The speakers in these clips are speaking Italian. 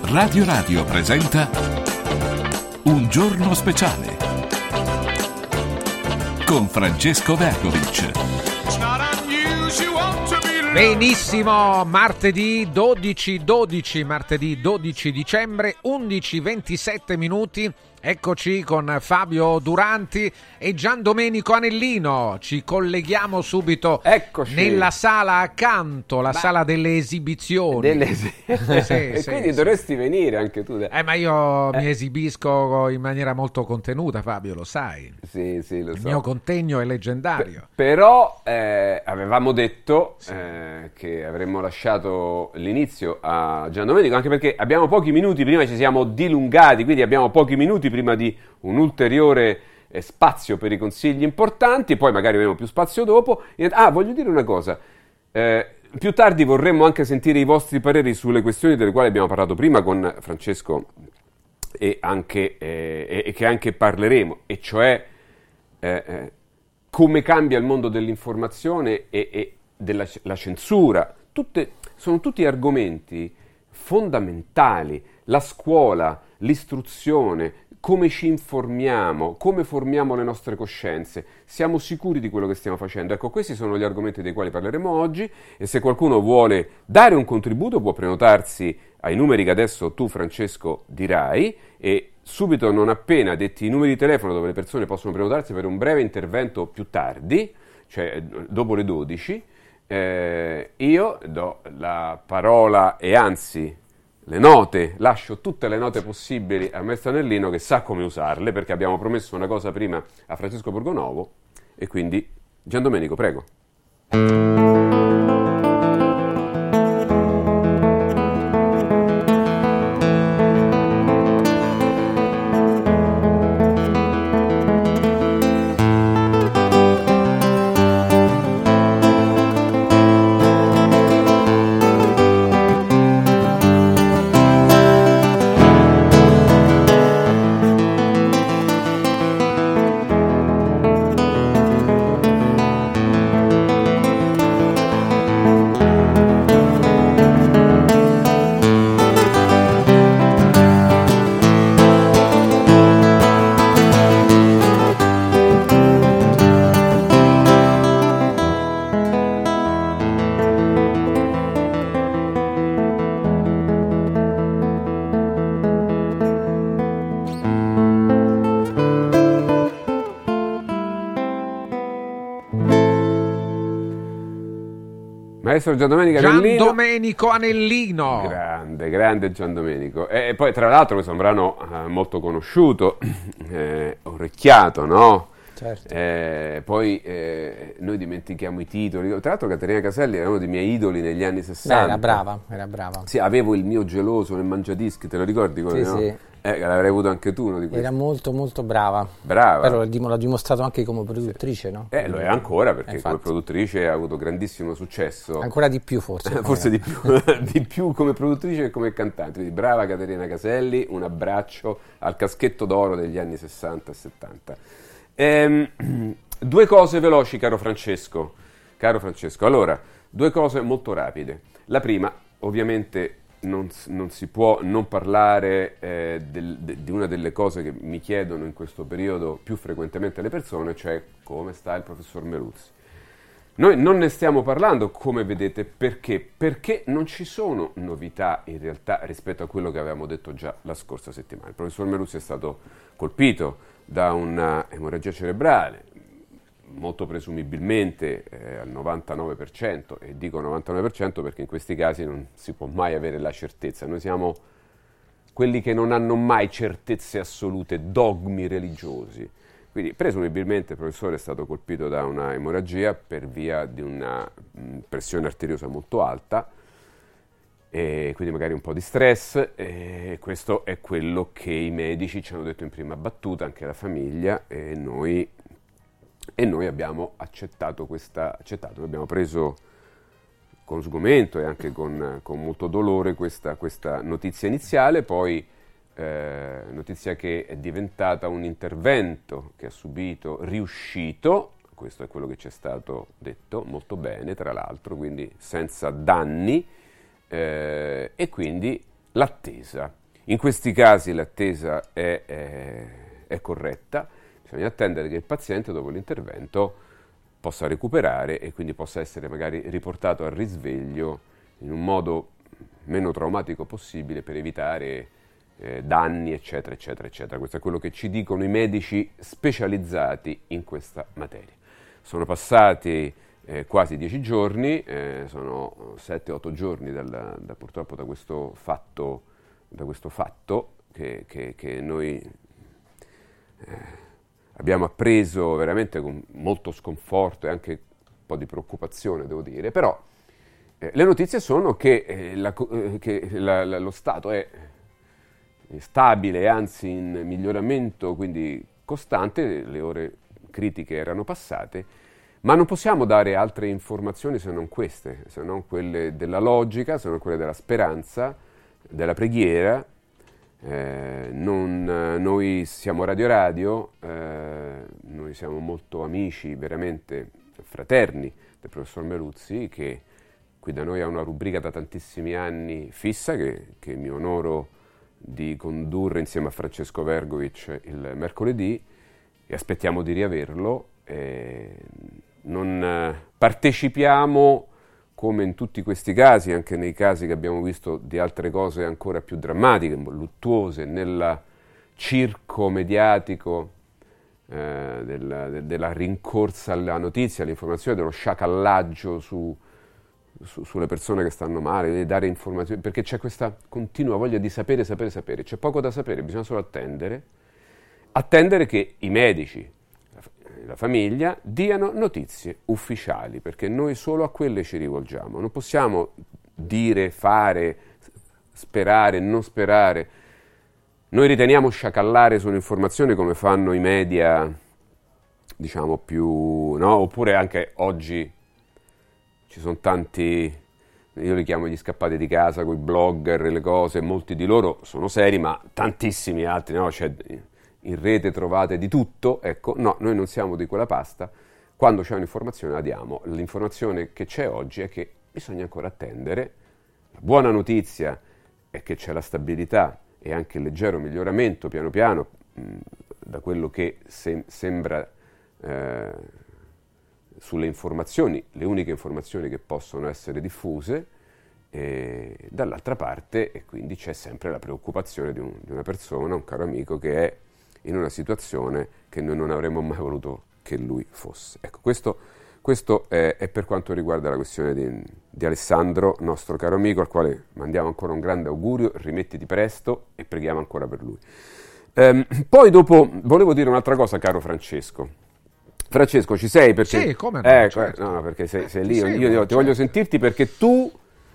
Radio presenta Un giorno speciale con Francesco Vergovic. Benissimo, martedì 12 dicembre, 11:27 minuti. Eccoci con Fabio Duranti e Gian Domenico Anellino. Ci colleghiamo subito. Eccoci. Nella sala accanto, la sala delle esibizioni. Quindi dovresti venire anche tu. Ma io mi esibisco in maniera molto contenuta, Fabio, lo sai. Sì, lo so. Il mio contegno è leggendario. Però avevamo detto che avremmo lasciato l'inizio a Gian Domenico, anche perché abbiamo pochi minuti, prima ci siamo dilungati, quindi abbiamo pochi minuti prima di un ulteriore spazio per i consigli importanti, poi magari avremo più spazio dopo. Voglio dire una cosa, più tardi vorremmo anche sentire i vostri pareri sulle questioni delle quali abbiamo parlato prima con Francesco e che anche parleremo, e cioè come cambia il mondo dell'informazione e della la censura. Sono tutti argomenti fondamentali, la scuola, l'istruzione, come ci informiamo, come formiamo le nostre coscienze, siamo sicuri di quello che stiamo facendo. Ecco, questi sono gli argomenti dei quali parleremo oggi, e se qualcuno vuole dare un contributo può prenotarsi ai numeri che adesso tu, Francesco, dirai, e subito, non appena detti i numeri di telefono dove le persone possono prenotarsi per un breve intervento più tardi, cioè dopo le 12, io do la parola e anzi le note, lascio tutte le note possibili a Maestro Anellino, che sa come usarle, perché abbiamo promesso una cosa prima a Francesco Borgonovo, e quindi Gian Domenico, prego. Maestro Gian Domenico Anellino. Grande Gian Domenico. E poi, tra l'altro, questo è un brano molto conosciuto, orecchiato, no? Certo. Poi noi dimentichiamo i titoli. Tra l'altro Caterina Caselli era uno dei miei idoli negli anni 60. Era brava. Sì, avevo il mio geloso nel mangiadischi, te lo ricordi? Sì, no? sì. L'avrei avuto anche tu, uno di questi. Era molto molto brava. Però l'ha dimostrato anche come produttrice, sì. No? Lo è ancora, perché come produttrice ha avuto grandissimo successo. Ancora di più, forse. Forse di più, di più come produttrice che come cantante. Quindi brava Caterina Caselli, un abbraccio al caschetto d'oro degli anni 60 e 70. Due cose veloci, caro Francesco. Allora, due cose molto rapide. La prima, ovviamente, non si può non parlare di una delle cose che mi chiedono in questo periodo più frequentemente le persone, cioè come sta il professor Meluzzi. Noi non ne stiamo parlando, come vedete, perché non ci sono novità in realtà rispetto a quello che avevamo detto già la scorsa settimana. Il professor Meluzzi è stato colpito da una emorragia cerebrale, molto presumibilmente al 99%, e dico 99% perché in questi casi non si può mai avere la certezza. Noi siamo quelli che non hanno mai certezze assolute, dogmi religiosi. Quindi presumibilmente il professore è stato colpito da una emorragia per via di una pressione arteriosa molto alta, e quindi magari un po' di stress, e questo è quello che i medici ci hanno detto in prima battuta, anche la famiglia, e noi abbiamo accettato abbiamo preso con sgomento e anche con molto dolore questa notizia iniziale, poi notizia che è diventata un intervento che ha subito riuscito, questo è quello che ci è stato detto, molto bene tra l'altro, quindi senza danni, e quindi l'attesa. In questi casi l'attesa è corretta, bisogna attendere che il paziente dopo l'intervento possa recuperare e quindi possa essere magari riportato al risveglio in un modo meno traumatico possibile per evitare danni, eccetera, eccetera, eccetera. Questo è quello che ci dicono i medici specializzati in questa materia. Sono passati quasi 10 giorni, sono 7-8 giorni purtroppo da questo fatto che noi abbiamo appreso veramente con molto sconforto e anche un po' di preoccupazione, devo dire, però le notizie sono che lo stato è stabile, anzi in miglioramento, quindi costante, le ore critiche erano passate, ma non possiamo dare altre informazioni se non queste, se non quelle della logica, se non quelle della speranza, della preghiera. Noi siamo Radio, noi siamo molto amici, veramente fraterni del professor Meluzzi, che qui da noi ha una rubrica da tantissimi anni fissa, che mi onoro di condurre insieme a Francesco Vergovic il mercoledì, e aspettiamo di riaverlo. Non partecipiamo, come in tutti questi casi, anche nei casi che abbiamo visto di altre cose ancora più drammatiche, luttuose, nel circo mediatico della rincorsa alla notizia, all'informazione, dello sciacallaggio sulle persone che stanno male, di dare informazioni, perché c'è questa continua voglia di sapere. C'è poco da sapere, bisogna solo attendere che i medici, la famiglia, diano notizie ufficiali, perché noi solo a quelle ci rivolgiamo. Non possiamo dire, fare, sperare, non sperare. Noi riteniamo sciacallare su un'informazione come fanno i media, diciamo più, no? Oppure anche oggi ci sono tanti, io li chiamo gli scappati di casa, quei blogger, le cose, molti di loro sono seri, ma tantissimi altri, no? C'è in rete trovate di tutto, ecco, no, noi non siamo di quella pasta. Quando c'è un'informazione la diamo. L'informazione che c'è oggi è che bisogna ancora attendere. La buona notizia è che c'è la stabilità e anche il leggero miglioramento piano piano da quello che sembra sulle informazioni, le uniche informazioni che possono essere diffuse, e dall'altra parte, e quindi c'è sempre la preoccupazione di una persona, un caro amico, che è in una situazione che noi non avremmo mai voluto che lui fosse. Ecco, questo è per quanto riguarda la questione di Alessandro, nostro caro amico, al quale mandiamo ancora un grande augurio, rimettiti presto e preghiamo ancora per lui. Poi dopo volevo dire un'altra cosa, caro Francesco. Francesco, ci sei? Perché, sì, come no, certo. No, perché sei lì, io ti voglio sentirti, perché tu,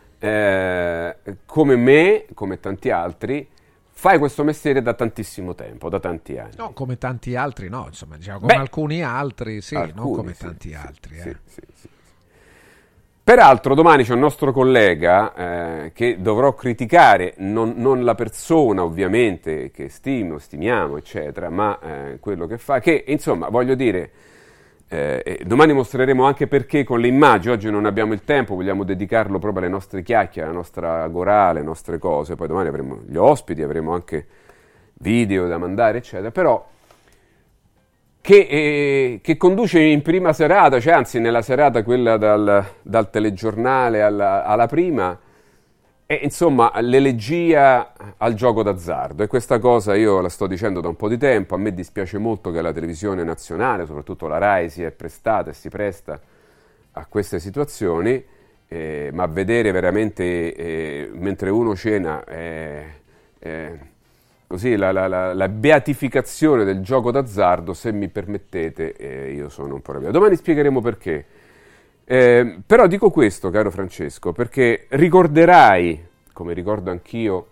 come me, come tanti altri, fai questo mestiere da tantissimo tempo, da tanti anni. No, come tanti altri no, insomma, diciamo, come alcuni altri, sì, alcuni, non come sì, tanti sì, altri. Sì. Peraltro domani c'è un nostro collega che dovrò criticare, non la persona ovviamente, che stimiamo, eccetera, ma quello che fa, che insomma, voglio dire, domani mostreremo anche perché con le immagini. Oggi non abbiamo il tempo, vogliamo dedicarlo proprio alle nostre chiacchiere, alla nostra agorà, alle nostre cose. Poi domani avremo gli ospiti, avremo anche video da mandare, eccetera. Però che conduce in prima serata, cioè anzi nella serata quella dal telegiornale alla prima, e insomma l'elegia al gioco d'azzardo. E questa cosa io la sto dicendo da un po' di tempo. A me dispiace molto che la televisione nazionale, soprattutto la RAI, si è prestata e si presta a queste situazioni, ma vedere veramente mentre uno cena così la beatificazione del gioco d'azzardo, se mi permettete, io sono un po' arrabbiato. Domani spiegheremo perché. Però dico questo, caro Francesco, perché ricorderai, come ricordo anch'io,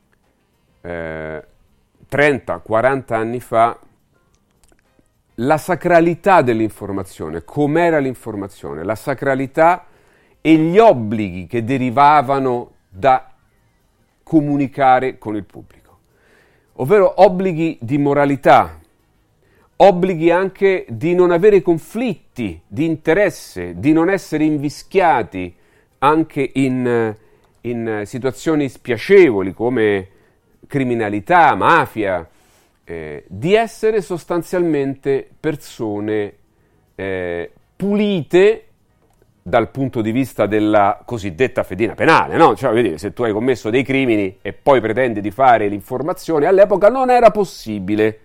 30-40 anni fa, la sacralità dell'informazione, com'era l'informazione, la sacralità e gli obblighi che derivavano da comunicare con il pubblico, ovvero obblighi di moralità, obblighi anche di non avere conflitti di interesse, di non essere invischiati anche in in situazioni spiacevoli come criminalità, mafia, di essere sostanzialmente persone pulite dal punto di vista della cosiddetta fedina penale, no? Cioè, voglio dire, se tu hai commesso dei crimini e poi pretendi di fare l'informazione, all'epoca non era possibile.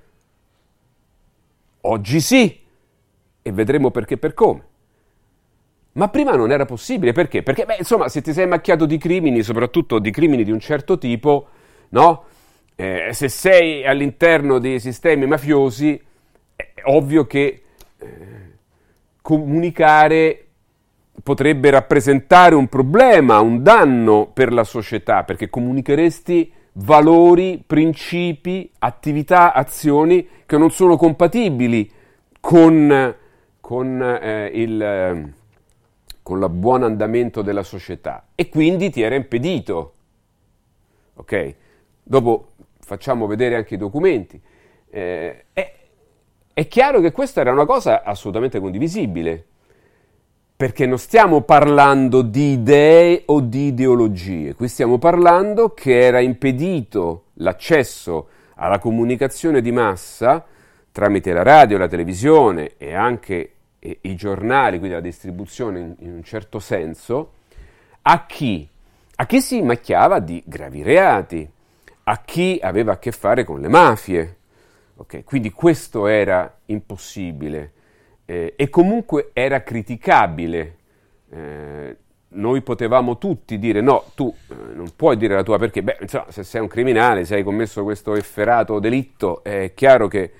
Oggi sì, e vedremo perché e per come. Ma prima non era possibile, perché? Perché, insomma, se ti sei macchiato di crimini, soprattutto di crimini di un certo tipo, no? Se sei all'interno dei sistemi mafiosi, è ovvio che comunicare potrebbe rappresentare un problema, un danno per la società, perché comunicheresti valori, principi, attività, azioni che non sono compatibili con il buon andamento della società, e quindi ti era impedito. Ok? Dopo facciamo vedere anche i documenti. È chiaro che questa era una cosa assolutamente condivisibile, perché non stiamo parlando di idee o di ideologie, qui stiamo parlando che era impedito l'accesso alla comunicazione di massa tramite la radio, la televisione e anche i giornali, quindi la distribuzione in un certo senso, a chi si macchiava di gravi reati, a chi aveva a che fare con le mafie. Okay, quindi questo era impossibile. E comunque era criticabile. Noi potevamo tutti dire no, tu non puoi dire la tua, perché insomma, se sei un criminale, se hai commesso questo efferato delitto, è chiaro che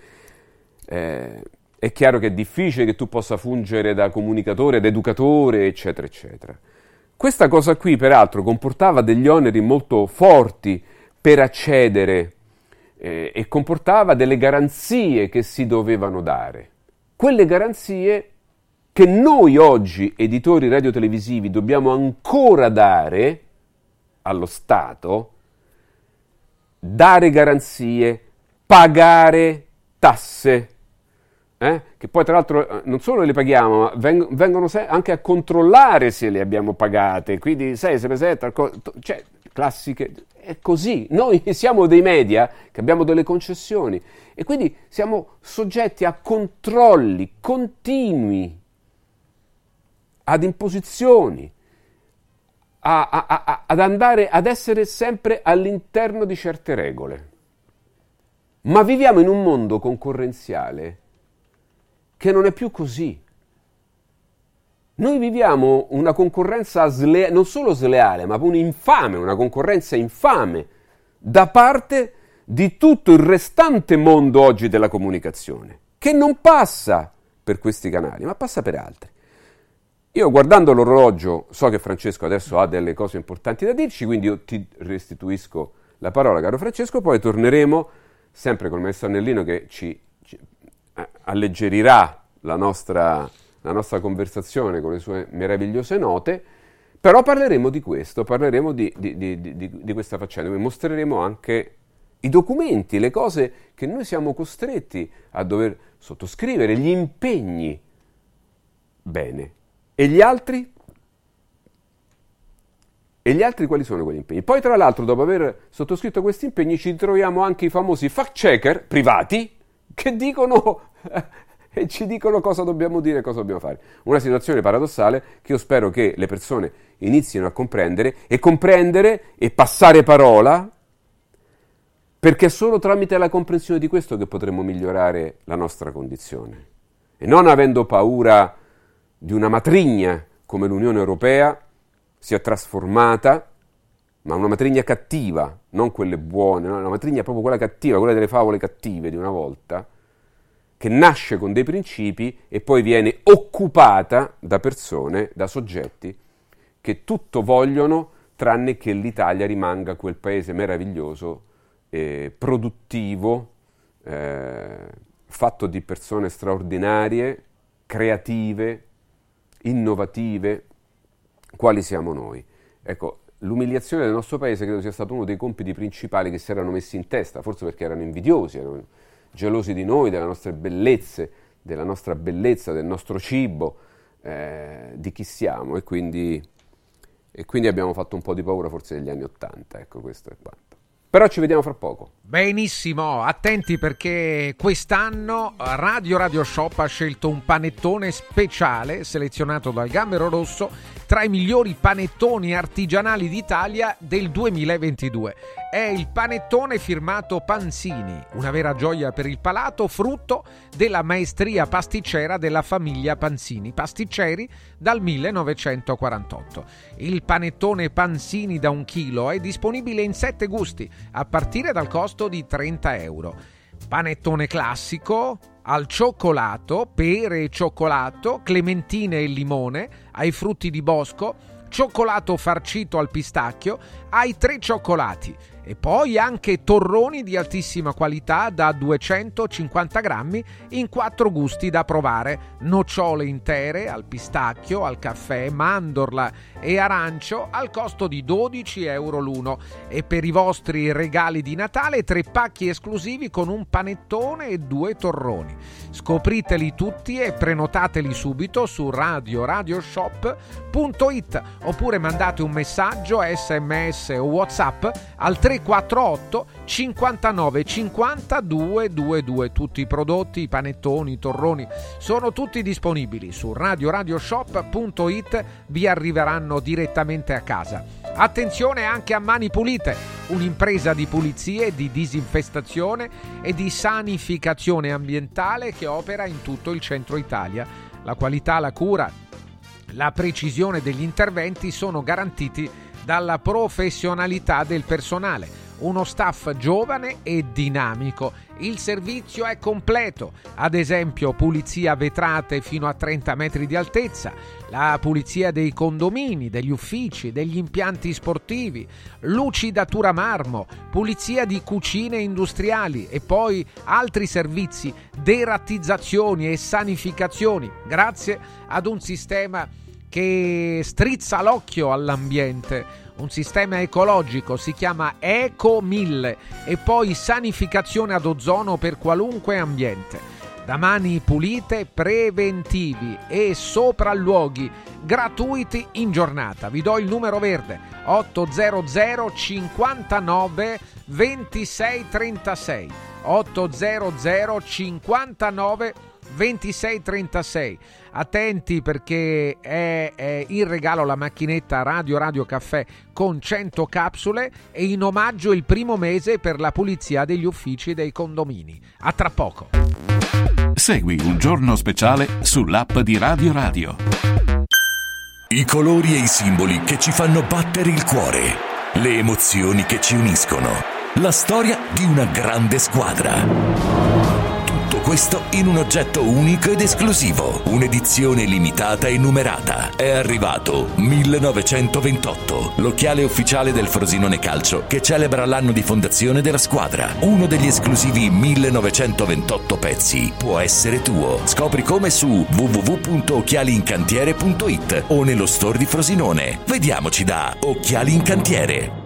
è difficile che tu possa fungere da comunicatore, da educatore, eccetera, eccetera. Questa cosa qui, peraltro, comportava degli oneri molto forti per accedere e comportava delle garanzie che si dovevano dare. Quelle garanzie che noi oggi, editori radiotelevisivi, dobbiamo ancora dare allo Stato, dare garanzie, pagare tasse, che poi tra l'altro non solo le paghiamo, ma vengono anche a controllare se le abbiamo pagate, quindi sai, se presenta, cioè, classiche, è così. Noi siamo dei media che abbiamo delle concessioni e quindi siamo soggetti a controlli continui, ad imposizioni, ad andare ad essere sempre all'interno di certe regole. Ma viviamo in un mondo concorrenziale che non è più così. Noi viviamo una concorrenza non solo sleale, ma una concorrenza infame da parte di tutto il restante mondo oggi della comunicazione, che non passa per questi canali, ma passa per altri. Io, guardando l'orologio, so che Francesco adesso ha delle cose importanti da dirci, quindi io ti restituisco la parola, caro Francesco, poi torneremo sempre col maestro Annellino che ci alleggerirà la nostra conversazione con le sue meravigliose note, però parleremo di questo, parleremo di questa faccenda, mostreremo anche i documenti, le cose che noi siamo costretti a dover sottoscrivere, gli impegni. Bene. E gli altri? E gli altri quali sono quegli impegni? Poi tra l'altro, dopo aver sottoscritto questi impegni, ci troviamo anche i famosi fact checker privati che dicono e ci dicono cosa dobbiamo dire e cosa dobbiamo fare. Una situazione paradossale che io spero che le persone inizino a comprendere e passare parola, perché è solo tramite la comprensione di questo che potremo migliorare la nostra condizione. E non avendo paura di una matrigna come l'Unione Europea sia trasformata, ma una matrigna cattiva, non quelle buone, no? Una matrigna proprio quella cattiva, quella delle favole cattive di una volta, che nasce con dei principi e poi viene occupata da persone, da soggetti che tutto vogliono tranne che l'Italia rimanga quel paese meraviglioso, produttivo, fatto di persone straordinarie, creative, innovative, quali siamo noi. Ecco, l'umiliazione del nostro paese credo sia stato uno dei compiti principali che si erano messi in testa, forse perché erano invidiosi, erano gelosi di noi, delle nostre bellezze, della nostra bellezza, del nostro cibo, di chi siamo, e quindi e quindi abbiamo fatto un po' di paura forse negli anni '80, ecco, questo è quanto. Però ci vediamo fra poco. Benissimo, attenti perché quest'anno Radio Shop ha scelto un panettone speciale selezionato dal Gambero Rosso tra i migliori panettoni artigianali d'Italia del 2022. È il panettone firmato Panzini, una vera gioia per il palato, frutto della maestria pasticcera della famiglia Panzini, pasticceri dal 1948. Il panettone Panzini da 1 chilo è disponibile in 7 gusti, a partire dal costo di €30. Panettone classico, al cioccolato, pere e cioccolato, clementine e limone, ai frutti di bosco, cioccolato farcito al pistacchio, ai 3 cioccolati e poi anche torroni di altissima qualità da 250 grammi in 4 gusti da provare: nocciole intere al pistacchio, al caffè, mandorla e arancio al costo di €12 l'uno. E per i vostri regali di Natale 3 pacchi esclusivi con un panettone e 2 torroni. Scopriteli tutti e prenotateli subito su radioshop.it oppure mandate un messaggio SMS o WhatsApp al 348 59 50 222. Tutti i prodotti, i panettoni, i torroni sono tutti disponibili su radioshop.it, vi arriveranno direttamente a casa. Attenzione anche a Mani Pulite, un'impresa di pulizie, di disinfestazione e di sanificazione ambientale che opera in tutto il centro Italia. La qualità, la cura, la precisione degli interventi sono garantiti dalla professionalità del personale. Uno staff giovane e dinamico. Il servizio è completo, ad esempio pulizia vetrate fino a 30 metri di altezza, la pulizia dei condomini, degli uffici, degli impianti sportivi, lucidatura marmo, pulizia di cucine industriali e poi altri servizi, derattizzazioni e sanificazioni, grazie ad un sistema che strizza l'occhio all'ambiente. Un sistema ecologico, si chiama Eco 1000, e poi sanificazione ad ozono per qualunque ambiente. Da Mani Pulite, preventivi e sopralluoghi gratuiti in giornata. Vi do il numero verde: 800 59 26 36 800 59 26 36. Attenti perché è in regalo la macchinetta Radio Caffè con 100 capsule e in omaggio il primo mese per la pulizia degli uffici e dei condomini. A tra poco. Segui Un Giorno Speciale sull'app di Radio. I colori e i simboli che ci fanno battere il cuore, le emozioni che ci uniscono, la storia di una grande squadra. Tutto questo in un oggetto unico ed esclusivo, un'edizione limitata e numerata. È arrivato 1928, l'occhiale ufficiale del Frosinone Calcio che celebra l'anno di fondazione della squadra. Uno degli esclusivi 1928 pezzi può essere tuo. Scopri come su www.occhialiincantiere.it o nello store di Frosinone. Vediamoci da Occhiali in Cantiere.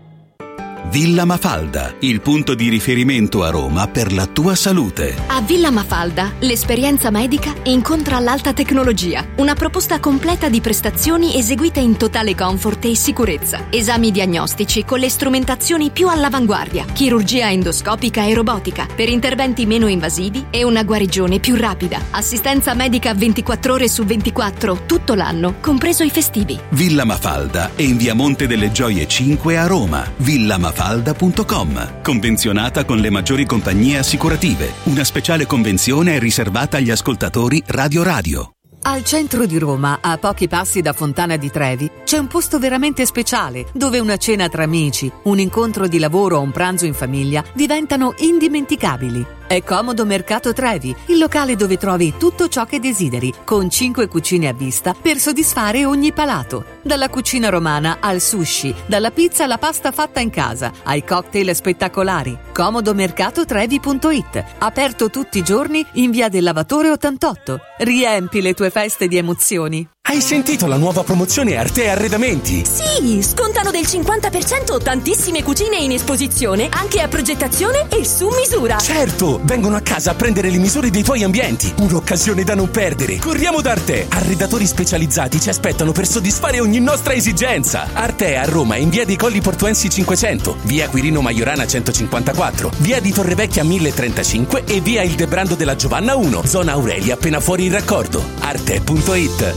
Villa Mafalda, il punto di riferimento a Roma per la tua salute. A Villa Mafalda l'esperienza medica incontra l'alta tecnologia. Una proposta completa di prestazioni eseguite in totale comfort e sicurezza. Esami diagnostici con le strumentazioni più all'avanguardia. Chirurgia endoscopica e robotica per interventi meno invasivi e una guarigione più rapida. Assistenza medica 24 ore su 24 tutto l'anno, compreso i festivi. Villa Mafalda è in via Monte delle Gioie 5 a Roma. villamafalda.com. Convenzionata con le maggiori compagnie assicurative. Una speciale convenzione è riservata agli ascoltatori Radio. Al centro di Roma, a pochi passi da Fontana di Trevi, c'è un posto veramente speciale dove una cena tra amici, un incontro di lavoro o un pranzo in famiglia diventano indimenticabili. È Comodo Mercato Trevi, il locale dove trovi tutto ciò che desideri, con 5 cucine a vista per soddisfare ogni palato. Dalla cucina romana al sushi, dalla pizza alla pasta fatta in casa, ai cocktail spettacolari. Comodomercatotrevi.it, aperto tutti i giorni in via del Lavatore 88. Riempi le tue feste di emozioni. Hai sentito la nuova promozione Arte Arredamenti? Sì, scontano del 50% tantissime cucine in esposizione, anche a progettazione e su misura. Certo, vengono a casa a prendere le misure dei tuoi ambienti. Un'occasione da non perdere. Corriamo da Arte. Arredatori specializzati ci aspettano per soddisfare ogni nostra esigenza. Arte a Roma è in via dei Colli Portuensi 500, via Quirino Maiorana 154, via di Torrevecchia 1035 e via Ildebrando della Giovanna 1, zona Aurelia appena fuori il raccordo. Arte.it.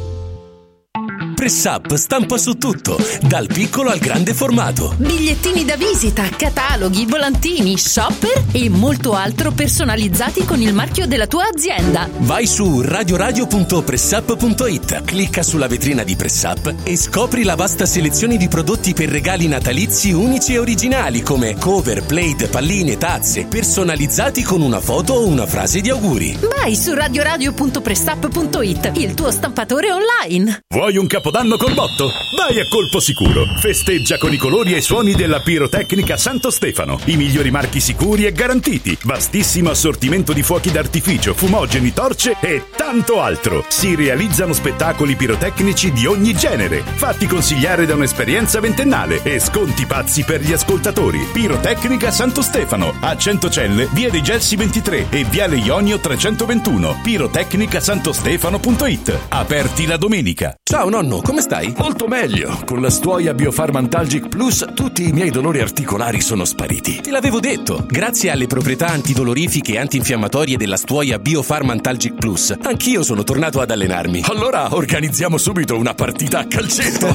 Press Up stampa su tutto, dal piccolo al grande formato. Bigliettini da visita, cataloghi, volantini, shopper e molto altro personalizzati con il marchio della tua azienda. Vai su radioradio.pressup.it, clicca sulla vetrina di Press Up e scopri la vasta selezione di prodotti per regali natalizi unici e originali come cover, plate, palline, tazze, personalizzati con una foto o una frase di auguri. Vai su radioradio.pressup.it, il tuo stampatore online. Vuoi un capodanno col botto? Vai a colpo sicuro. Festeggia con i colori e i suoni della pirotecnica Santo Stefano. I migliori marchi sicuri e garantiti. Vastissimo assortimento di fuochi d'artificio, fumogeni, torce e tanto altro. Si realizzano spettacoli pirotecnici di ogni genere. Fatti consigliare da un'esperienza ventennale e sconti pazzi per gli ascoltatori. Pirotecnica Santo Stefano, a Centocelle, via dei Gelsi 23 e viale Ionio 321. pirotecnicasantostefano.it. Aperti la domenica. Ciao nonno, come stai? Molto meglio. Con la Stuoia Biofarmantalgic Plus tutti i miei dolori articolari sono spariti. Te l'avevo detto. Grazie alle proprietà antidolorifiche e antinfiammatorie della Stuoia Biofarmantalgic Plus, anch'io sono tornato ad allenarmi. Allora organizziamo subito una partita a calcetto.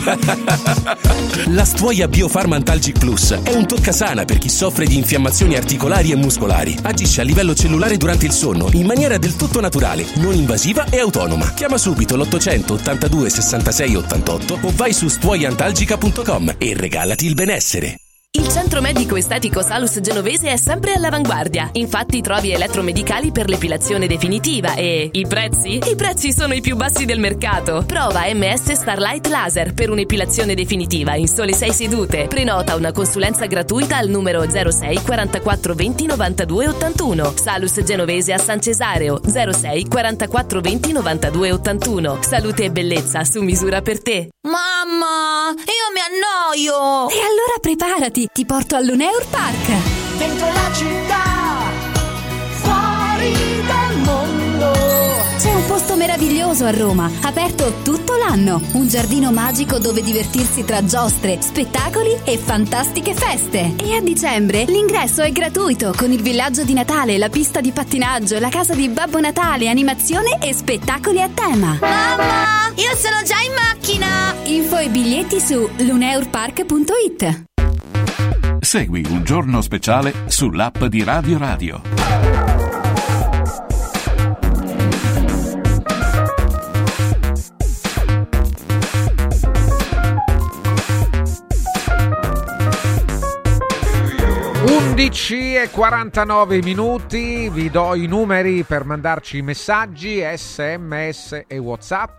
La Stuoia Biofarmantalgic Plus è un toccasana per chi soffre di infiammazioni articolari e muscolari. Agisce a livello cellulare durante il sonno in maniera del tutto naturale, non invasiva e autonoma. Chiama subito l'882 66 88 o vai su stuoiantalgica.com e regalati il benessere. Il centro medico estetico Salus Genovese è sempre all'avanguardia. Infatti trovi elettromedicali per l'epilazione definitiva e i prezzi? I prezzi sono i più bassi del mercato. Prova MS Starlight Laser per un'epilazione definitiva in sole 6 sedute. Prenota una consulenza gratuita al numero 06 44 20 92 81. Salus Genovese a San Cesareo 06 44 20 92 81. Salute e bellezza su misura per te. Mamma, io mi annoio! E allora preparati, ti porto all'Uneur Park. Dentro la città, fuori dal mondo. C'è un posto meraviglioso a Roma, aperto tutto l'anno. Un giardino magico dove divertirsi tra giostre, spettacoli e fantastiche feste. E a dicembre l'ingresso è gratuito con il villaggio di Natale, la pista di pattinaggio, la casa di Babbo Natale, animazione e spettacoli a tema. Mamma, io sono già in macchina. Info e biglietti su luneurpark.it. Segui Un Giorno Speciale sull'app di Radio Radio. E 49 minuti, vi do i numeri per mandarci messaggi, SMS e WhatsApp.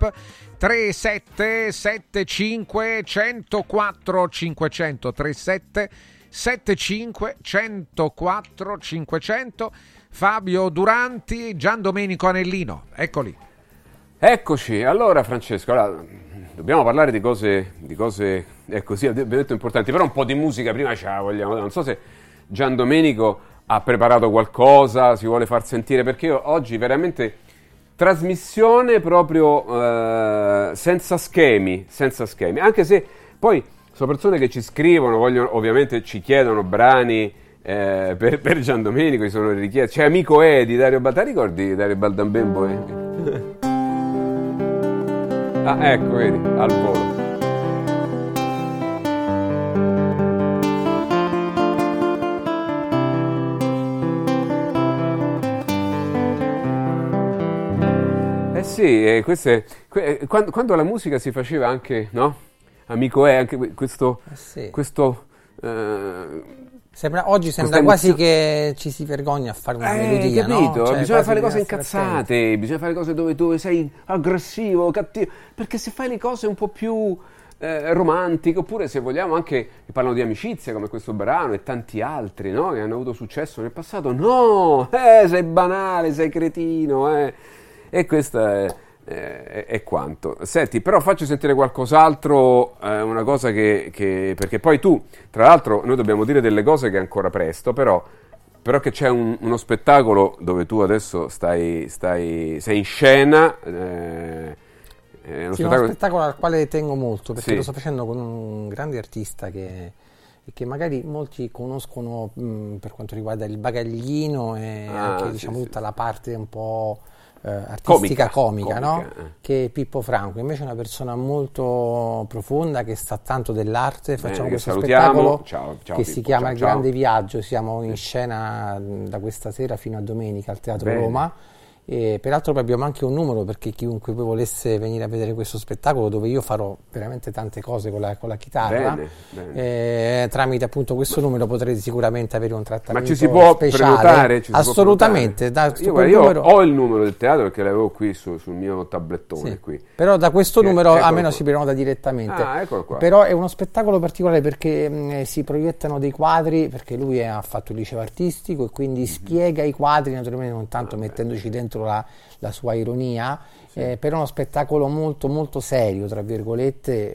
3775 104 500 37 75 104 500. Fabio Duranti, Gian Domenico Anellino, eccoli. Eccoci, allora Francesco, dobbiamo parlare di cose così, abbiamo detto importanti, però un po' di musica prima ce la vogliamo, non so se Gian Domenico ha preparato qualcosa, si vuole far sentire, perché io oggi veramente trasmissione proprio senza schemi, anche se poi sono persone che ci scrivono, ovviamente ci chiedono brani per Gian Domenico, ci sono richieste, c'è Amico di Dario Baldan, ricordi Dario Baldambembo? Ah, ecco, vedi, al volo. Sì, quando la musica si faceva anche, no? Amico anche questo... Sì. Oggi sembra quasi che ci si vergogna a fare una melodia, capito? No? Cioè, bisogna fare cose incazzate, incazzate, bisogna fare cose dove sei aggressivo, cattivo, perché se fai le cose un po' più romantiche, oppure se vogliamo anche, che parlano di amicizia come questo brano e tanti altri, no? Che hanno avuto successo nel passato, no, sei banale, sei cretino, E questa è quanto. Senti, però faccio sentire qualcos'altro, una cosa che perché poi tu, tra l'altro, noi dobbiamo dire delle cose che è ancora presto, però che c'è uno spettacolo dove tu adesso sei in scena. Uno spettacolo al quale tengo molto, perché lo sto facendo con un grande artista che magari molti conoscono per quanto riguarda il bagaglino e anche diciamo tutta la parte un po' artistica comica, no? Che è Pippo Franco. Invece è una persona molto profonda che sa tanto dell'arte. Facciamo questo spettacolo ciao, che si chiama Il Grande Viaggio. Siamo in scena da questa sera fino a domenica al Teatro Roma. E peraltro poi abbiamo anche un numero perché chiunque poi volesse venire a vedere questo spettacolo, dove io farò veramente tante cose con la chitarra. Bene. Tramite appunto questo numero potrete sicuramente avere un trattamento speciale. Ma ci si può prenotare? Assolutamente. Io ho il numero del teatro perché l'avevo qui sul mio tablettone qui. Però da questo numero almeno si prenota direttamente. Eccolo qua. Però è uno spettacolo particolare perché si proiettano dei quadri, perché lui ha fatto il liceo artistico e quindi spiega i quadri, naturalmente non tanto mettendoci dentro la sua ironia, però è uno spettacolo molto molto serio, tra virgolette,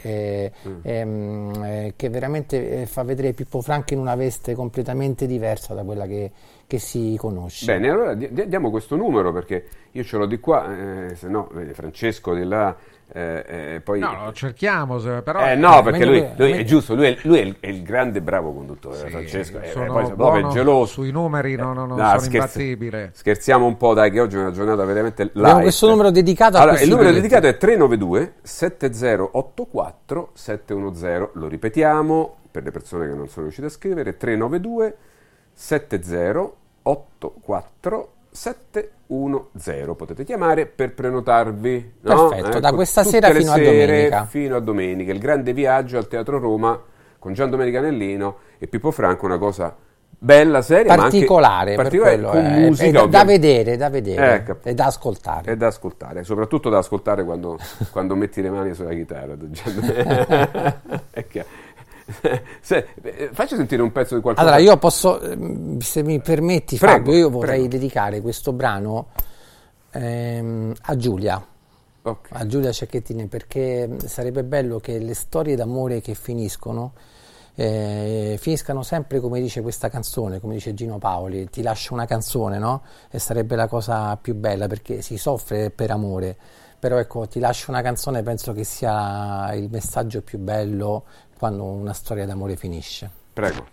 che veramente fa vedere Pippo Franco in una veste completamente diversa da quella che si conosce. Bene, allora diamo questo numero perché io ce l'ho di qua, se no vede Francesco di là. Poi no, lo cerchiamo, però no, perché lui è giusto, lui è il grande bravo conduttore, Francesco, poi è geloso sui numeri, sono imbattibile. Scherziamo un po', dai, che oggi è una giornata veramente light. Abbiamo questo numero dedicato a il numero dedicato è 392 7084 710. Lo ripetiamo per le persone che non sono riuscite a scrivere: 392 7084 710. Potete chiamare per prenotarvi, no? Perfetto, da questa sera fino a domenica. Fino a domenica, Il Grande Viaggio al Teatro Roma con Gian Domenico Anellino e Pippo Franco, una cosa bella, seria, particolare, ma anche particolare, con musica da vedere e da ascoltare. E da ascoltare, soprattutto da ascoltare quando metti le mani sulla chitarra. È chiaro. Faccio sentire un pezzo di qualcosa. Allora io posso, se mi permetti, Fabio, io vorrei dedicare questo brano a Giulia, a Giulia Cecchettin, perché sarebbe bello che le storie d'amore che finiscano sempre come dice questa canzone, come dice Gino Paoli: ti lascio una canzone, no? E sarebbe la cosa più bella, perché si soffre per amore, però ecco, ti lascio una canzone, penso che sia il messaggio più bello quando una storia d'amore finisce. Prego.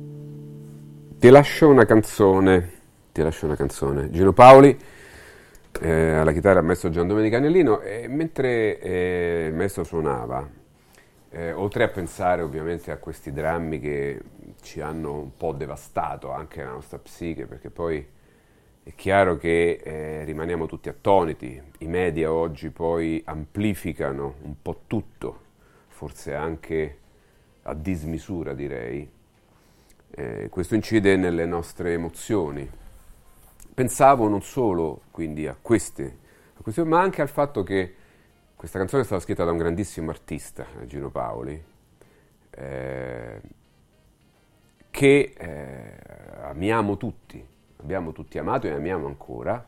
Ti lascio una canzone. Gino Paoli, alla chitarra il maestro Gian Domenico Agnellino, e mentre il maestro suonava, oltre a pensare ovviamente a questi drammi che ci hanno un po' devastato anche la nostra psiche, perché poi è chiaro che rimaniamo tutti attoniti, i media oggi poi amplificano un po' tutto, forse anche a dismisura direi, questo incide nelle nostre emozioni. Pensavo non solo quindi a queste, ma anche al fatto che questa canzone è stata scritta da un grandissimo artista, Gino Paoli, che amiamo tutti, abbiamo tutti amato e amiamo ancora,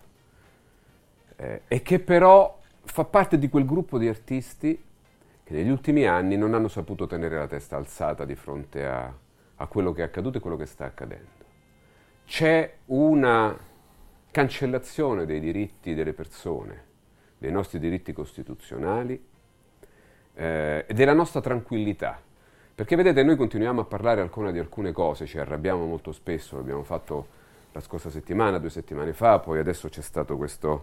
e che però fa parte di quel gruppo di artisti che negli ultimi anni non hanno saputo tenere la testa alzata di fronte a quello che è accaduto e quello che sta accadendo. C'è una cancellazione dei diritti delle persone, dei nostri diritti costituzionali e della nostra tranquillità. Perché vedete, noi continuiamo a parlare ancora di alcune cose, ci arrabbiamo molto spesso, l'abbiamo fatto la scorsa settimana, 2 settimane fa, poi adesso c'è stato questo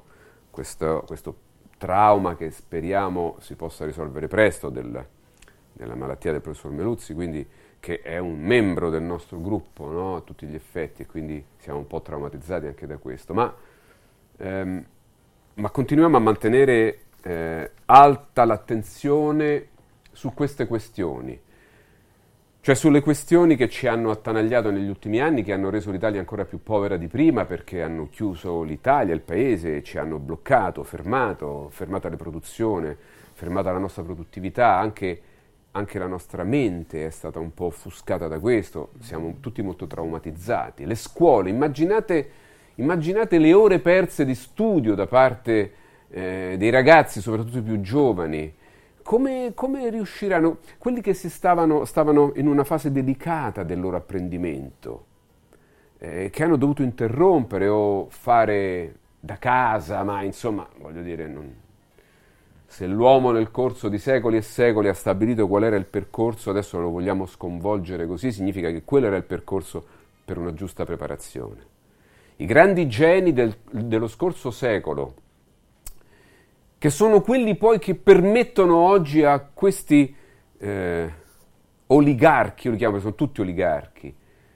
trauma che speriamo si possa risolvere presto della malattia del professor Meluzzi, quindi che è un membro del nostro gruppo, no? A tutti gli effetti, e quindi siamo un po' traumatizzati anche da questo, ma continuiamo a mantenere alta l'attenzione su queste questioni, cioè sulle questioni che ci hanno attanagliato negli ultimi anni, che hanno reso l'Italia ancora più povera di prima, perché hanno chiuso l'Italia, il paese, ci hanno bloccato, fermata la produzione, fermata la nostra produttività, anche la nostra mente è stata un po' offuscata da questo, siamo tutti molto traumatizzati. Le scuole, immaginate le ore perse di studio da parte dei ragazzi, soprattutto i più giovani. Come riusciranno, quelli che stavano in una fase delicata del loro apprendimento, che hanno dovuto interrompere o fare da casa, ma insomma, voglio dire, se l'uomo nel corso di secoli e secoli ha stabilito qual era il percorso, adesso lo vogliamo sconvolgere così, significa che quello era il percorso per una giusta preparazione. I grandi geni dello scorso secolo, che sono quelli poi che permettono oggi a questi oligarchi, io li chiamo, sono tutti oligarchi,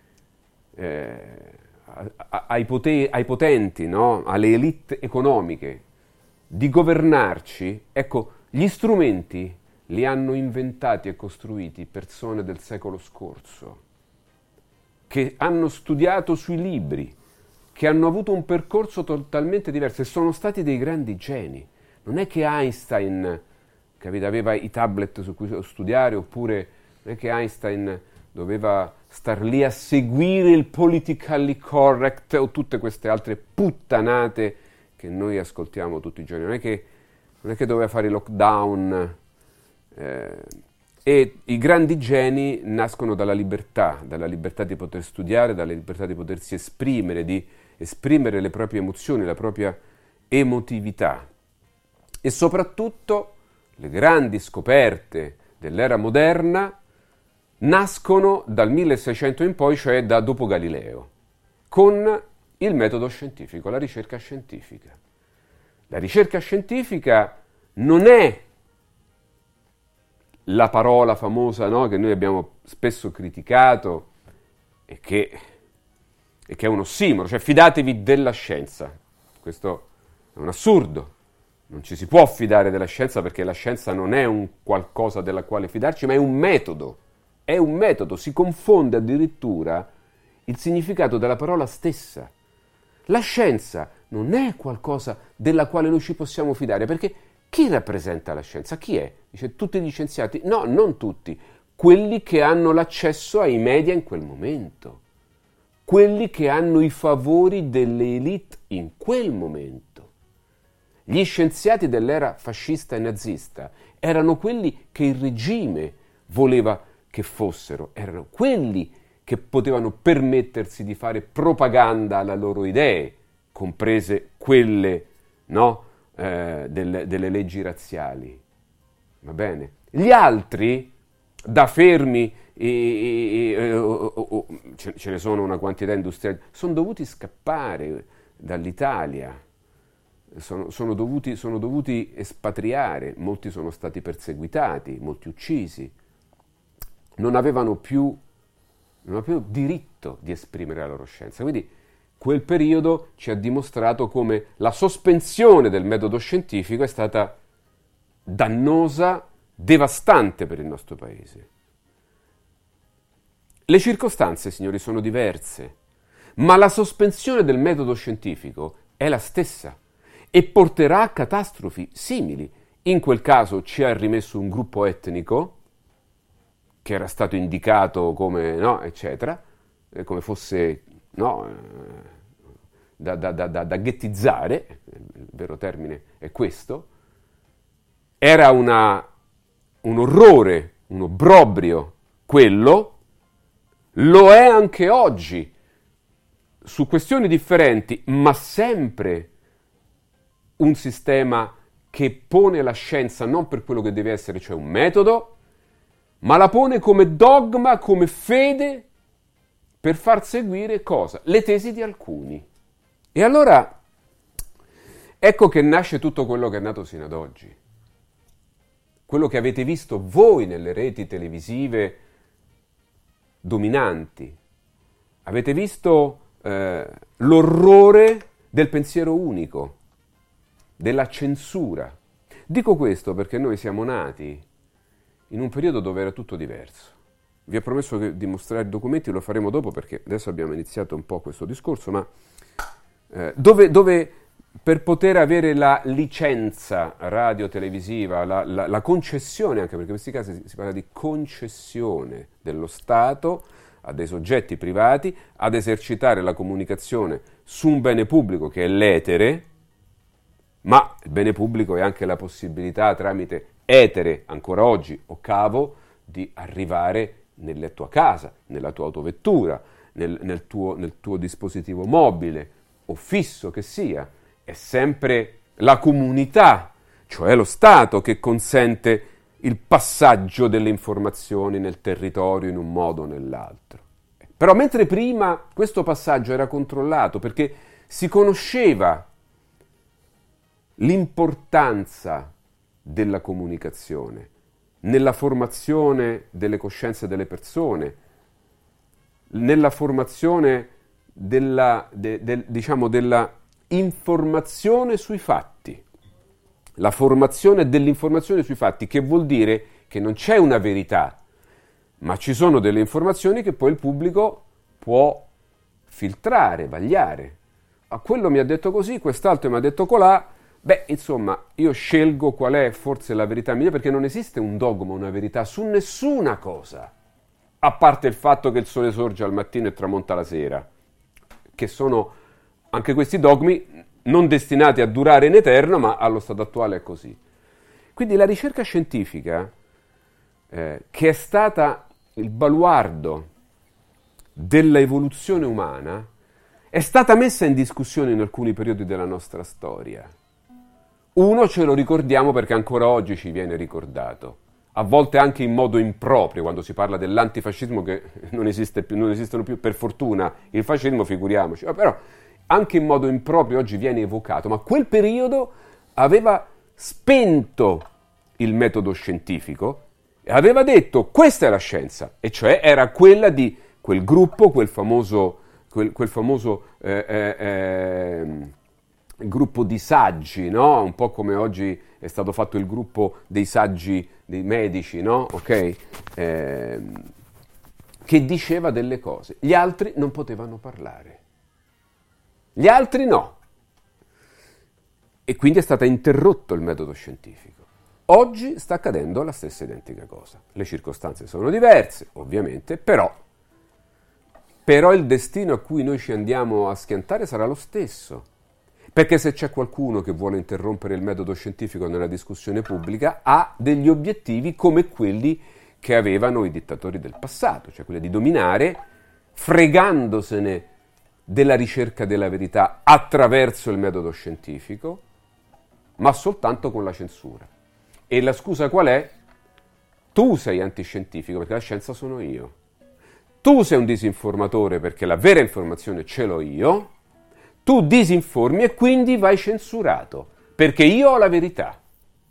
ai potenti, no? Alle elite economiche, di governarci. Ecco, gli strumenti li hanno inventati e costruiti persone del secolo scorso, che hanno studiato sui libri, che hanno avuto un percorso totalmente diverso e sono stati dei grandi geni. Non è che Einstein, capite, aveva i tablet su cui studiare, oppure non è che Einstein doveva star lì a seguire il politically correct o tutte queste altre puttanate che noi ascoltiamo tutti i giorni. Non è che doveva fare i lockdown. E i grandi geni nascono dalla libertà di poter studiare, dalla libertà di potersi esprimere, di esprimere le proprie emozioni, la propria emotività. E soprattutto le grandi scoperte dell'era moderna nascono dal 1600 in poi, cioè da dopo Galileo, con il metodo scientifico, la ricerca scientifica. La ricerca scientifica non è la parola famosa, no, che noi abbiamo spesso criticato e che è un ossimoro, cioè fidatevi della scienza. Questo è un assurdo. Non ci si può fidare della scienza, perché la scienza non è un qualcosa della quale fidarci, ma è un metodo. È un metodo, si confonde addirittura il significato della parola stessa. La scienza non è qualcosa della quale noi ci possiamo fidare, perché chi rappresenta la scienza? Chi è? Dice tutti gli scienziati? No, non tutti. Quelli che hanno l'accesso ai media in quel momento. Quelli che hanno i favori delle elite in quel momento. Gli scienziati dell'era fascista e nazista erano quelli che il regime voleva che fossero, erano quelli che potevano permettersi di fare propaganda alle loro idee, comprese quelle, no, delle leggi razziali. Va bene? Gli altri, da Fermi, ce ne sono una quantità industriali, sono dovuti scappare dall'Italia. sono dovuti espatriare, molti sono stati perseguitati, molti uccisi, non avevano più diritto di esprimere la loro scienza. Quindi quel periodo ci ha dimostrato come la sospensione del metodo scientifico è stata dannosa, devastante per il nostro paese. Le circostanze, signori, sono diverse, ma la sospensione del metodo scientifico è la stessa e porterà a catastrofi simili. In quel caso ci ha rimesso un gruppo etnico che era stato indicato come, no, eccetera, come fosse, no, da ghettizzare, il vero termine è questo. Era un orrore, un obbrobrio quello, lo è anche oggi, su questioni differenti, ma sempre un sistema che pone la scienza non per quello che deve essere, cioè un metodo, ma la pone come dogma, come fede, per far seguire cosa? Le tesi di alcuni. E allora ecco che nasce tutto quello che è nato sino ad oggi. Quello che avete visto voi nelle reti televisive dominanti. Avete visto l'orrore del pensiero unico, della censura. Dico questo perché noi siamo nati in un periodo dove era tutto diverso. Vi ho promesso di mostrare i documenti, lo faremo dopo perché adesso abbiamo iniziato un po' questo discorso, ma dove per poter avere la licenza radio-televisiva, la concessione, anche perché in questi casi si parla di concessione dello Stato a dei soggetti privati ad esercitare la comunicazione su un bene pubblico che è l'etere, ma il bene pubblico è anche la possibilità tramite etere, ancora oggi, o cavo, di arrivare nella tua casa, nella tua autovettura, nel tuo dispositivo mobile o fisso che sia. È sempre la comunità, cioè lo Stato, che consente il passaggio delle informazioni nel territorio in un modo o nell'altro. Però mentre prima questo passaggio era controllato perché si conosceva l'importanza della comunicazione nella formazione delle coscienze delle persone, nella formazione della informazione sui fatti. La formazione dell'informazione sui fatti, che vuol dire che non c'è una verità, ma ci sono delle informazioni che poi il pubblico può filtrare, vagliare. A quello mi ha detto così, quest'altro mi ha detto colà. Beh, insomma, io scelgo qual è forse la verità migliore, perché non esiste un dogma, una verità su nessuna cosa, a parte il fatto che il sole sorge al mattino e tramonta la sera, che sono anche questi dogmi non destinati a durare in eterno, ma allo stato attuale è così. Quindi la ricerca scientifica, che è stata il baluardo dell'evoluzione umana, è stata messa in discussione in alcuni periodi della nostra storia. Uno ce lo ricordiamo perché ancora oggi ci viene ricordato, a volte anche in modo improprio, quando si parla dell'antifascismo, che non esistono più, per fortuna, il fascismo figuriamoci, però anche in modo improprio oggi viene evocato, ma quel periodo aveva spento il metodo scientifico e aveva detto questa è la scienza, e cioè era quella di quel gruppo, quel famoso gruppo di saggi, no? Un po' come oggi è stato fatto il gruppo dei saggi, dei medici, no? Ok? Che diceva delle cose. Gli altri non potevano parlare. Gli altri no. E quindi è stato interrotto il metodo scientifico. Oggi sta accadendo la stessa identica cosa. Le circostanze sono diverse, ovviamente, però il destino a cui noi ci andiamo a schiantare sarà lo stesso. Perché se c'è qualcuno che vuole interrompere il metodo scientifico nella discussione pubblica, ha degli obiettivi come quelli che avevano i dittatori del passato, cioè quelli di dominare, fregandosene della ricerca della verità attraverso il metodo scientifico, ma soltanto con la censura. E la scusa qual è? Tu sei antiscientifico perché la scienza sono io. Tu sei un disinformatore perché la vera informazione ce l'ho io. tu disinformi e quindi vai censurato, perché io ho la verità.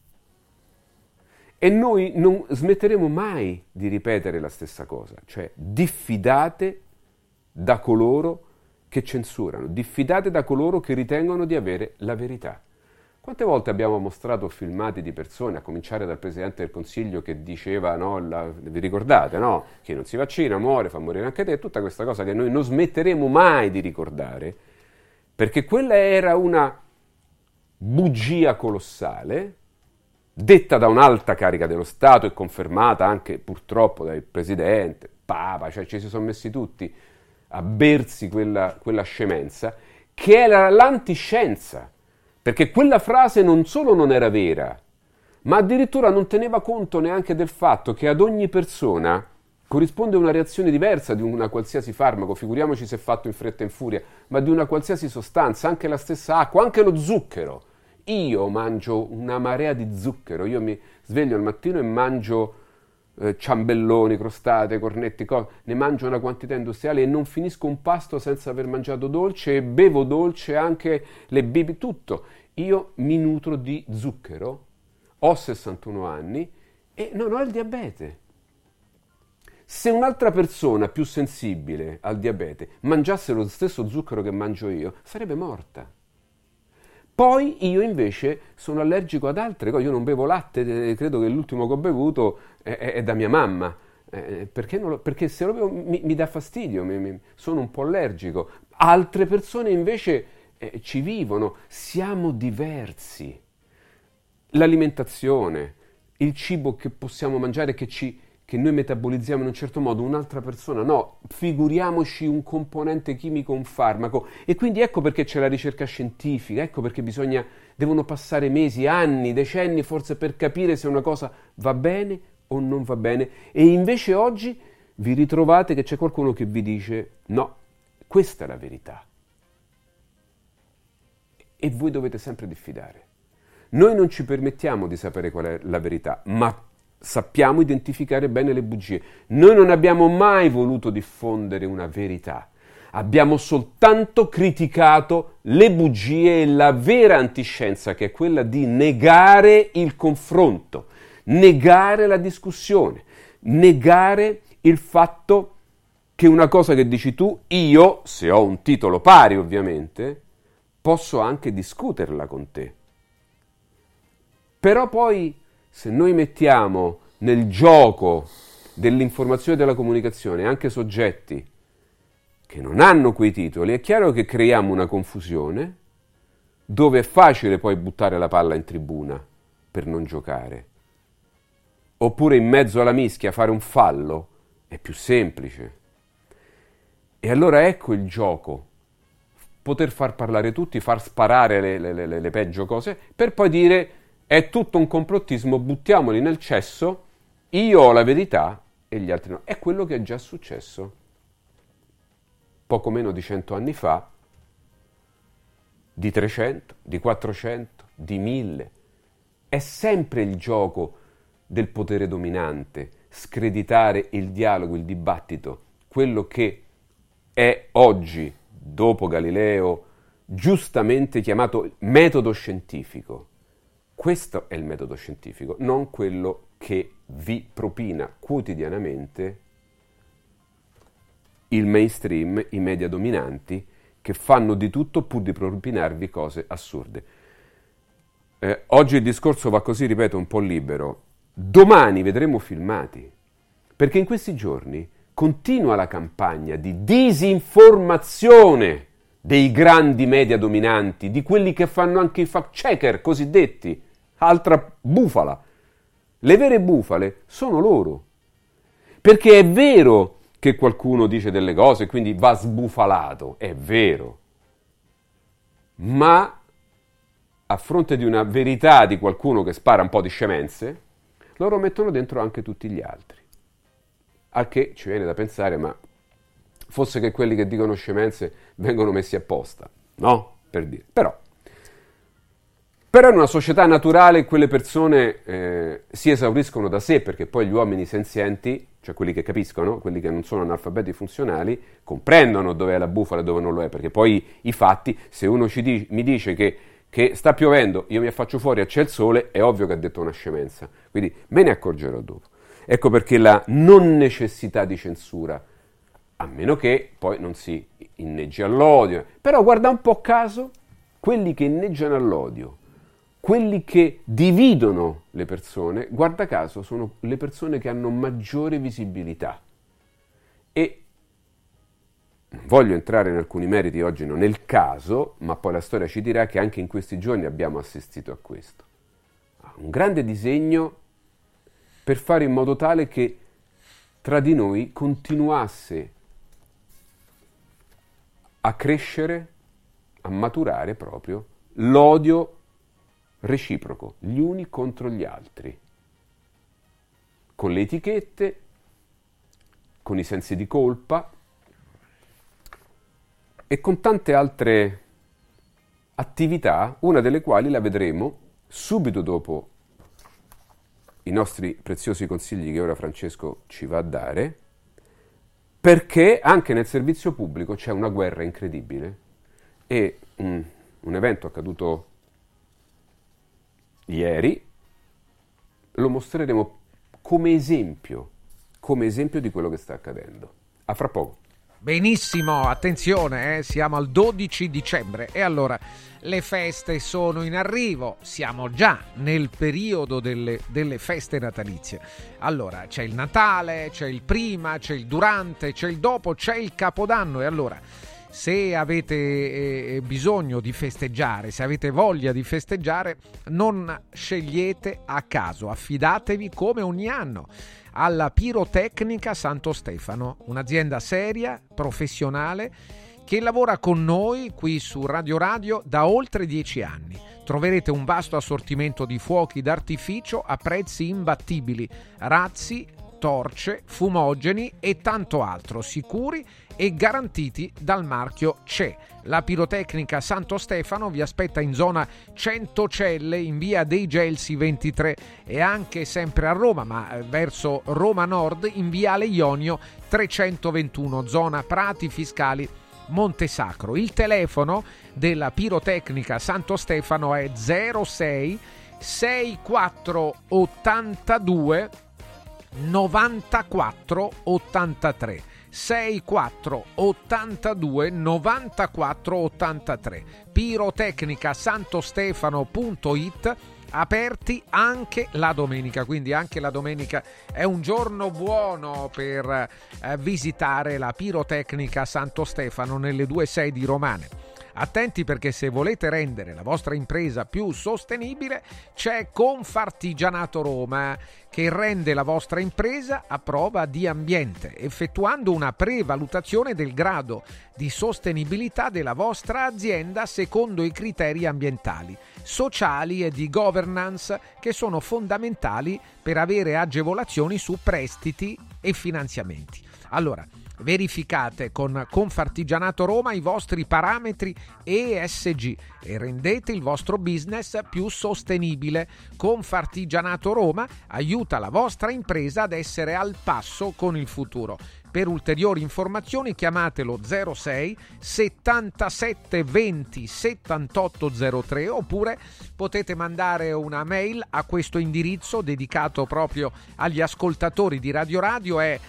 E noi non smetteremo mai di ripetere la stessa cosa, cioè diffidate da coloro che censurano, diffidate da coloro che ritengono di avere la verità. Quante volte abbiamo mostrato filmati di persone, a cominciare dal Presidente del Consiglio che diceva, no, vi ricordate, no? Chi non si vaccina muore, fa morire anche te, tutta questa cosa che noi non smetteremo mai di ricordare, perché quella era una bugia colossale, detta da un'alta carica dello Stato e confermata anche purtroppo dal Presidente, Papa, cioè ci si sono messi tutti a bersi quella scemenza, che era l'antiscienza, perché quella frase non solo non era vera, ma addirittura non teneva conto neanche del fatto che ad ogni persona corrisponde una reazione diversa di una qualsiasi farmaco, figuriamoci se fatto in fretta e in furia, ma di una qualsiasi sostanza, anche la stessa acqua, anche lo zucchero. Io mangio una marea di zucchero, io mi sveglio al mattino e mangio ciambelloni, crostate, cornetti, ne mangio una quantità industriale e non finisco un pasto senza aver mangiato dolce e bevo dolce, anche le bibi, tutto. Io mi nutro di zucchero, ho 61 anni e non ho il diabete. Se un'altra persona più sensibile al diabete mangiasse lo stesso zucchero che mangio io, sarebbe morta. Poi io invece sono allergico ad altre cose, io non bevo latte, credo che l'ultimo che ho bevuto è da mia mamma, perché se lo bevo mi dà fastidio, sono un po' allergico. Altre persone invece ci vivono, siamo diversi. L'alimentazione, il cibo che possiamo mangiare, che noi metabolizziamo in un certo modo, un'altra persona no, figuriamoci un componente chimico, un farmaco. E quindi ecco perché c'è la ricerca scientifica, ecco perché devono passare mesi, anni, decenni forse per capire se una cosa va bene o non va bene. E invece oggi vi ritrovate che c'è qualcuno che vi dice no, questa è la verità. E voi dovete sempre diffidare. Noi non ci permettiamo di sapere qual è la verità, ma sappiamo identificare bene le bugie. Noi non abbiamo mai voluto diffondere una verità, abbiamo soltanto criticato le bugie e la vera antiscienza, che è quella di negare il confronto, negare la discussione, negare il fatto che una cosa che dici tu, io, se ho un titolo pari ovviamente, posso anche discuterla con te. Però poi se noi mettiamo nel gioco dell'informazione e della comunicazione anche soggetti che non hanno quei titoli, è chiaro che creiamo una confusione dove è facile poi buttare la palla in tribuna per non giocare. Oppure in mezzo alla mischia fare un fallo è più semplice. E allora ecco il gioco. Poter far parlare tutti, far sparare le peggio cose, per poi dire è tutto un complottismo, buttiamoli nel cesso, io ho la verità e gli altri no. È quello che è già successo. Poco meno di 100 anni fa, di 300, di 400, di 1000. È sempre il gioco del potere dominante, screditare il dialogo, il dibattito, quello che è oggi, dopo Galileo, giustamente chiamato metodo scientifico. Questo è il metodo scientifico, non quello che vi propina quotidianamente il mainstream, i media dominanti, che fanno di tutto pur di propinarvi cose assurde. Oggi il discorso va così, ripeto, un po' libero. Domani vedremo filmati, perché in questi giorni continua la campagna di disinformazione dei grandi media dominanti, di quelli che fanno anche i fact-checker cosiddetti. Altra bufala. Le vere bufale sono loro. Perché è vero che qualcuno dice delle cose e quindi va sbufalato, è vero. Ma a fronte di una verità di qualcuno che spara un po' di scemenze, loro mettono dentro anche tutti gli altri. Al che ci viene da pensare, ma fosse che quelli che dicono scemenze vengono messi apposta, no? Per dire. Però Però in una società naturale quelle persone si esauriscono da sé, perché poi gli uomini senzienti, cioè quelli che capiscono, quelli che non sono analfabeti funzionali, comprendono dove è la bufala e dove non lo è, perché poi i fatti, se uno mi dice che sta piovendo, io mi affaccio fuori e c'è il sole, è ovvio che ha detto una scemenza, quindi me ne accorgerò dopo. Ecco perché la non necessità di censura, a meno che poi non si inneggi all'odio. Però guarda un po' caso, quelli che inneggiano all'odio, quelli che dividono le persone, guarda caso, sono le persone che hanno maggiore visibilità. E non voglio entrare in alcuni meriti, oggi non è il caso, ma poi la storia ci dirà che anche in questi giorni abbiamo assistito a questo. Un grande disegno per fare in modo tale che tra di noi continuasse a crescere, a maturare proprio l'odio reciproco, gli uni contro gli altri, con le etichette, con i sensi di colpa e con tante altre attività, una delle quali la vedremo subito dopo i nostri preziosi consigli che ora Francesco ci va a dare, perché anche nel servizio pubblico c'è una guerra incredibile e un evento accaduto ieri lo mostreremo come esempio di quello che sta accadendo. A fra poco. Benissimo, attenzione, siamo al 12 dicembre e allora le feste sono in arrivo, siamo già nel periodo delle feste natalizie. Allora c'è il Natale, c'è il prima, c'è il durante, c'è il dopo, c'è il Capodanno e allora se avete bisogno di festeggiare, se avete voglia di festeggiare, non scegliete a caso, affidatevi come ogni anno alla Pirotecnica Santo Stefano, un'azienda seria, professionale, che lavora con noi qui su Radio Radio da oltre 10 anni. Troverete un vasto assortimento di fuochi d'artificio a prezzi imbattibili, razzi, torce, fumogeni e tanto altro, sicuri e garantiti dal marchio CE. La Pirotecnica Santo Stefano vi aspetta in zona Centocelle, in via dei Gelsi 23 e anche sempre a Roma, ma verso Roma Nord, in viale Ionio 321, zona Prati Fiscali Montesacro. Il telefono della Pirotecnica Santo Stefano è 06 6482 94 83 64 82 94 83. pirotecnicasantostefano.it, aperti anche la domenica, quindi anche la domenica è un giorno buono per visitare la Pirotecnica Santo Stefano nelle due sedi romane. Attenti, perché se volete rendere la vostra impresa più sostenibile c'è Confartigianato Roma, che rende la vostra impresa a prova di ambiente, effettuando una prevalutazione del grado di sostenibilità della vostra azienda secondo i criteri ambientali, sociali e di governance che sono fondamentali per avere agevolazioni su prestiti e finanziamenti. Allora, verificate con Confartigianato Roma i vostri parametri ESG e rendete il vostro business più sostenibile. Confartigianato Roma aiuta la vostra impresa ad essere al passo con il futuro. Per ulteriori informazioni chiamatelo 06 77 20 78 03 oppure potete mandare una mail a questo indirizzo dedicato proprio agli ascoltatori di Radio Radio, è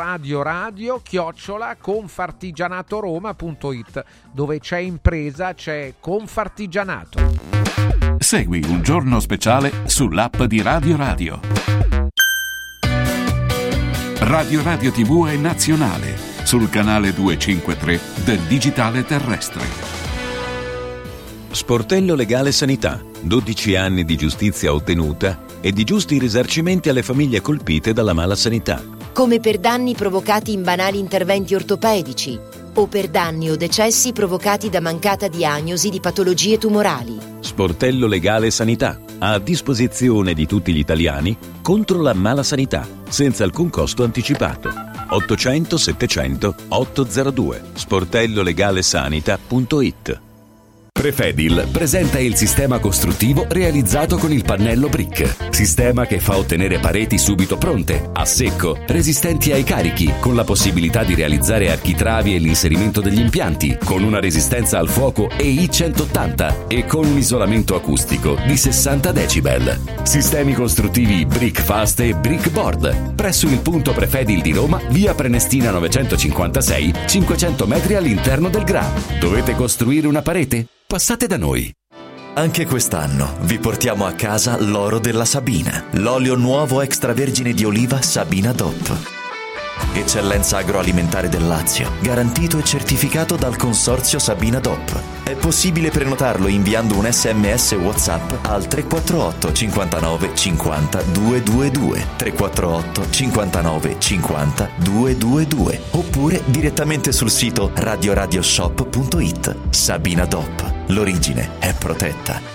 radioradio@confartigianatoroma.it. Dove c'è impresa c'è Confartigianato. Segui Un Giorno Speciale sull'app di Radio Radio. Radio Radio TV è nazionale sul canale 253 del digitale terrestre. Sportello Legale Sanità. 12 anni di giustizia ottenuta e di giusti risarcimenti alle famiglie colpite dalla mala sanità. Come per danni provocati in banali interventi ortopedici o per danni o decessi provocati da mancata diagnosi di patologie tumorali. Sportello Legale Sanità, a disposizione di tutti gli italiani contro la mala sanità, senza alcun costo anticipato. 800 700 802 sportellolegalesanita.it. Prefedil presenta il sistema costruttivo realizzato con il pannello brick. Sistema che fa ottenere pareti subito pronte, a secco, resistenti ai carichi, con la possibilità di realizzare architravi e l'inserimento degli impianti, con una resistenza al fuoco EI 180 e con un isolamento acustico di 60 decibel. Sistemi costruttivi Brick Fast e Brick Board. Presso il punto Prefedil di Roma, via Prenestina 956, 500 metri all'interno del GRA. Dovete costruire una parete? Passate da noi. Anche quest'anno vi portiamo a casa l'oro della Sabina, l'olio nuovo extravergine di oliva Sabina DOP. Eccellenza agroalimentare del Lazio, garantito e certificato dal consorzio Sabina DOP. È possibile prenotarlo inviando un SMS WhatsApp al 348 59 50 222, 348 59 50 222, oppure direttamente sul sito radioradioshop.it. Sabina DOP. L'origine è protetta.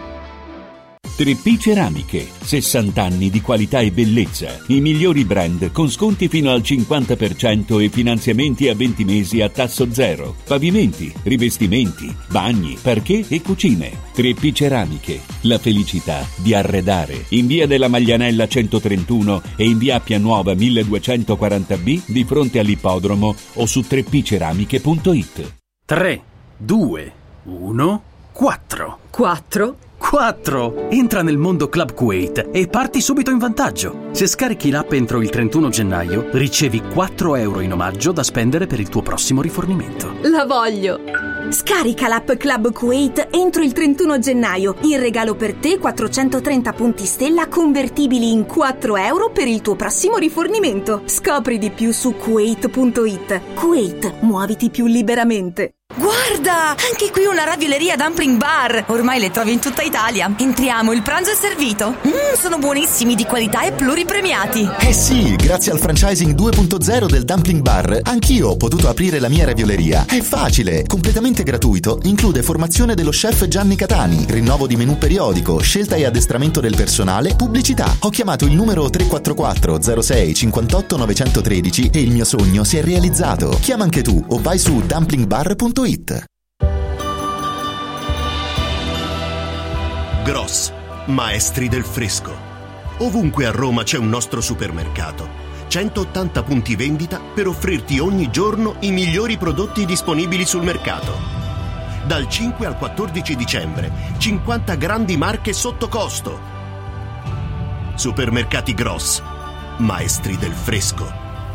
3P Ceramiche, 60 anni di qualità e bellezza. I migliori brand con sconti fino al 50% e finanziamenti a 20 mesi a tasso zero. Pavimenti, rivestimenti, bagni, parquet e cucine. 3P Ceramiche, la felicità di arredare. In via della Maglianella 131 e in via Appia Nuova 1240B di fronte all'ippodromo o su 3pceramiche.it. 3, 2, 1, 4. 4? 4! Entra nel mondo Club Kuwait e parti subito in vantaggio. Se scarichi l'app entro il 31 gennaio, ricevi 4 euro in omaggio da spendere per il tuo prossimo rifornimento. La voglio! Scarica l'app Club Kuwait entro il 31 gennaio. In regalo per te 430 punti stella convertibili in 4 euro per il tuo prossimo rifornimento. Scopri di più su kuwait.it. Kuwait, muoviti più liberamente. Guarda, anche qui una ravioleria Dumpling Bar. Ormai le trovi in tutta Italia. Entriamo, il pranzo è servito. Sono buonissimi, di qualità e pluripremiati. Eh sì, grazie al franchising 2.0 del Dumpling Bar, anch'io ho potuto aprire la mia ravioleria. È facile, completamente gratuito, include formazione dello chef Gianni Catani, rinnovo di menù periodico, scelta e addestramento del personale, pubblicità. Ho chiamato il numero 344 06 58 913 e il mio sogno si è realizzato. Chiama anche tu o vai su dumplingbar.it. Gross, maestri del fresco. Ovunque a Roma c'è un nostro supermercato. 180 punti vendita per offrirti ogni giorno i migliori prodotti disponibili sul mercato. Dal 5 al 14 dicembre, 50 grandi marche sotto costo. Supermercati Gross, maestri del fresco.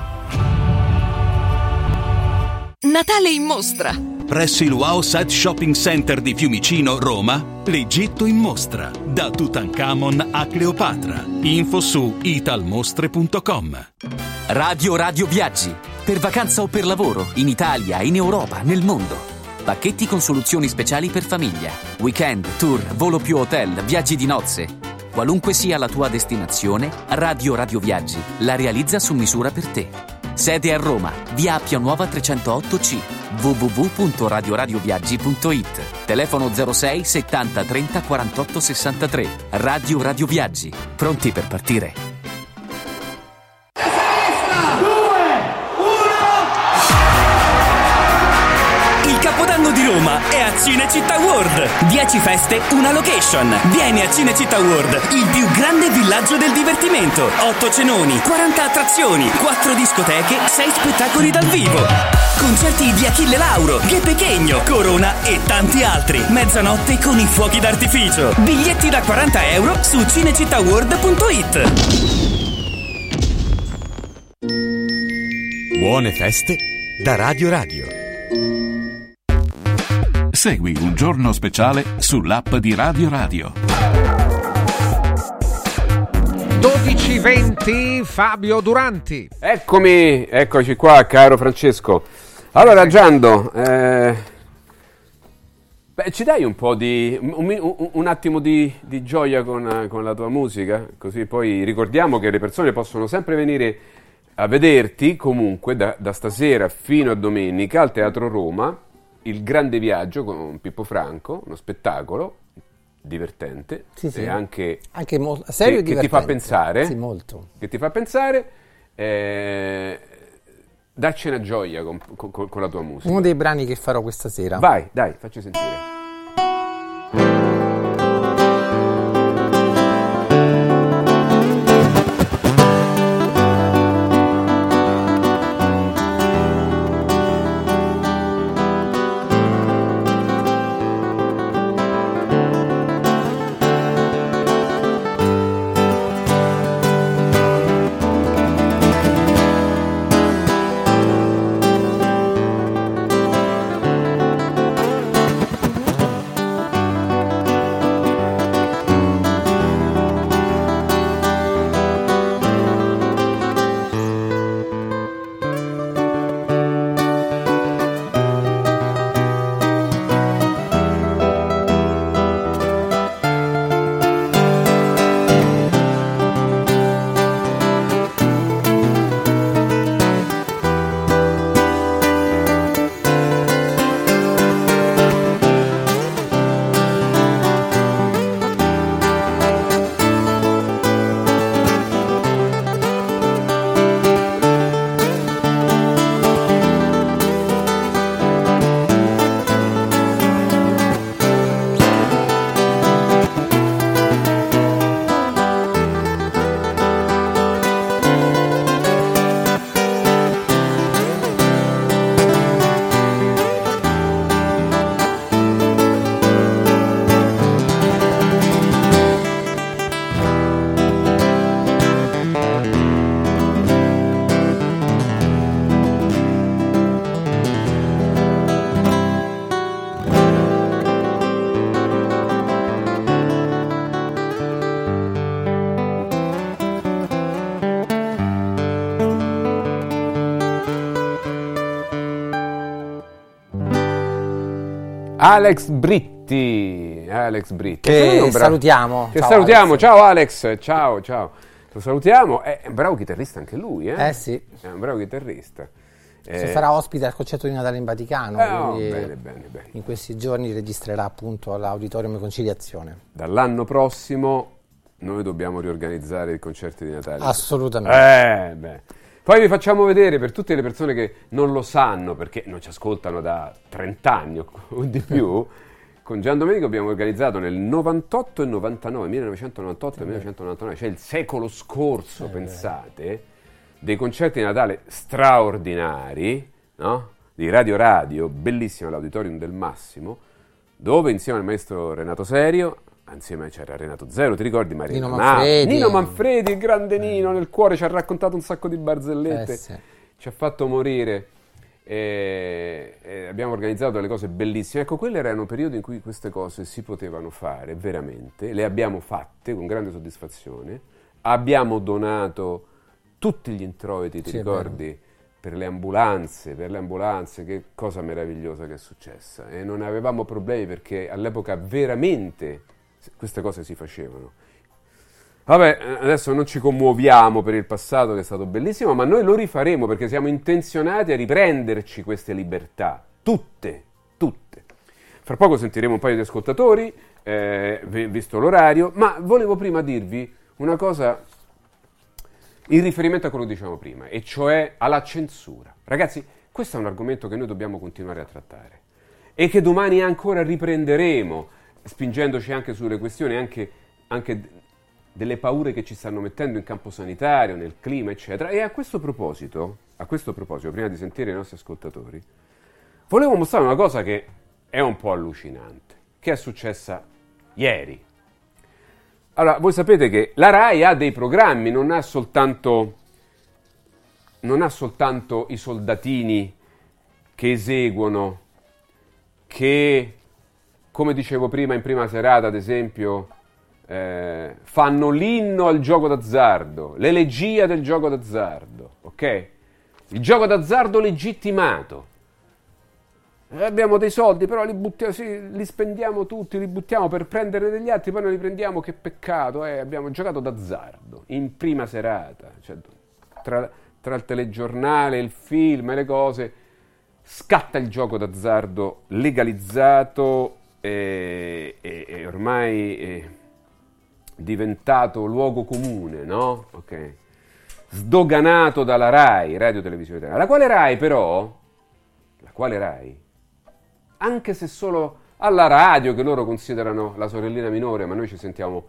Natale in mostra. Presso il Wow Set Shopping Center di Fiumicino, Roma, l'Egitto in mostra, da Tutankhamon a Cleopatra. Info su italmostre.com. Radio Viaggi. Per vacanza o per lavoro, in Italia, in Europa, nel mondo. Pacchetti con soluzioni speciali per famiglia. Weekend, tour, volo più hotel, viaggi di nozze. Qualunque sia la tua destinazione, Radio Viaggi la realizza su misura per te. Sede a Roma, via Appia Nuova 308C, www.radioradioviaggi.it. Telefono 06 70 30 48 63. Radio Viaggi, pronti per partire. Il Capodanno di Roma è a Cinecittà World. 10 feste, una location. Vieni a Cinecittà World, il più grande villaggio del divertimento. 8 cenoni, 40 attrazioni, 4 discoteche, 6 spettacoli dal vivo. Concerti di Achille Lauro, Ghè Pechegno, Corona e tanti altri. Mezzanotte con i fuochi d'artificio. Biglietti da 40 euro su cinecittàworld.it. Buone feste da Radio. Segui Un Giorno Speciale sull'app di Radio. 12:20 Fabio Duranti. Eccoci qua, caro Francesco. Allora, Giando, ci dai un po' di un attimo di gioia con la tua musica? Così poi ricordiamo che le persone possono sempre venire a vederti comunque da stasera fino a domenica al Teatro Roma. Il Grande Viaggio con Pippo Franco, uno spettacolo divertente e anche serio che ti fa pensare. Sì, molto. Che ti fa pensare. Dacci una gioia con la tua musica. Uno dei brani che farò questa sera. Vai, dai, facci sentire. Alex Britti. Che salutiamo. Salutiamo. Alex. Ciao Alex, ciao. Lo salutiamo. È un bravo chitarrista anche lui, sì. È un bravo chitarrista. Si farà ospite al concerto di Natale in Vaticano. Bene. In questi giorni registrerà appunto all'Auditorium Conciliazione. Dall'anno prossimo noi dobbiamo riorganizzare i concerti di Natale. Assolutamente. Poi vi facciamo vedere, per tutte le persone che non lo sanno, perché non ci ascoltano da 30 anni o di più, con Gian Domenico abbiamo organizzato nel 98 e 99, 1998 e 1999, cioè il secolo scorso, pensate, dei concerti di Natale straordinari, no? Di Radio, bellissimo, all'Auditorium del Massimo, dove insieme al maestro Renato Serio, insieme c'era Renato Zero, ti ricordi? Nino Manfredi, il grande Nino, nel cuore ci ha raccontato un sacco di barzellette, ci ha fatto morire, abbiamo organizzato delle cose bellissime. Ecco, quelli erano periodi in cui queste cose si potevano fare veramente, le abbiamo fatte con grande soddisfazione, abbiamo donato tutti gli introiti, ti ricordi? Per le ambulanze, che cosa meravigliosa che è successa, e non avevamo problemi perché all'epoca veramente queste cose si facevano. Vabbè, adesso non ci commuoviamo per il passato che è stato bellissimo, ma noi lo rifaremo perché siamo intenzionati a riprenderci queste libertà, tutte. Fra poco sentiremo un paio di ascoltatori, visto l'orario, ma volevo prima dirvi una cosa in riferimento a quello che dicevamo prima, e cioè alla censura. Ragazzi, questo è un argomento che noi dobbiamo continuare a trattare e che domani ancora riprenderemo, spingendoci anche sulle questioni anche delle paure che ci stanno mettendo in campo sanitario, nel clima, eccetera. E a questo proposito, prima di sentire i nostri ascoltatori, volevo mostrare una cosa che è un po' allucinante, che è successa ieri. Allora, voi sapete che la RAI ha dei programmi, non ha soltanto i soldatini che eseguono, che, come dicevo prima in prima serata, ad esempio, fanno l'inno al gioco d'azzardo, l'elegia del gioco d'azzardo, ok? Il gioco d'azzardo legittimato. Abbiamo dei soldi, però li spendiamo tutti, li buttiamo per prendere degli altri, poi non li prendiamo, che peccato, abbiamo giocato d'azzardo in prima serata, cioè, tra il telegiornale, il film e le cose, scatta il gioco d'azzardo legalizzato e ormai è diventato luogo comune, no? Ok. Sdoganato dalla RAI, Radio Televisione Italiana, la quale RAI, anche se solo alla radio, che loro considerano la sorellina minore, ma noi ci sentiamo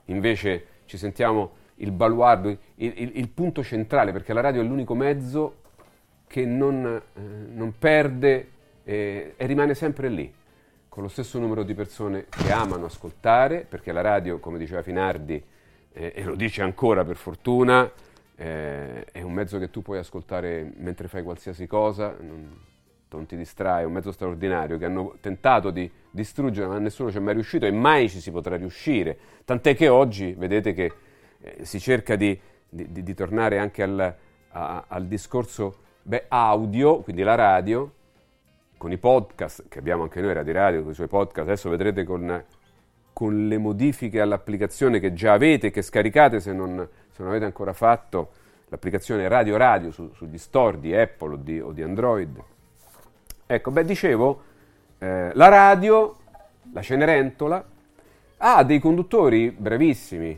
il baluardo, il punto centrale, perché la radio è l'unico mezzo che non perde e rimane sempre lì, con lo stesso numero di persone che amano ascoltare, perché la radio, come diceva Finardi, e lo dice ancora per fortuna, è un mezzo che tu puoi ascoltare mentre fai qualsiasi cosa, non ti distrae, è un mezzo straordinario che hanno tentato di distruggere, ma nessuno ci è mai riuscito e mai ci si potrà riuscire, tant'è che oggi vedete che si cerca di tornare anche al discorso audio, quindi la radio, con i podcast che abbiamo anche noi, Radio Radio, con i suoi podcast. Adesso vedrete con le modifiche all'applicazione che già avete, che scaricate se non avete ancora fatto, l'applicazione Radio Radio sugli store di Apple o di Android. Ecco, dicevo, la radio, la Cenerentola, ha dei conduttori bravissimi,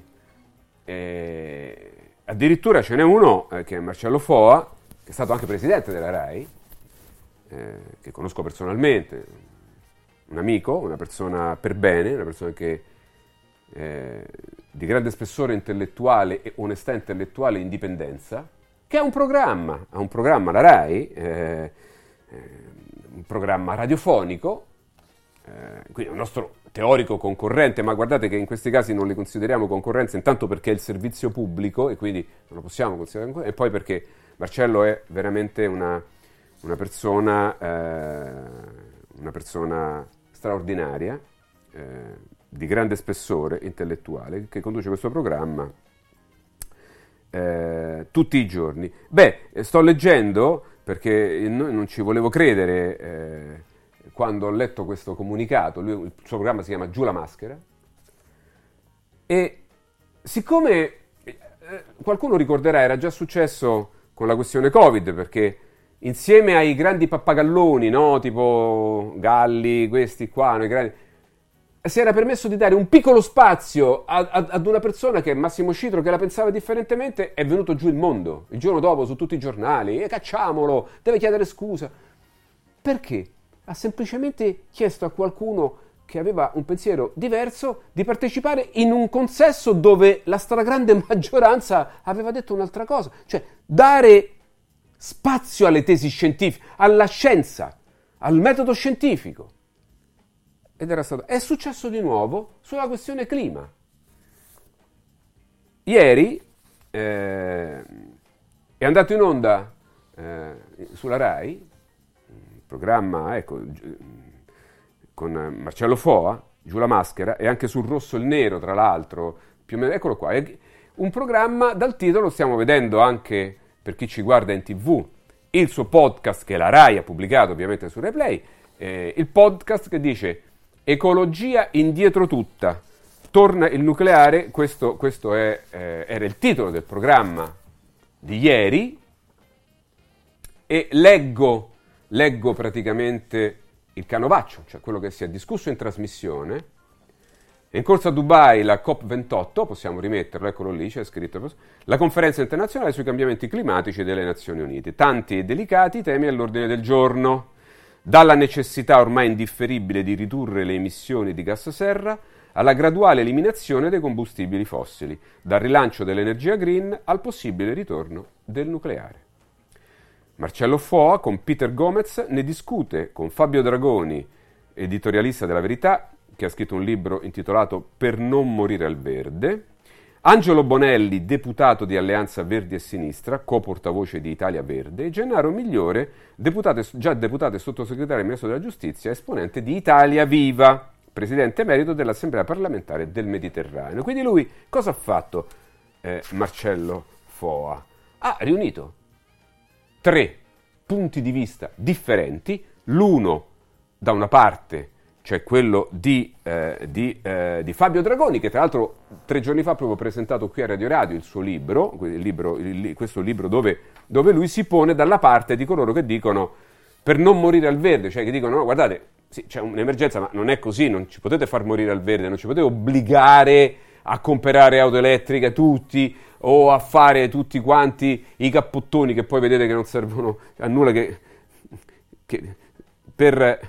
addirittura ce n'è uno che è Marcello Foa, che è stato anche presidente della RAI, che conosco personalmente, un amico, una persona per bene, una persona che di grande spessore intellettuale e onestà intellettuale e indipendenza, che ha un programma la RAI, un programma radiofonico, quindi un nostro teorico concorrente, ma guardate che in questi casi non li consideriamo concorrenza, intanto perché è il servizio pubblico e quindi non lo possiamo considerare concorrenza, e poi perché Marcello è veramente una persona straordinaria, di grande spessore intellettuale, che conduce questo programma tutti i giorni. Sto leggendo, perché non ci volevo credere quando ho letto questo comunicato. Il suo programma si chiama Giù la maschera, e siccome qualcuno ricorderà, era già successo con la questione Covid, perché insieme ai grandi pappagalloni, no? Tipo Galli, questi qua, no? Si era permesso di dare un piccolo spazio ad una persona, che è Massimo Citro, che la pensava differentemente. È venuto giù il mondo il giorno dopo su tutti i giornali, cacciamolo, deve chiedere scusa. Perché? Ha semplicemente chiesto a qualcuno che aveva un pensiero diverso di partecipare in un consesso dove la stragrande maggioranza aveva detto un'altra cosa. Cioè, dare spazio alle tesi scientifiche, alla scienza, al metodo scientifico. Ed è successo di nuovo sulla questione clima. Ieri è andato in onda sulla Rai, il programma, con Marcello Foa, Giù la maschera, e anche sul Rosso e il Nero, tra l'altro, più o meno, eccolo qua, è un programma dal titolo, stiamo vedendo anche per chi ci guarda in TV, il suo podcast che la Rai ha pubblicato ovviamente su Replay, il podcast che dice Ecologia indietro tutta, torna il nucleare. Questo era il titolo del programma di ieri, e leggo praticamente il canovaccio, cioè quello che si è discusso in trasmissione. È in corso a Dubai la COP28, possiamo rimetterlo, eccolo lì, c'è scritto, la conferenza internazionale sui cambiamenti climatici delle Nazioni Unite. Tanti e delicati temi all'ordine del giorno, dalla necessità ormai indifferibile di ridurre le emissioni di gas serra alla graduale eliminazione dei combustibili fossili, dal rilancio dell'energia green al possibile ritorno del nucleare. Marcello Foa con Peter Gomez ne discute con Fabio Dragoni, editorialista della Verità, che ha scritto un libro intitolato Per non morire al verde, Angelo Bonelli, deputato di Alleanza Verdi e Sinistra, co-portavoce di Italia Verde, e Gennaro Migliore, già deputato e sottosegretario al Ministro della Giustizia, esponente di Italia Viva, presidente emerito dell'Assemblea parlamentare del Mediterraneo. Quindi lui cosa ha fatto, Marcello Foa? Ha riunito 3 punti di vista differenti, l'uno da una parte, cioè quello di Fabio Dragoni, che tra l'altro 3 giorni fa ha proprio presentato qui a Radio Radio il suo libro, questo libro dove lui si pone dalla parte di coloro che dicono per non morire al verde, cioè che dicono no, guardate, sì, c'è un'emergenza, ma non è così, non ci potete far morire al verde, non ci potete obbligare a comprare auto elettriche tutti, o a fare tutti quanti i cappottoni che poi vedete che non servono a nulla, che per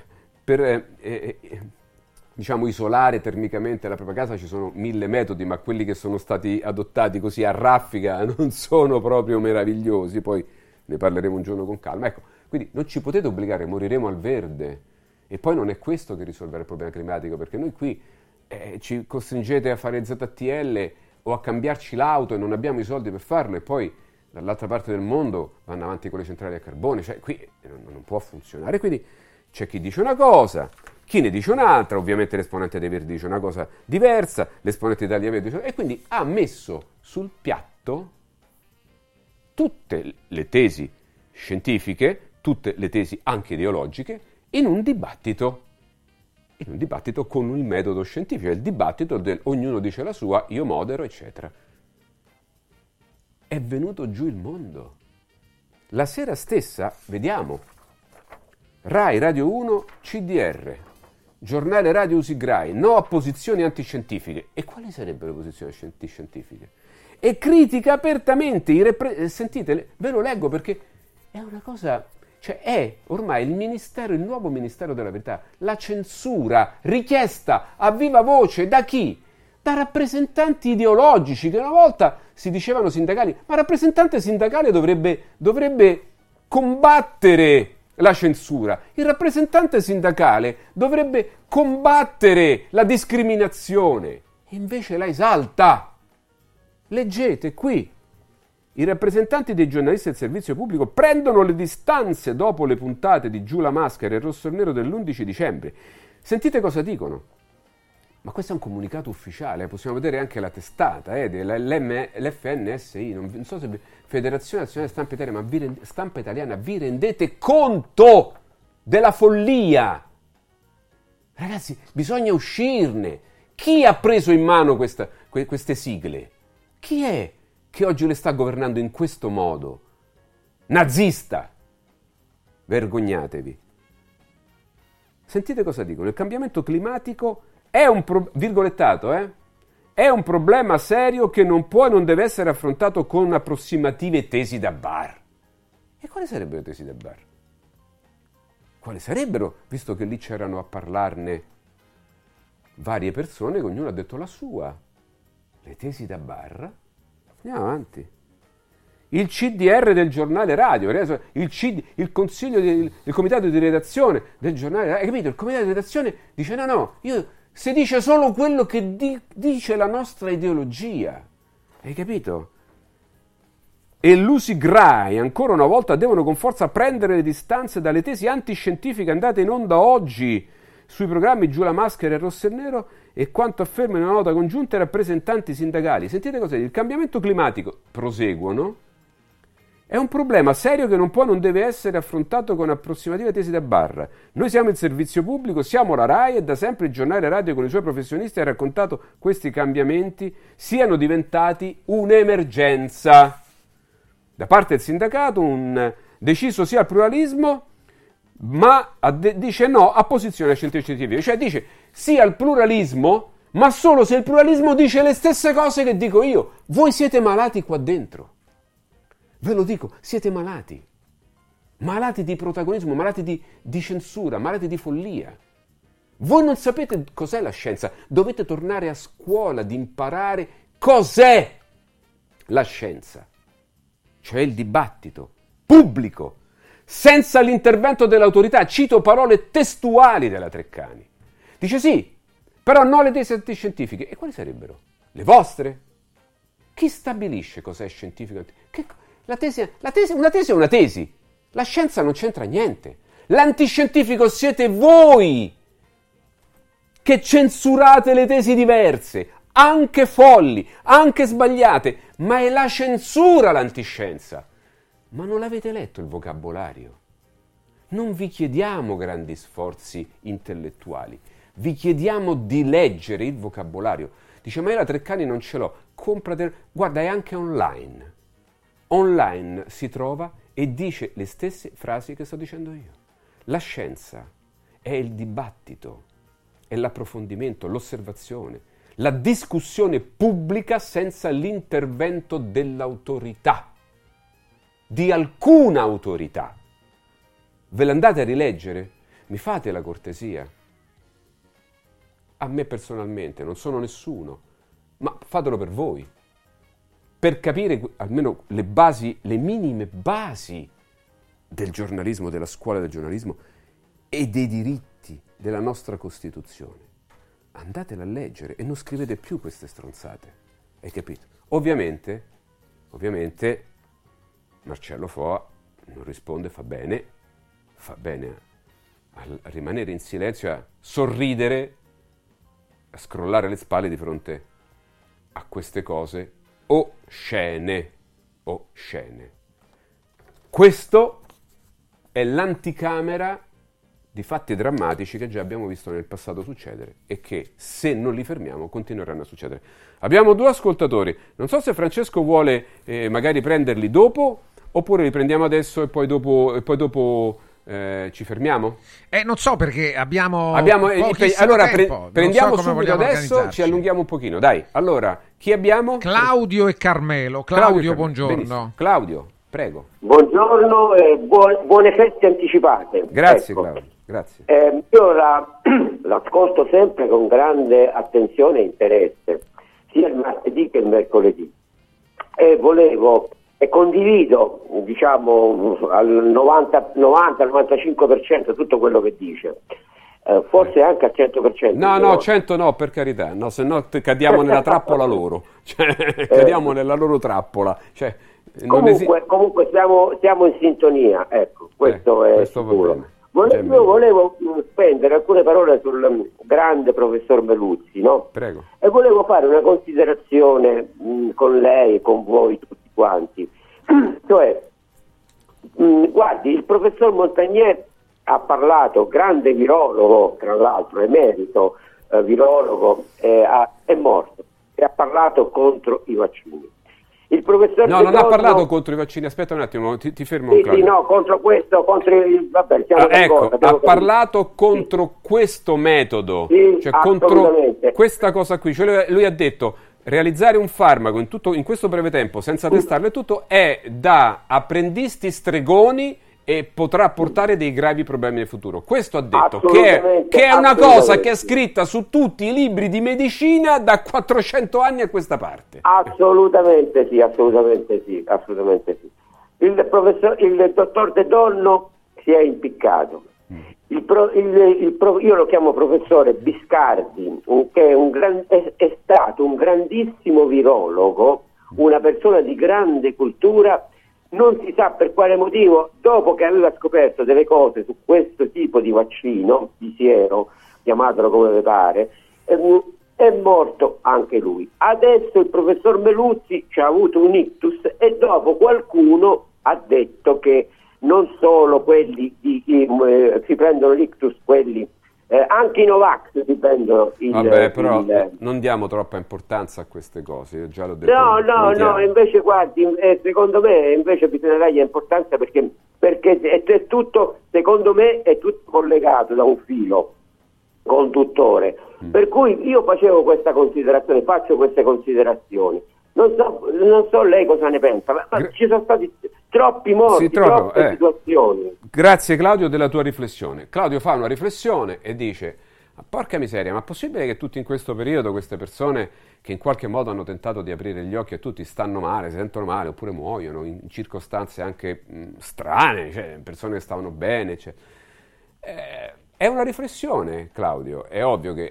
diciamo isolare termicamente la propria casa ci sono 1000 metodi, ma quelli che sono stati adottati così a raffica non sono proprio meravigliosi, poi ne parleremo un giorno con calma. Ecco, quindi non ci potete obbligare, moriremo al verde. E poi non è questo che risolverà il problema climatico, perché noi qui ci costringete a fare ZTL o a cambiarci l'auto e non abbiamo i soldi per farlo, e poi dall'altra parte del mondo vanno avanti con le centrali a carbone, cioè qui non può funzionare. Quindi c'è chi dice una cosa, chi ne dice un'altra, ovviamente l'esponente dei Verdi dice una cosa diversa, l'esponente di Italia Verdi dice, e quindi ha messo sul piatto tutte le tesi scientifiche, tutte le tesi anche ideologiche, in un dibattito con il metodo scientifico, il dibattito del ognuno dice la sua, io modero, eccetera. È venuto giù il mondo. La sera stessa, vediamo, Rai, Radio 1, CDR, giornale Radio Usigrai, no a posizioni antiscientifiche. E quali sarebbero le posizioni antiscientifiche? E critica apertamente, sentite, ve lo leggo perché è una cosa... Cioè è ormai il nuovo Ministero della Verità, la censura richiesta a viva voce da chi? Da rappresentanti ideologici, che una volta si dicevano sindacali, ma rappresentante sindacale dovrebbe combattere la censura, il rappresentante sindacale dovrebbe combattere la discriminazione, e invece la esalta. Leggete qui. I rappresentanti dei giornalisti del servizio pubblico prendono le distanze dopo le puntate di Giù la maschera e il Rosso e il Nero dell'11 dicembre. Sentite cosa dicono. Ma questo è un comunicato ufficiale, possiamo vedere anche la testata l'FNSI, non so se Federazione Nazionale Stampa Italiana, ma Stampa Italiana, vi rendete conto della follia Ragazzi, bisogna uscirne. Chi ha preso in mano queste sigle? Chi è che oggi le sta governando in questo modo? Nazista! Vergognatevi. Sentite cosa dicono. Il cambiamento climatico è virgolettato, è un problema serio che non può e non deve essere affrontato con approssimative tesi da bar. E quali sarebbero le tesi da bar? Quali sarebbero, visto che lì c'erano a parlarne varie persone, che ognuno ha detto la sua. Le tesi da bar? Andiamo avanti. Il CDR del giornale radio, il consiglio, il comitato di redazione del giornale radio, hai capito? Il comitato di redazione dice no, si dice solo quello che dice la nostra ideologia, hai capito? E Lucy Gray, ancora una volta, devono con forza prendere le distanze dalle tesi antiscientifiche andate in onda oggi sui programmi Giù la maschera e Rosso e Nero e quanto affermano in una nota congiunta i rappresentanti sindacali. Sentite cosa dice. Il cambiamento climatico, proseguono, è un problema serio che non può e non deve essere affrontato con approssimative tesi da bar. Noi siamo il servizio pubblico, siamo la RAI e da sempre il giornale radio con i suoi professionisti ha raccontato questi cambiamenti siano diventati un'emergenza. Da parte del sindacato un deciso sì al pluralismo, ma dice no a posizioni scientifiche. Cioè dice sì al pluralismo, ma solo se il pluralismo dice le stesse cose che dico io. Voi siete malati qua dentro. Ve lo dico, siete malati. Malati di protagonismo, malati di censura, malati di follia. Voi non sapete cos'è la scienza. Dovete tornare a scuola ad imparare cos'è la scienza. Cioè il dibattito pubblico, senza l'intervento dell'autorità. Cito parole testuali della Treccani. Dice sì, però no le tesi antiscientifiche. E quali sarebbero? Le vostre? Chi stabilisce cos'è scientifico? Una tesi è una tesi. La scienza non c'entra niente. L'antiscientifico siete voi che censurate le tesi diverse, anche folli, anche sbagliate, ma è la censura l'antiscienza. Ma non l'avete letto il vocabolario? Non vi chiediamo grandi sforzi intellettuali, vi chiediamo di leggere il vocabolario. Dice, ma io la Treccani non ce l'ho, comprate, guarda, è anche online. Online si trova e dice le stesse frasi che sto dicendo io. La scienza è il dibattito, è l'approfondimento, l'osservazione, la discussione pubblica senza l'intervento dell'autorità, di alcuna autorità. Ve l'andate a rileggere? Mi fate la cortesia? A me personalmente, non sono nessuno, ma fatelo per voi, per capire almeno le basi, le minime basi del giornalismo, della scuola del giornalismo e dei diritti della nostra Costituzione. Andatela a leggere e non scrivete più queste stronzate, hai capito? Ovviamente, Marcello Foa non risponde, fa bene a rimanere in silenzio, a sorridere, a scrollare le spalle di fronte a queste cose oscene. Questo è l'anticamera di fatti drammatici che già abbiamo visto nel passato succedere e che, se non li fermiamo, continueranno a succedere. Abbiamo 2 ascoltatori. Non so se Francesco vuole magari prenderli dopo, oppure li prendiamo adesso e poi dopo ci fermiamo? Non so, perché abbiamo allora tempo. Prendiamo subito adesso, ci allunghiamo un pochino. Dai, allora, chi abbiamo? Claudio e Carmelo. Claudio, buongiorno. Benissimo. Claudio, prego. Buongiorno e buone feste anticipate. Grazie, ecco. Claudio. Grazie. Io l'ascolto sempre con grande attenzione e interesse, sia il martedì che il mercoledì, e condivido, diciamo, al 90-95% tutto quello che dice, forse anche al 100%. No, 100 no, per carità, no, se no cadiamo nella trappola loro, cadiamo nella loro trappola. Comunque siamo in sintonia, ecco, questo è sicuro. Volevo spendere alcune parole sul grande professor Meluzzi, no? Prego. E volevo fare una considerazione con lei, con voi tutti quanti. Cioè, guardi, il professor Montagnier ha parlato, grande virologo, tra l'altro, emerito virologo, è morto e ha parlato contro i vaccini. Il professor non ha parlato contro i vaccini, aspetta un attimo, ti fermo. Sì, no, contro questo, vabbè, ecco, ha parlato contro questo metodo, sì, cioè contro questa cosa qui, cioè lui ha detto realizzare un farmaco in questo breve tempo senza testarlo e tutto è da apprendisti stregoni e potrà portare dei gravi problemi nel futuro. Questo ha detto, che è una cosa che è scritta su tutti i libri di medicina da 400 anni a questa parte. Assolutamente sì. Il dottor De Donno si è impiccato. Io lo chiamo professore Biscardi, che è stato un grandissimo virologo, una persona di grande cultura. Non si sa per quale motivo, dopo che aveva scoperto delle cose su questo tipo di vaccino, di siero, chiamatelo come vi pare, è morto anche lui. Adesso il professor Meluzzi ci ha avuto un ictus e dopo qualcuno ha detto che non solo quelli si prendono l'ictus, quelli anche i Novax si prendono però non diamo troppa importanza a queste cose, io già l'ho detto. No, invece guardi, secondo me invece bisogna dargli importanza perché è tutto, secondo me è tutto collegato da un filo conduttore, per cui io faccio queste considerazioni. Non so lei cosa ne pensa, ma ci sono stati troppi morti, troppe situazioni. Grazie Claudio della tua riflessione. Claudio fa una riflessione e dice: ma porca miseria, ma è possibile che tutti in questo periodo queste persone che in qualche modo hanno tentato di aprire gli occhi a tutti stanno male, si sentono male oppure muoiono in circostanze anche strane, cioè persone che stavano bene, cioè. È una riflessione, Claudio, è ovvio che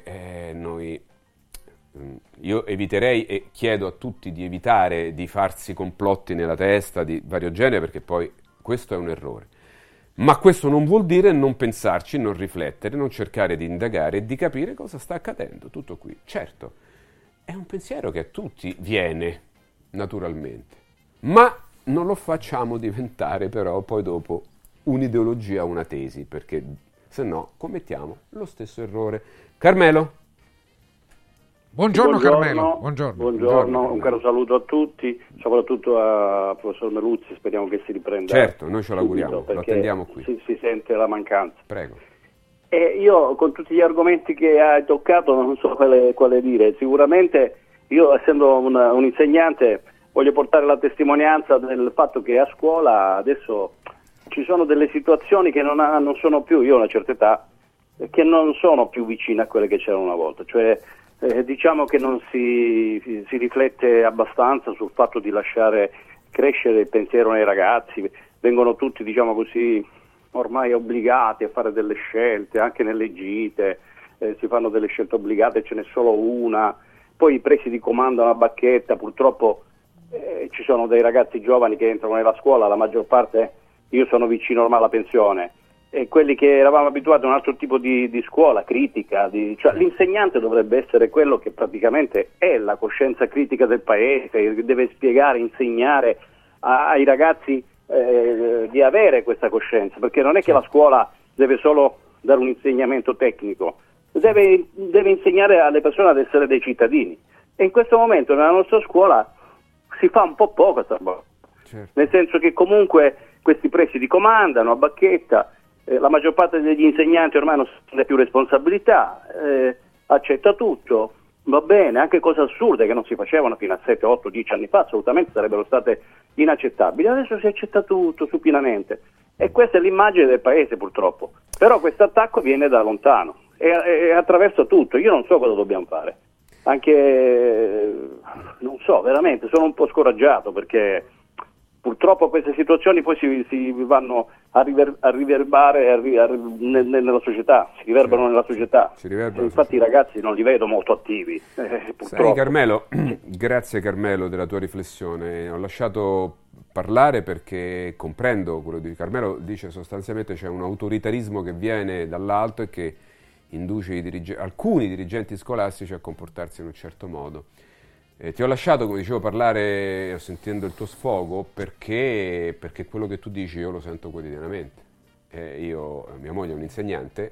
io eviterei e chiedo a tutti di evitare di farsi complotti nella testa di vario genere, perché poi questo è un errore. Ma questo non vuol dire non pensarci, non riflettere, non cercare di indagare e di capire cosa sta accadendo. Tutto qui. Certo, è un pensiero che a tutti viene, naturalmente. Ma non lo facciamo diventare però poi dopo un'ideologia, una tesi, perché se no commettiamo lo stesso errore. Carmelo? Buongiorno Carmelo. Buongiorno, un caro saluto a tutti, soprattutto al professor Meluzzi, speriamo che si riprenda. Certo, noi ce l'auguriamo, lo attendiamo qui. Si sente la mancanza. Prego. Io con tutti gli argomenti che hai toccato non so quale dire. Sicuramente io, essendo un insegnante, voglio portare la testimonianza del fatto che a scuola adesso ci sono delle situazioni che non sono più, io ho una certa età, che non sono più vicine a quelle che c'erano una volta, cioè diciamo che non si riflette abbastanza sul fatto di lasciare crescere il pensiero nei ragazzi, vengono tutti, diciamo così, ormai obbligati a fare delle scelte, anche nelle gite, si fanno delle scelte obbligate, ce n'è solo una, poi i presidi comandano a bacchetta, purtroppo ci sono dei ragazzi giovani che entrano nella scuola, la maggior parte, io sono vicino ormai alla pensione, e quelli che eravamo abituati a un altro tipo di scuola critica, cioè l'insegnante dovrebbe essere quello che praticamente è la coscienza critica del paese, deve spiegare, insegnare ai ragazzi di avere questa coscienza, perché non è che la scuola deve solo dare un insegnamento tecnico, deve insegnare alle persone ad essere dei cittadini, e in questo momento nella nostra scuola si fa un po' poco questa cosa, nel senso che comunque questi presidi comandano a bacchetta. La maggior parte degli insegnanti ormai non ha più responsabilità, accetta tutto, va bene, anche cose assurde che non si facevano fino a 7, 8, 10 anni fa, assolutamente sarebbero state inaccettabili. Adesso si accetta tutto supinamente e questa è l'immagine del paese purtroppo. Però questo attacco viene da lontano e attraversa tutto. Io non so cosa dobbiamo fare, anche non so, veramente sono un po' scoraggiato perché purtroppo queste situazioni poi si vanno a riverbare nella società, si riverberano nella società. Infatti i ragazzi non li vedo molto attivi. Sai Carmelo, grazie Carmelo della tua riflessione. Ho lasciato parlare perché comprendo quello di Carmelo, dice sostanzialmente c'è un autoritarismo che viene dall'alto e che induce alcuni dirigenti scolastici a comportarsi in un certo modo. Ti ho lasciato, come dicevo, parlare sentendo il tuo sfogo perché quello che tu dici io lo sento quotidianamente. io, mia moglie è un insegnante,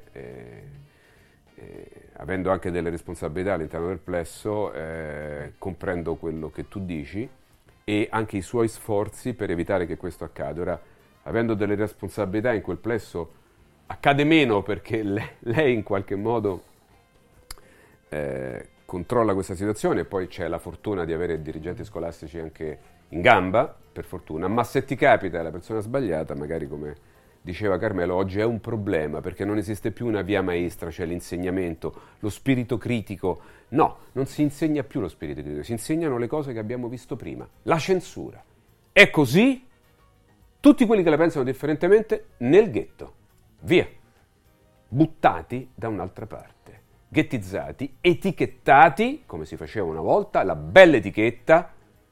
avendo anche delle responsabilità all'interno del plesso, comprendo quello che tu dici e anche i suoi sforzi per evitare che questo accada. Ora, avendo delle responsabilità in quel plesso, accade meno perché lei in qualche modo controlla questa situazione, e poi c'è la fortuna di avere dirigenti scolastici anche in gamba, per fortuna, ma se ti capita la persona sbagliata, magari come diceva Carmelo, oggi è un problema perché non esiste più una via maestra, cioè l'insegnamento, lo spirito critico. No, non si insegna più lo spirito critico, si insegnano le cose che abbiamo visto prima. La censura. È così, tutti quelli che la pensano differentemente nel ghetto. Via. Buttati da un'altra parte. Ghettizzati, etichettati, come si faceva una volta, la bella etichetta,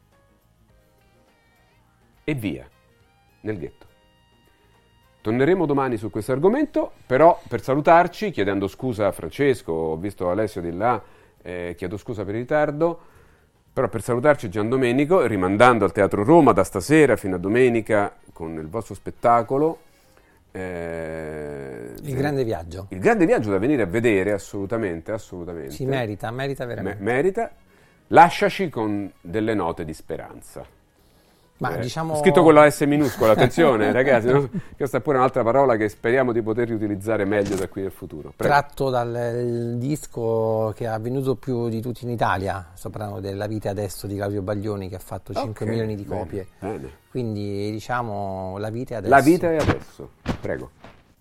e via, nel ghetto. Torneremo domani su questo argomento, però per salutarci, chiedendo scusa a Francesco, ho visto Alessio di là, chiedo scusa per il ritardo, però per salutarci Gian Domenico, rimandando al Teatro Roma da stasera fino a domenica con il vostro spettacolo, Il grande viaggio. Il grande viaggio da venire a vedere, assolutamente. Si merita veramente. Merita. Lasciaci con delle note di speranza. Ma diciamo... Scritto con la S minuscola, attenzione ragazzi, no? Questa è pure un'altra parola che speriamo di poter riutilizzare meglio da qui nel futuro. Prego. Tratto dal disco che ha venduto più di tutti in Italia, sto parlando della Vita Adesso di Claudio Baglioni, che ha fatto 5 milioni di copie. Bene. Quindi diciamo La Vita è Adesso. La Vita è Adesso, prego.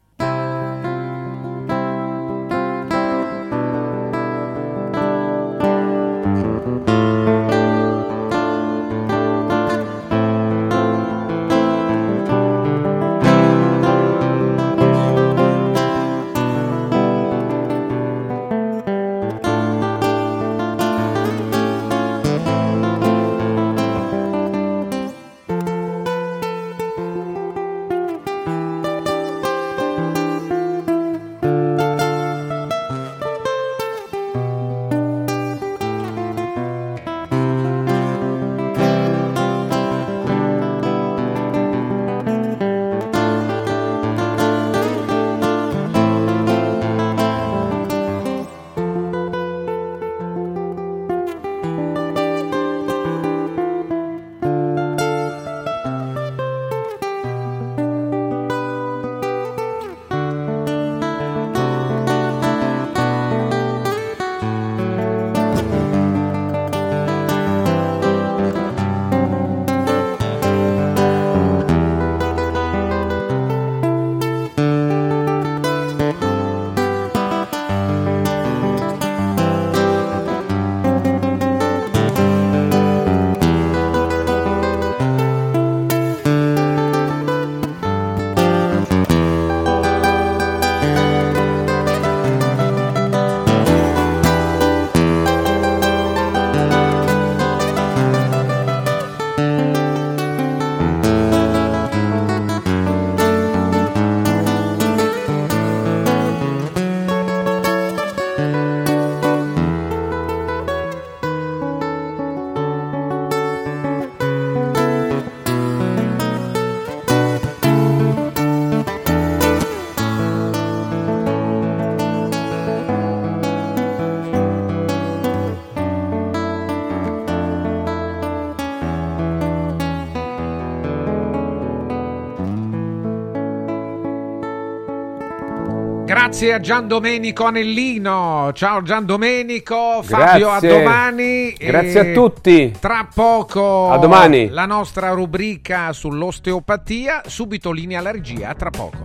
Grazie a Gian Domenico Anellino. Ciao Gian Domenico, Fabio, grazie. A domani. Grazie a tutti. Tra poco a domani. La nostra rubrica sull'osteopatia, subito linea alla regia, tra poco.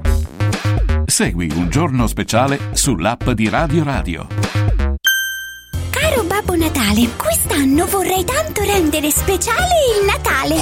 Segui Un Giorno Speciale sull'app di Radio Radio. Caro Babbo Natale, quest'anno vorrei tanto rendere speciale il Natale.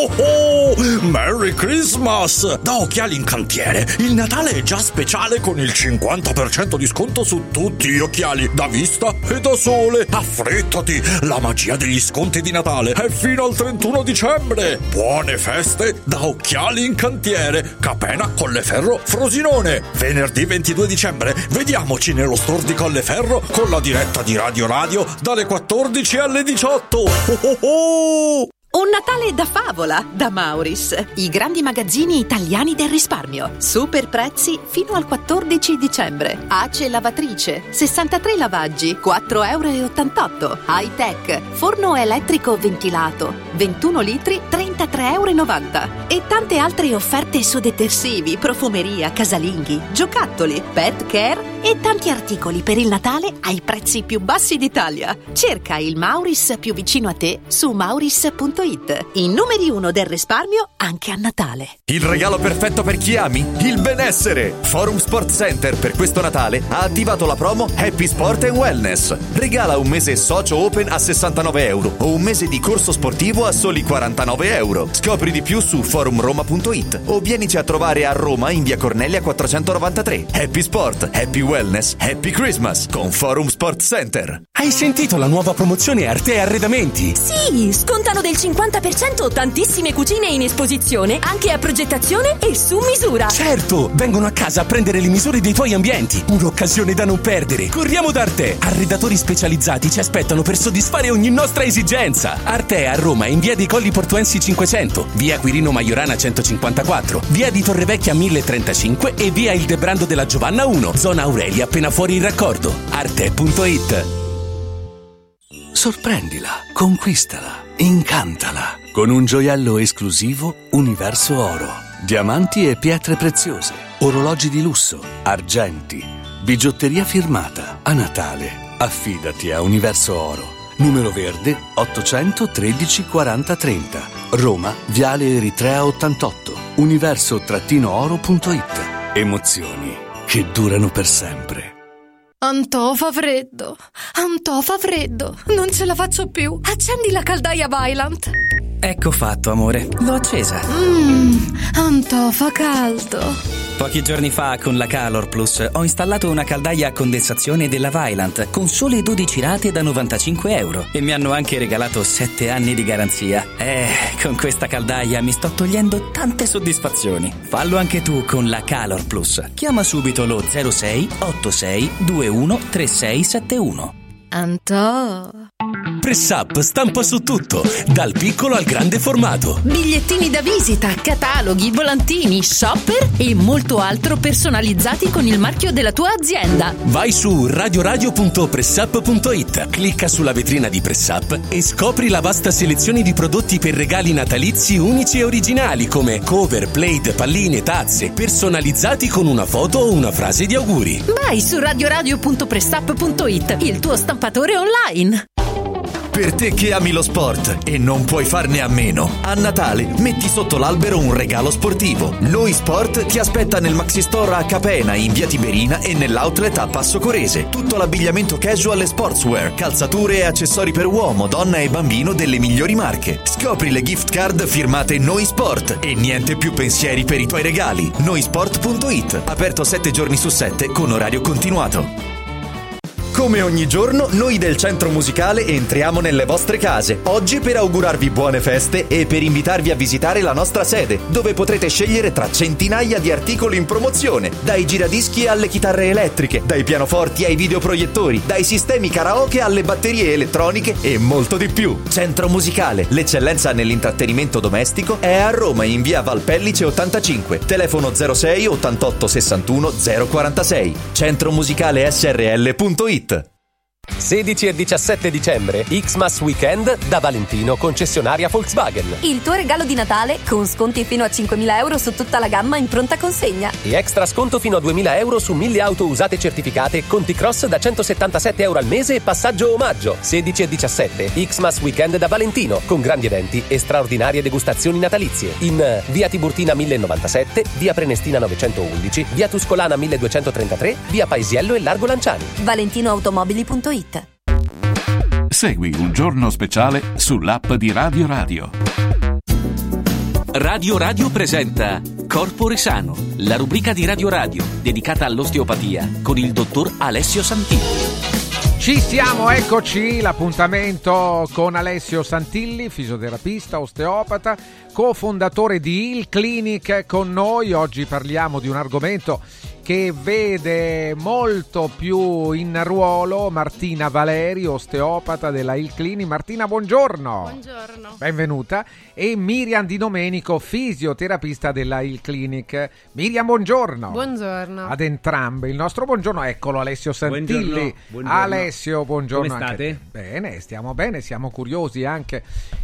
Merry Christmas! Da Occhiali in Cantiere, il Natale è già speciale con il 50% di sconto su tutti gli occhiali, da vista e da sole. Affrettati! La magia degli sconti di Natale è fino al 31 dicembre. Buone feste da Occhiali in Cantiere, Capena, Colleferro, Frosinone. Venerdì 22 dicembre, vediamoci nello store di Colleferro con la diretta di Radio dalle 14 alle 18. Un Natale da favola da Mauris, i grandi magazzini italiani del risparmio. Super prezzi fino al 14 dicembre. Ace lavatrice, 63 lavaggi, 4,88 euro. High Tech, forno elettrico ventilato, 21 litri, 33,90 euro. E tante altre offerte su detersivi, profumeria, casalinghi, giocattoli, pet care e tanti articoli per il Natale ai prezzi più bassi d'Italia. Cerca il Mauris più vicino a te su mauris.it. I numeri 1 del risparmio anche a Natale. Il regalo perfetto per chi ami il benessere. Forum Sport Center per questo Natale ha attivato la promo Happy Sport and Wellness. Regala un mese socio open a 69 euro o un mese di corso sportivo a soli 49 euro. Scopri di più su forumroma.it o vienici a trovare a Roma in via Cornelia 493. Happy Sport, Happy Wellness, Happy Christmas con Forum Sport Center. Hai sentito la nuova promozione Arte Arredamenti? Sì, scontano del 50% tantissime cucine in esposizione, anche a progettazione e su misura. Certo, vengono a casa a prendere le misure dei tuoi ambienti. Un'occasione da non perdere. Corriamo da Arte. Arredatori specializzati ci aspettano per soddisfare ogni nostra esigenza. Arte a Roma in via dei Colli Portuensi 500, via Quirino Maiorana 154, via di Torrevecchia 1035 e via Ildebrando della Giovanna 1, zona Aurelia appena fuori il raccordo. Arte.it. Sorprendila, conquistala, incantala con un gioiello esclusivo Universo Oro. Diamanti e pietre preziose, orologi di lusso, argenti, bigiotteria firmata. A Natale affidati a Universo Oro. Numero verde 813 40 30. Roma, Viale Eritrea 88. Universo-oro.it. Emozioni che durano per sempre. Antò fa freddo, non ce la faccio più. Accendi la caldaia Vaillant. Ecco fatto, amore, l'ho accesa. Antò fa caldo. Pochi giorni fa con la Calor Plus ho installato una caldaia a condensazione della Vaillant con sole 12 rate da 95 euro e mi hanno anche regalato 7 anni di garanzia. Con questa caldaia mi sto togliendo tante soddisfazioni. Fallo anche tu con la Calor Plus. Chiama subito lo 06 86 21 3671. Antò. Press Up stampa su tutto, dal piccolo al grande formato. Bigliettini da visita, cataloghi, volantini, shopper e molto altro personalizzati con il marchio della tua azienda. Vai su radioradio.pressup.it, clicca sulla vetrina di Press Up e scopri la vasta selezione di prodotti per regali natalizi unici e originali come cover, plate, palline, tazze, personalizzati con una foto o una frase di auguri. Vai su radioradio.pressup.it, il tuo stampatore online. Per te che ami lo sport e non puoi farne a meno, a Natale metti sotto l'albero un regalo sportivo. Noi Sport ti aspetta nel Maxi Store a Capena in via Tiberina e nell'outlet a Passo Corese. Tutto l'abbigliamento casual e sportswear, calzature e accessori per uomo, donna e bambino delle migliori marche. Scopri le gift card firmate Noi Sport e niente più pensieri per i tuoi regali. Noisport.it, aperto 7 giorni su 7 con orario continuato. Come ogni giorno, noi del Centro Musicale entriamo nelle vostre case. Oggi per augurarvi buone feste e per invitarvi a visitare la nostra sede, dove potrete scegliere tra centinaia di articoli in promozione. Dai giradischi alle chitarre elettriche, dai pianoforti ai videoproiettori, dai sistemi karaoke alle batterie elettroniche e molto di più. Centro Musicale, l'eccellenza nell'intrattenimento domestico, è a Roma in via Valpellice 85. Telefono 06 88 61 046. centromusicalesrl.it. 16 e 17 dicembre, Xmas Weekend da Valentino, concessionaria Volkswagen. Il tuo regalo di Natale con sconti fino a 5.000 euro su tutta la gamma in pronta consegna. E extra sconto fino a 2.000 euro su 1.000 auto usate certificate con T-Cross da 177 euro al mese e passaggio omaggio. 16 e 17, Xmas Weekend da Valentino, con grandi eventi e straordinarie degustazioni natalizie. In via Tiburtina 1097, via Prenestina 911, via Tuscolana 1233, via Paesiello e Largo Lanciani. ValentinoAutomobili.it. Segui Un Giorno Speciale sull'app di Radio Radio. Radio Radio presenta Corpore Sano, la rubrica di Radio Radio dedicata all'osteopatia con il dottor Alessio Santilli. Ci siamo, eccoci, l'appuntamento con Alessio Santilli, fisioterapista, osteopata, cofondatore di Heal Clinic con noi. Oggi parliamo di un argomento che vede molto più in ruolo Martina Valeri, osteopata della Hill Clinic. Martina, buongiorno. Buongiorno. Benvenuta. E Miriam Di Domenico, fisioterapista della Hill Clinic. Miriam, buongiorno. Buongiorno. Ad entrambe il nostro buongiorno. Eccolo Alessio Santilli. Buongiorno. Alessio, buongiorno. Come state? Anche bene, stiamo bene, siamo curiosi anche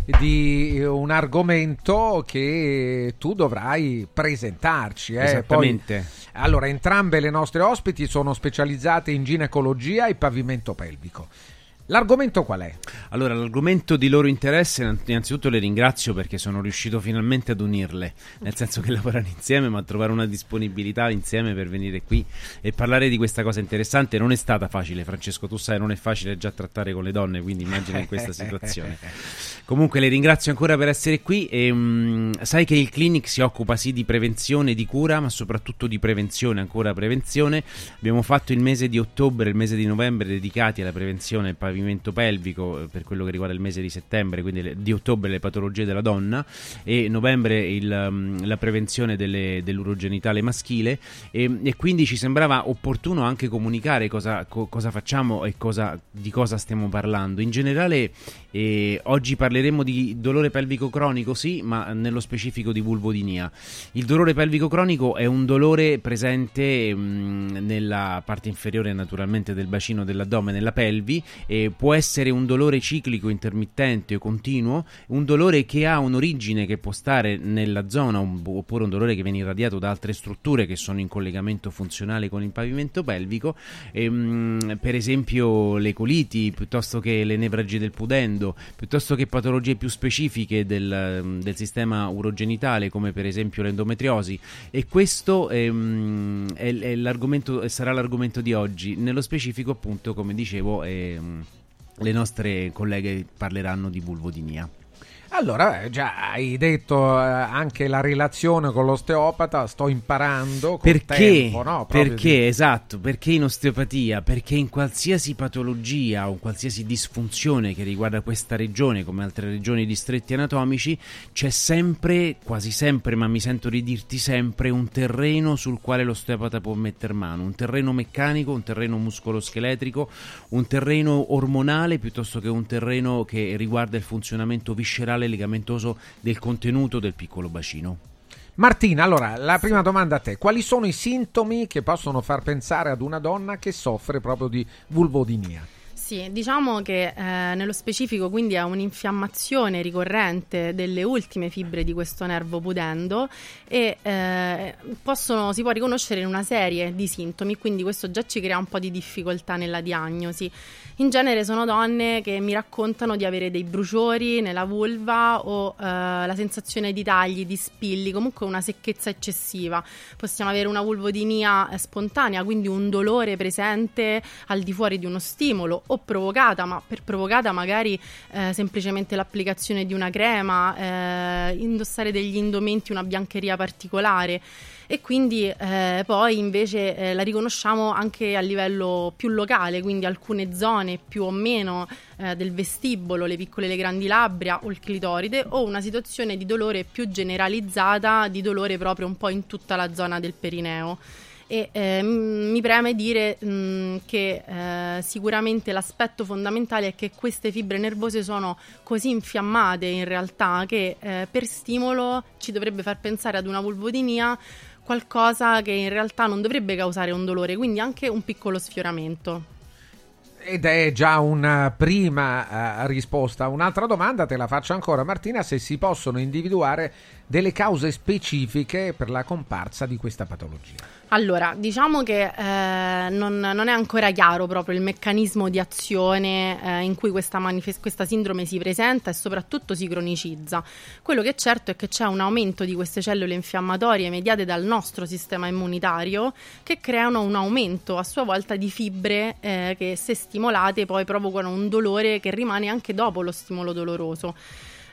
di un argomento che tu dovrai presentarci. Esattamente. Poi, allora, entrambe le nostre ospiti sono specializzate in ginecologia e pavimento pelvico. L'argomento qual è? Allora, l'argomento di loro interesse, innanzitutto le ringrazio perché sono riuscito finalmente ad unirle, nel senso che lavorano insieme, ma trovare una disponibilità insieme per venire qui e parlare di questa cosa interessante non è stata facile. Francesco, tu sai, non è facile già trattare con le donne, quindi immagina in questa situazione. Comunque le ringrazio ancora per essere qui e sai che il Clinic si occupa sì di prevenzione, di cura, ma soprattutto di prevenzione, ancora prevenzione. Abbiamo fatto il mese di ottobre e il mese di novembre dedicati alla prevenzione del pavimento pelvico, per quello che riguarda il mese di settembre, quindi di ottobre le patologie della donna, e novembre la prevenzione dell'urogenitale maschile, e quindi ci sembrava opportuno anche comunicare cosa facciamo e di cosa stiamo parlando. In generale oggi parleremo di dolore pelvico cronico, sì, ma nello specifico di vulvodinia. Il dolore pelvico cronico è un dolore presente nella parte inferiore naturalmente del bacino dell'addome, nella pelvi, e può essere un dolore ciclico, intermittente o continuo, un dolore che ha un'origine che può stare nella zona oppure un dolore che viene irradiato da altre strutture che sono in collegamento funzionale con il pavimento pelvico, per esempio le coliti, piuttosto che le nevralgie del pudendo, piuttosto che patologie più specifiche del sistema urogenitale come per esempio l'endometriosi. E questo è l'argomento, sarà l'argomento di oggi. Nello specifico, appunto, come dicevo, le nostre colleghe parleranno di vulvodinia. Allora, già hai detto anche la relazione con l'osteopata, sto imparando col tempo, no? Perché, esatto, perché in osteopatia, perché in qualsiasi patologia o qualsiasi disfunzione che riguarda questa regione, come altre regioni distretti anatomici, c'è sempre, quasi sempre, ma mi sento di dirti sempre, un terreno sul quale l'osteopata può metter mano, un terreno meccanico, un terreno muscoloscheletrico, un terreno ormonale, piuttosto che un terreno che riguarda il funzionamento viscerale legamentoso del contenuto del piccolo bacino. Martina, allora, la prima domanda a te: quali sono i sintomi che possono far pensare ad una donna che soffre proprio di vulvodinia? Sì, diciamo che nello specifico quindi è un'infiammazione ricorrente delle ultime fibre di questo nervo pudendo e si può riconoscere in una serie di sintomi, quindi questo già ci crea un po' di difficoltà nella diagnosi. In genere sono donne che mi raccontano di avere dei bruciori nella vulva o la sensazione di tagli, di spilli, comunque una secchezza eccessiva. Possiamo avere una vulvodinia spontanea, quindi un dolore presente al di fuori di uno stimolo, o provocata, ma per provocata magari semplicemente l'applicazione di una crema, indossare degli indumenti, una biancheria particolare. E quindi poi invece la riconosciamo anche a livello più locale, quindi alcune zone più o meno del vestibolo, le piccole e le grandi labbra o il clitoride, o una situazione di dolore più generalizzata, di dolore proprio un po' in tutta la zona del perineo. E mi preme dire che sicuramente l'aspetto fondamentale è che queste fibre nervose sono così infiammate in realtà che per stimolo ci dovrebbe far pensare ad una vulvodinia, qualcosa che in realtà non dovrebbe causare un dolore, quindi anche un piccolo sfioramento. Ed è già una prima risposta. Un'altra domanda te la faccio ancora, Martina: se si possono individuare delle cause specifiche per la comparsa di questa patologia. Allora, diciamo che non è ancora chiaro proprio il meccanismo di azione in cui questa sindrome si presenta e soprattutto si cronicizza. Quello che è certo è che c'è un aumento di queste cellule infiammatorie mediate dal nostro sistema immunitario che creano un aumento a sua volta di fibre che, se stimolate, poi provocano un dolore che rimane anche dopo lo stimolo doloroso.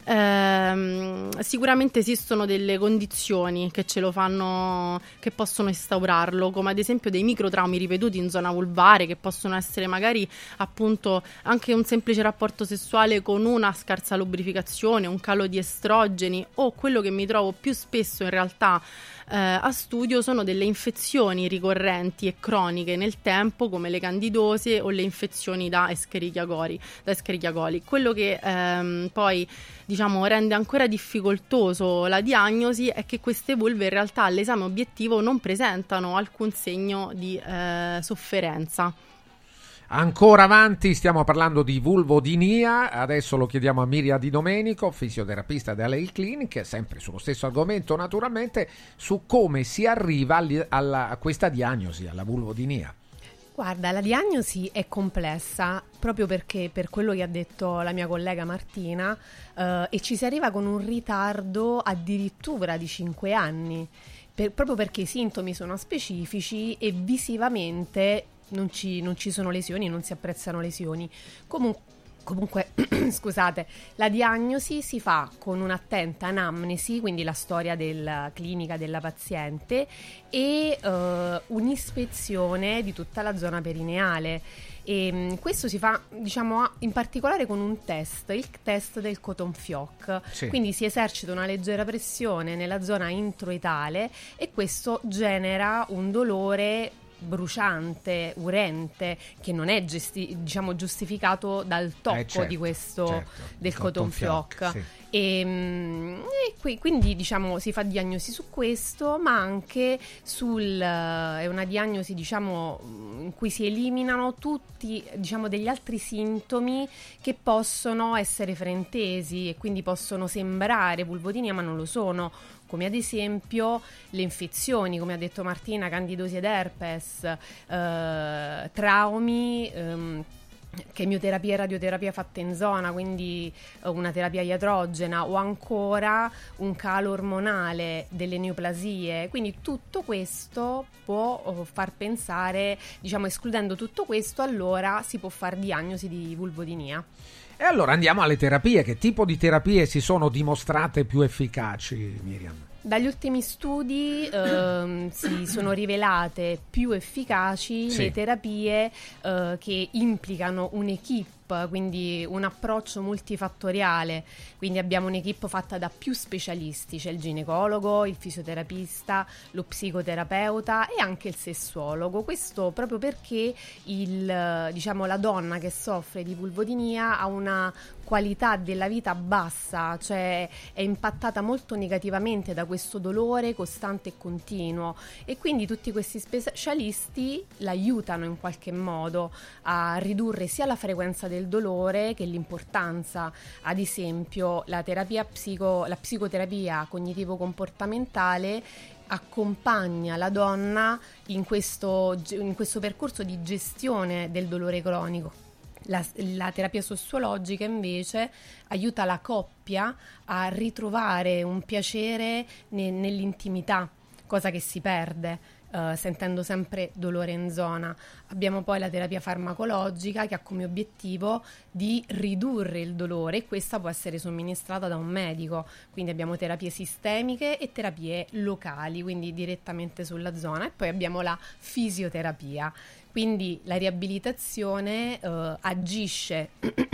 Sicuramente esistono delle condizioni che ce lo fanno, che possono instaurarlo, come ad esempio dei microtraumi ripetuti in zona vulvare, che possono essere magari appunto anche un semplice rapporto sessuale con una scarsa lubrificazione, un calo di estrogeni, o quello che mi trovo più spesso in realtà a studio sono delle infezioni ricorrenti e croniche nel tempo, come le candidose o le infezioni da Escherichia coli. Quello che poi diciamo rende ancora difficoltoso la diagnosi è che queste vulve in realtà all'esame obiettivo non presentano alcun segno di sofferenza. Ancora avanti, stiamo parlando di vulvodinia, adesso lo chiediamo a Miriam Di Domenico, fisioterapista della Health Clinic, sempre sullo stesso argomento naturalmente, su come si arriva a questa diagnosi, alla vulvodinia. Guarda, la diagnosi è complessa proprio perché, per quello che ha detto la mia collega Martina, e ci si arriva con un ritardo addirittura di 5 anni, proprio perché i sintomi sono specifici e visivamente non ci sono lesioni, non si apprezzano lesioni. Comunque, scusate, la diagnosi si fa con un'attenta anamnesi, quindi la storia clinica della paziente, e un'ispezione di tutta la zona perineale. E questo si fa, diciamo, in particolare con un test, il test del Cotton-Fioc. Sì. Quindi si esercita una leggera pressione nella zona introitale e questo genera un dolore bruciante, urente, che non è giustificato dal tocco di questo del Cotton-Fioc. Sì. Quindi diciamo si fa diagnosi su questo, ma anche è una diagnosi diciamo in cui si eliminano tutti diciamo degli altri sintomi che possono essere frentesi e quindi possono sembrare vulvodinia ma non lo sono, come ad esempio le infezioni, come ha detto Martina, candidosi ed herpes, traumi, chemioterapia e radioterapia fatte in zona, quindi una terapia iatrogena, o ancora un calo ormonale, delle neoplasie. Quindi tutto questo può far pensare, diciamo, escludendo tutto questo, allora si può fare diagnosi di vulvodinia. E allora andiamo alle terapie. Che tipo di terapie si sono dimostrate più efficaci, Miriam? Dagli ultimi studi si sono rivelate più efficaci le terapie che implicano un'equipe, quindi un approccio multifattoriale. Quindi abbiamo un'equipe fatta da più specialisti, c'è il ginecologo, il fisioterapista, lo psicoterapeuta e anche il sessuologo. Questo proprio perché la donna che soffre di vulvodinia ha una qualità della vita bassa, cioè è impattata molto negativamente da questo dolore costante e continuo, e quindi tutti questi specialisti l'aiutano in qualche modo a ridurre sia la frequenza del dolore che l'importanza. Ad esempio la psicoterapia cognitivo-comportamentale accompagna la donna in questo percorso di gestione del dolore cronico. La terapia sessuologica invece aiuta la coppia a ritrovare un piacere nell'intimità, cosa che si perde sentendo sempre dolore in zona. Abbiamo poi la terapia farmacologica che ha come obiettivo di ridurre il dolore, e questa può essere somministrata da un medico. Quindi abbiamo terapie sistemiche e terapie locali, quindi direttamente sulla zona, e poi abbiamo la fisioterapia. Quindi la riabilitazione agisce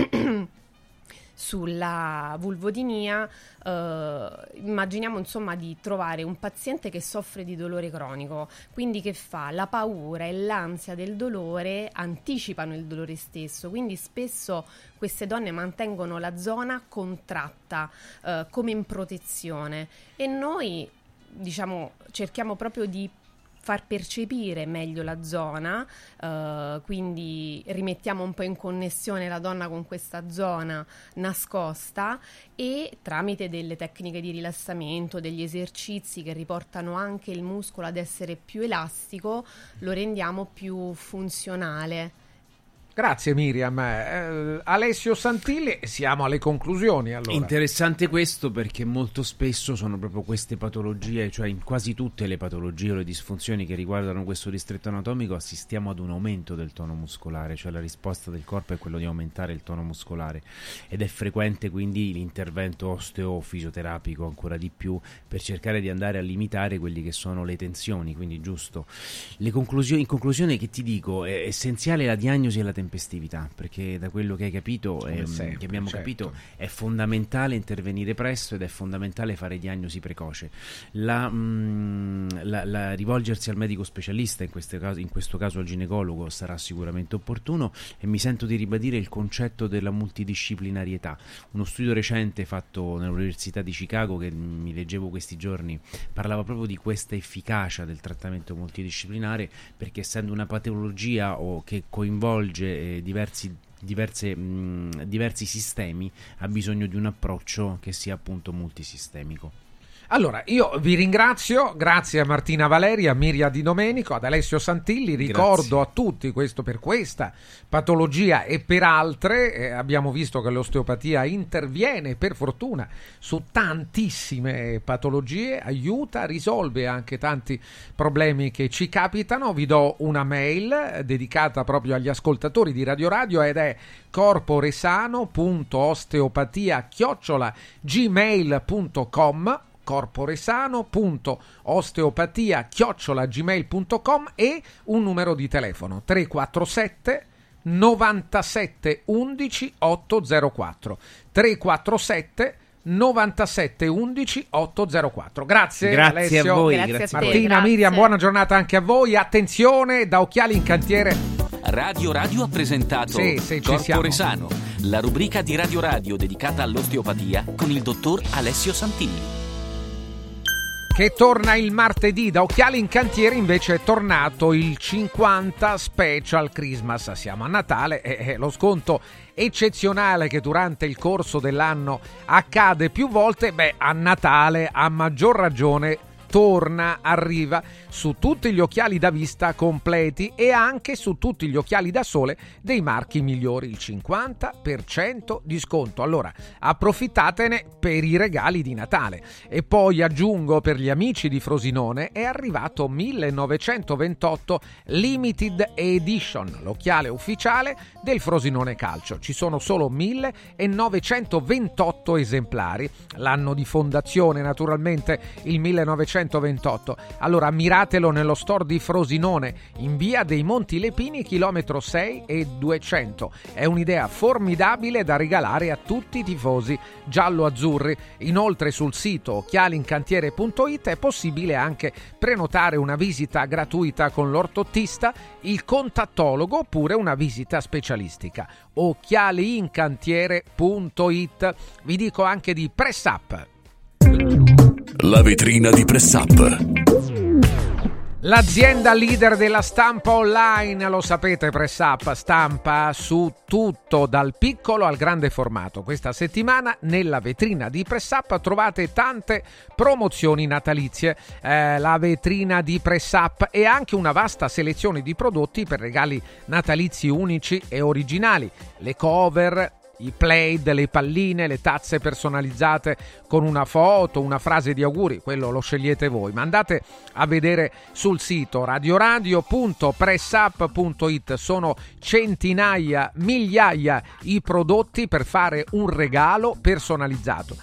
sulla vulvodinia. Immaginiamo insomma di trovare un paziente che soffre di dolore cronico, quindi che fa? La paura e l'ansia del dolore anticipano il dolore stesso, quindi spesso queste donne mantengono la zona contratta come in protezione, e noi cerchiamo proprio di far percepire meglio la zona, quindi rimettiamo un po' in connessione la donna con questa zona nascosta, e tramite delle tecniche di rilassamento, degli esercizi che riportano anche il muscolo ad essere più elastico, lo rendiamo più funzionale. Grazie Miriam. Alessio Santilli, siamo alle conclusioni allora. Interessante questo, perché molto spesso sono proprio queste patologie, cioè in quasi tutte le patologie o le disfunzioni che riguardano questo distretto anatomico assistiamo ad un aumento del tono muscolare, cioè la risposta del corpo è quello di aumentare il tono muscolare, ed è frequente quindi l'intervento osteo-fisioterapico ancora di più per cercare di andare a limitare quelli che sono le tensioni, quindi giusto. In conclusione che ti dico, è essenziale la diagnosi e la tempestività, perché da quello che hai capito, che abbiamo capito, è fondamentale intervenire presto ed è fondamentale fare diagnosi precoce. Rivolgersi al medico specialista, in questo caso al ginecologo, sarà sicuramente opportuno, e mi sento di ribadire il concetto della multidisciplinarietà. Uno studio recente fatto nell'Università di Chicago, che mi leggevo questi giorni, parlava proprio di questa efficacia del trattamento multidisciplinare, perché essendo una patologia che coinvolge diversi sistemi, ha bisogno di un approccio che sia appunto multisistemico. Allora, io vi ringrazio, grazie a Martina Valeri, a Miriam Di Domenico, ad Alessio Santilli. Ricordo a tutti questo, per questa patologia e per altre, abbiamo visto che l'osteopatia interviene per fortuna su tantissime patologie, aiuta, risolve anche tanti problemi che ci capitano. Vi do una mail dedicata proprio agli ascoltatori di Radio Radio, ed è corporesano.osteopatia@gmail.com, corporesano.osteopatia@gmail.com, e un numero di telefono 347 97 11 804 347 97 11 804. Grazie Alessio. A voi, grazie a te. Martina, grazie. Miriam, buona giornata anche a voi. Attenzione, da Occhiali in Cantiere. Radio Radio ha presentato Corporesano, la rubrica di Radio Radio dedicata all'osteopatia con il dottor Alessio Santilli. Che torna il martedì. Da Occhiali in Cantiere invece è tornato il 50 Special Christmas. Siamo a Natale e lo sconto eccezionale che durante il corso dell'anno accade più volte, a Natale a maggior ragione arriva su tutti gli occhiali da vista completi e anche su tutti gli occhiali da sole dei marchi migliori, il 50% di sconto. Allora approfittatene per i regali di Natale. E poi aggiungo, per gli amici di Frosinone è arrivato 1928 Limited Edition, l'occhiale ufficiale del Frosinone Calcio. Ci sono solo 1928 esemplari, l'anno di fondazione naturalmente il 1928. Allora ammiratelo nello store di Frosinone in via dei Monti Lepini, chilometro 6 e 200. È un'idea formidabile da regalare a tutti i tifosi giallo-azzurri. Inoltre sul sito occhialincantiere.it è possibile anche prenotare una visita gratuita con l'ortottista, il contattologo oppure una visita specialistica. Occhialincantiere.it. Vi dico anche di Press Up. La vetrina di Press Up. L'azienda leader della stampa online, lo sapete, Press Up stampa su tutto, dal piccolo al grande formato. Questa settimana nella vetrina di Press Up trovate tante promozioni natalizie, la vetrina di Press Up, e anche una vasta selezione di prodotti per regali natalizi unici e originali, le cover, i plaid, le palline, le tazze personalizzate con una foto, una frase di auguri, quello lo scegliete voi, ma andate a vedere sul sito radioradio.pressup.it. sono centinaia, migliaia i prodotti per fare un regalo personalizzato.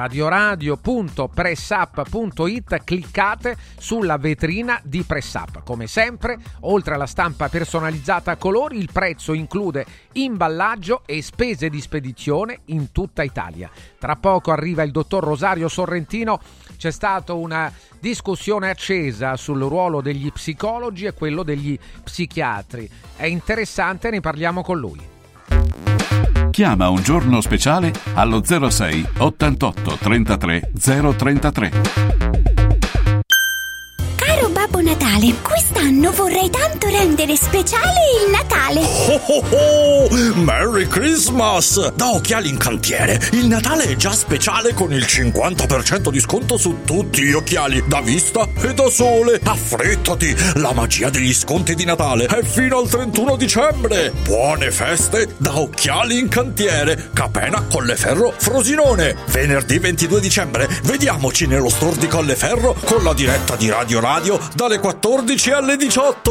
radioradio.pressup.it, cliccate sulla vetrina di Press Up. Come sempre, oltre alla stampa personalizzata a colori, il prezzo include imballaggio e spese di spedizione in tutta Italia. Tra poco arriva il dottor Rosario Sorrentino. C'è stata una discussione accesa sul ruolo degli psicologi e quello degli psichiatri. È interessante, ne parliamo con lui. Chiama un giorno speciale allo 06 88 33 033. Caro Babbo Natale, quest'anno vorrei tanto rendere speciale il Natale. Oh oh oh! Oh, Merry Christmas! Da Occhiali in Cantiere, il Natale è già speciale con il 50% di sconto su tutti gli occhiali da vista e da sole. Affrettati, la magia degli sconti di Natale è fino al 31 dicembre. Buone feste da Occhiali in Cantiere, Capena, Colleferro, Frosinone. Venerdì 22 dicembre, vediamoci nello store di Colleferro con la diretta di Radio dalle 14 alle 18.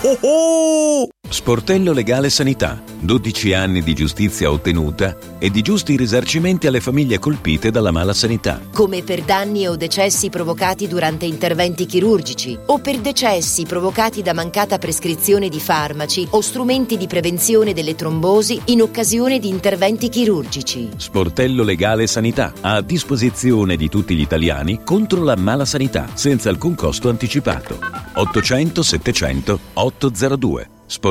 Sportello Legale Sanità. 12 anni di giustizia ottenuta e di giusti risarcimenti alle famiglie colpite dalla mala sanità. Come per danni o decessi provocati durante interventi chirurgici o per decessi provocati da mancata prescrizione di farmaci o strumenti di prevenzione delle trombosi in occasione di interventi chirurgici. Sportello Legale Sanità, a disposizione di tutti gli italiani contro la mala sanità, senza alcun costo anticipato. 800 700 802.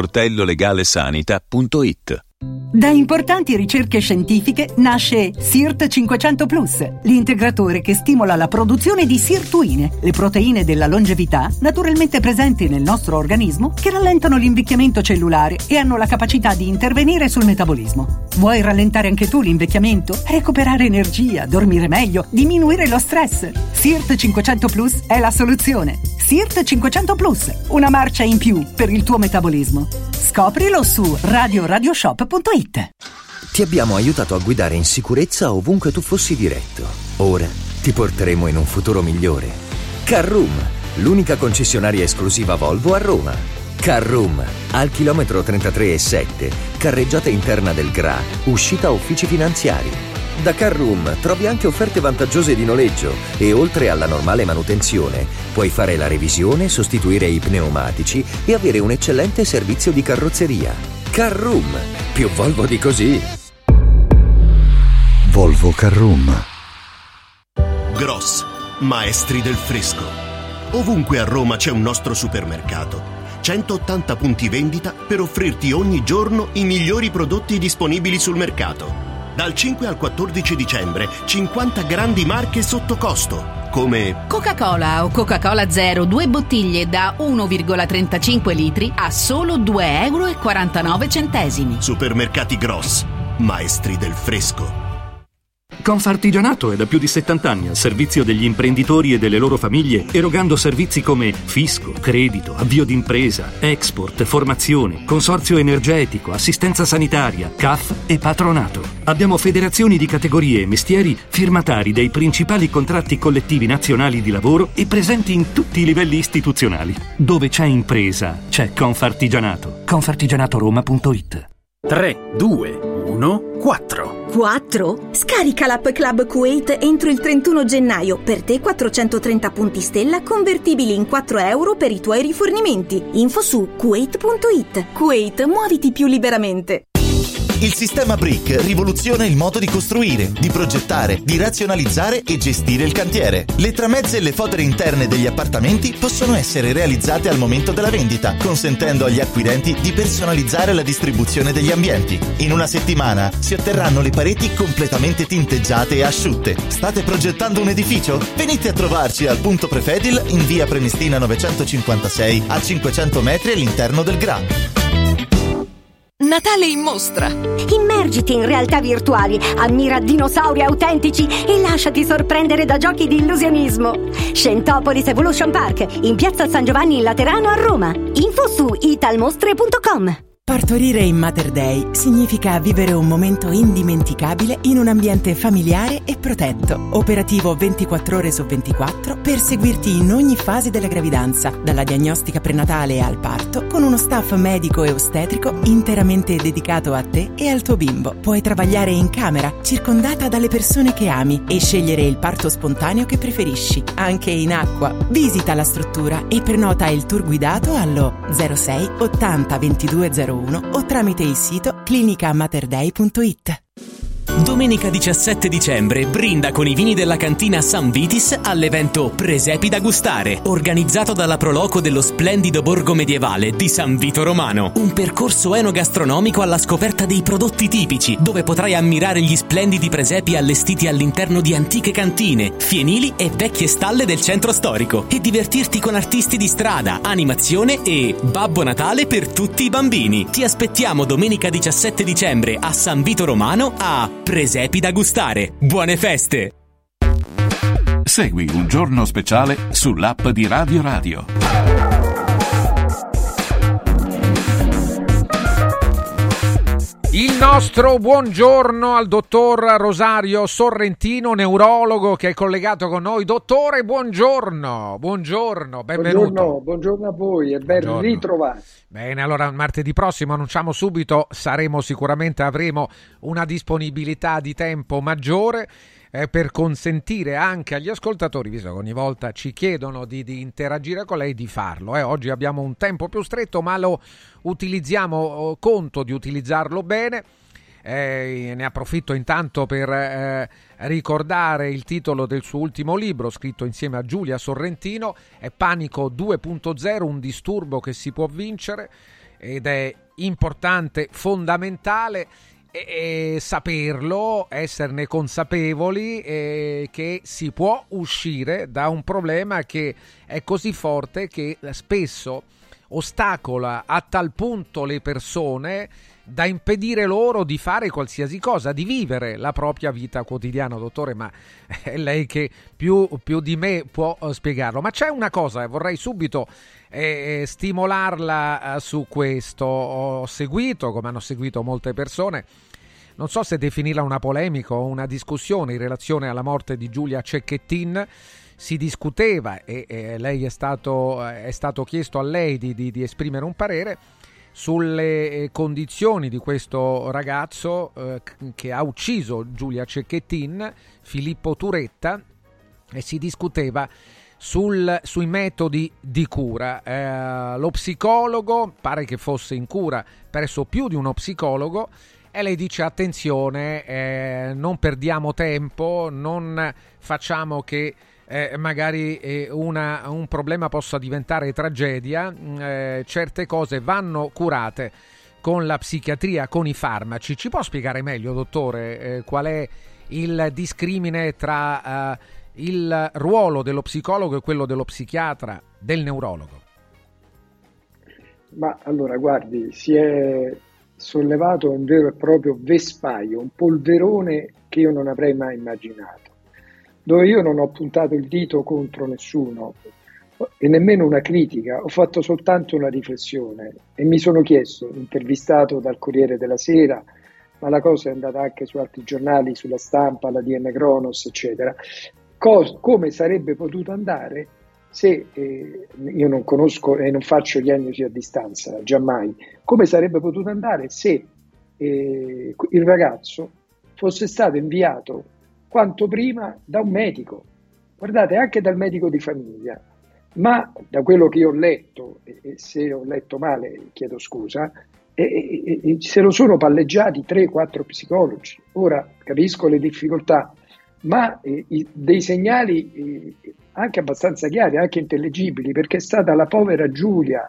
sportellolegalesanita.it. Da importanti ricerche scientifiche nasce SIRT 500 Plus, l'integratore che stimola la produzione di sirtuine, le proteine della longevità naturalmente presenti nel nostro organismo che rallentano l'invecchiamento cellulare e hanno la capacità di intervenire sul metabolismo. Vuoi rallentare anche tu l'invecchiamento? Recuperare energia, dormire meglio, diminuire lo stress? SIRT 500 Plus è la soluzione. SIRT 500 Plus, una marcia in più per il tuo metabolismo. Scoprilo su radioshop.it. Ti abbiamo aiutato a guidare in sicurezza ovunque tu fossi diretto. Ora ti porteremo in un futuro migliore. Carroom, l'unica concessionaria esclusiva Volvo a Roma. Carroom, al chilometro 33,7, carreggiata interna del GRA, uscita uffici finanziari. Da Carroom trovi anche offerte vantaggiose di noleggio e oltre alla normale manutenzione puoi fare la revisione, sostituire i pneumatici e avere un eccellente servizio di carrozzeria. Carroom, più Volvo di così. Volvo Carroom. Gross, maestri del fresco. Ovunque a Roma c'è un nostro supermercato. 180 punti vendita per offrirti ogni giorno i migliori prodotti disponibili sul mercato. Dal 5 al 14 dicembre 50 grandi marche sotto costo, come Coca-Cola o Coca-Cola Zero, 2 bottiglie da 1,35 litri a solo 2,49 €. Supermercati Gross, maestri del fresco. Confartigianato è da più di 70 anni al servizio degli imprenditori e delle loro famiglie, erogando servizi come fisco, credito, avvio d'impresa, export, formazione, consorzio energetico, assistenza sanitaria, CAF e patronato. Abbiamo federazioni di categorie e mestieri firmatari dei principali contratti collettivi nazionali di lavoro e presenti in tutti i livelli istituzionali. Dove c'è impresa, c'è Confartigianato. Confartigianatoroma.it. 3, 2, 1, 4. 4? Scarica l'app Club Kuwait entro il 31 gennaio. Per te 430 punti stella convertibili in 4 euro per i tuoi rifornimenti. Info su kuwait.it. Kuwait, muoviti più liberamente. Il sistema Brick rivoluziona il modo di costruire, di progettare, di razionalizzare e gestire il cantiere. Le tramezze e le fodere interne degli appartamenti possono essere realizzate al momento della vendita, consentendo agli acquirenti di personalizzare la distribuzione degli ambienti. In una settimana si otterranno le pareti completamente tinteggiate e asciutte. State progettando un edificio? Venite a trovarci al punto Prefedil in via Prenestina 956 a 500 metri all'interno del GRA. Natale in mostra. Immergiti in realtà virtuali, ammira dinosauri autentici e lasciati sorprendere da giochi di illusionismo. Scentopolis Evolution Park, in piazza San Giovanni in Laterano a Roma. Info su italmostre.com. Partorire in Mater Dei significa vivere un momento indimenticabile in un ambiente familiare e protetto, operativo 24 ore su 24 per seguirti in ogni fase della gravidanza, dalla diagnostica prenatale al parto, con uno staff medico e ostetrico interamente dedicato a te e al tuo bimbo. Puoi travagliare in camera, circondata dalle persone che ami e scegliere il parto spontaneo che preferisci, anche in acqua. Visita la struttura e prenota il tour guidato allo 06 80 22 01 o tramite il sito clinicamaterdei.it. Domenica 17 dicembre brinda con i vini della cantina San Vitis all'evento Presepi da gustare, organizzato dalla Proloco dello splendido borgo medievale di San Vito Romano. Un percorso enogastronomico alla scoperta dei prodotti tipici, dove potrai ammirare gli splendidi presepi allestiti all'interno di antiche cantine, fienili e vecchie stalle del centro storico, e divertirti con artisti di strada, animazione e Babbo Natale per tutti i bambini. Ti aspettiamo domenica 17 dicembre a San Vito Romano a Presepi da gustare. Buone feste! Segui Un Giorno Speciale sull'app di Radio Radio. Il nostro buongiorno al dottor Rosario Sorrentino, neurologo, che è collegato con noi. Dottore, buongiorno, benvenuto. Buongiorno a voi e ben ritrovati. Bene, allora martedì prossimo, annunciamo subito, avremo una disponibilità di tempo maggiore per consentire anche agli ascoltatori, visto che ogni volta ci chiedono di interagire con lei, di farlo. Oggi abbiamo un tempo più stretto, ma lo utilizziamo, conto di utilizzarlo bene. Ne approfitto intanto per ricordare il titolo del suo ultimo libro, scritto insieme a Giulia Sorrentino, è Panico 2.0, un disturbo che si può vincere, ed è importante, fondamentale saperlo, esserne consapevoli, che si può uscire da un problema che è così forte che spesso ostacola a tal punto le persone da impedire loro di fare qualsiasi cosa, di vivere la propria vita quotidiana. Dottore, ma è lei che più di me può spiegarlo. Ma c'è una cosa, vorrei subito stimolarla su questo. Ho seguito, come hanno seguito molte persone, non so se definirla una polemica o una discussione in relazione alla morte di Giulia Cecchettin. Si discuteva e lei è stato chiesto a lei di esprimere un parere sulle condizioni di questo ragazzo che ha ucciso Giulia Cecchettin, Filippo Turetta, e si discuteva sui metodi di cura. Lo psicologo pare che fosse in cura presso più di uno psicologo, e lei dice: attenzione, non perdiamo tempo, non facciamo che magari un problema possa diventare tragedia. Certe cose vanno curate con la psichiatria, con i farmaci. Ci può spiegare meglio, dottore, qual è il discrimine tra il ruolo dello psicologo e quello dello psichiatra, del neurologo? Ma allora, guardi, si è sollevato un vero e proprio vespaio, un polverone che io non avrei mai immaginato, dove io non ho puntato il dito contro nessuno e nemmeno una critica, ho fatto soltanto una riflessione e mi sono chiesto, intervistato dal Corriere della Sera, ma la cosa è andata anche su altri giornali, sulla Stampa, la DN Cronos, eccetera, come sarebbe potuto andare se, io non conosco e non faccio diagnosi a distanza, giammai, come sarebbe potuto andare se il ragazzo fosse stato inviato quanto prima da un medico, guardate, anche dal medico di famiglia, ma da quello che io ho letto, e se ho letto male chiedo scusa, se lo sono palleggiati 3-4 psicologi. Ora capisco le difficoltà, ma dei segnali anche abbastanza chiari, anche intellegibili, perché è stata la povera Giulia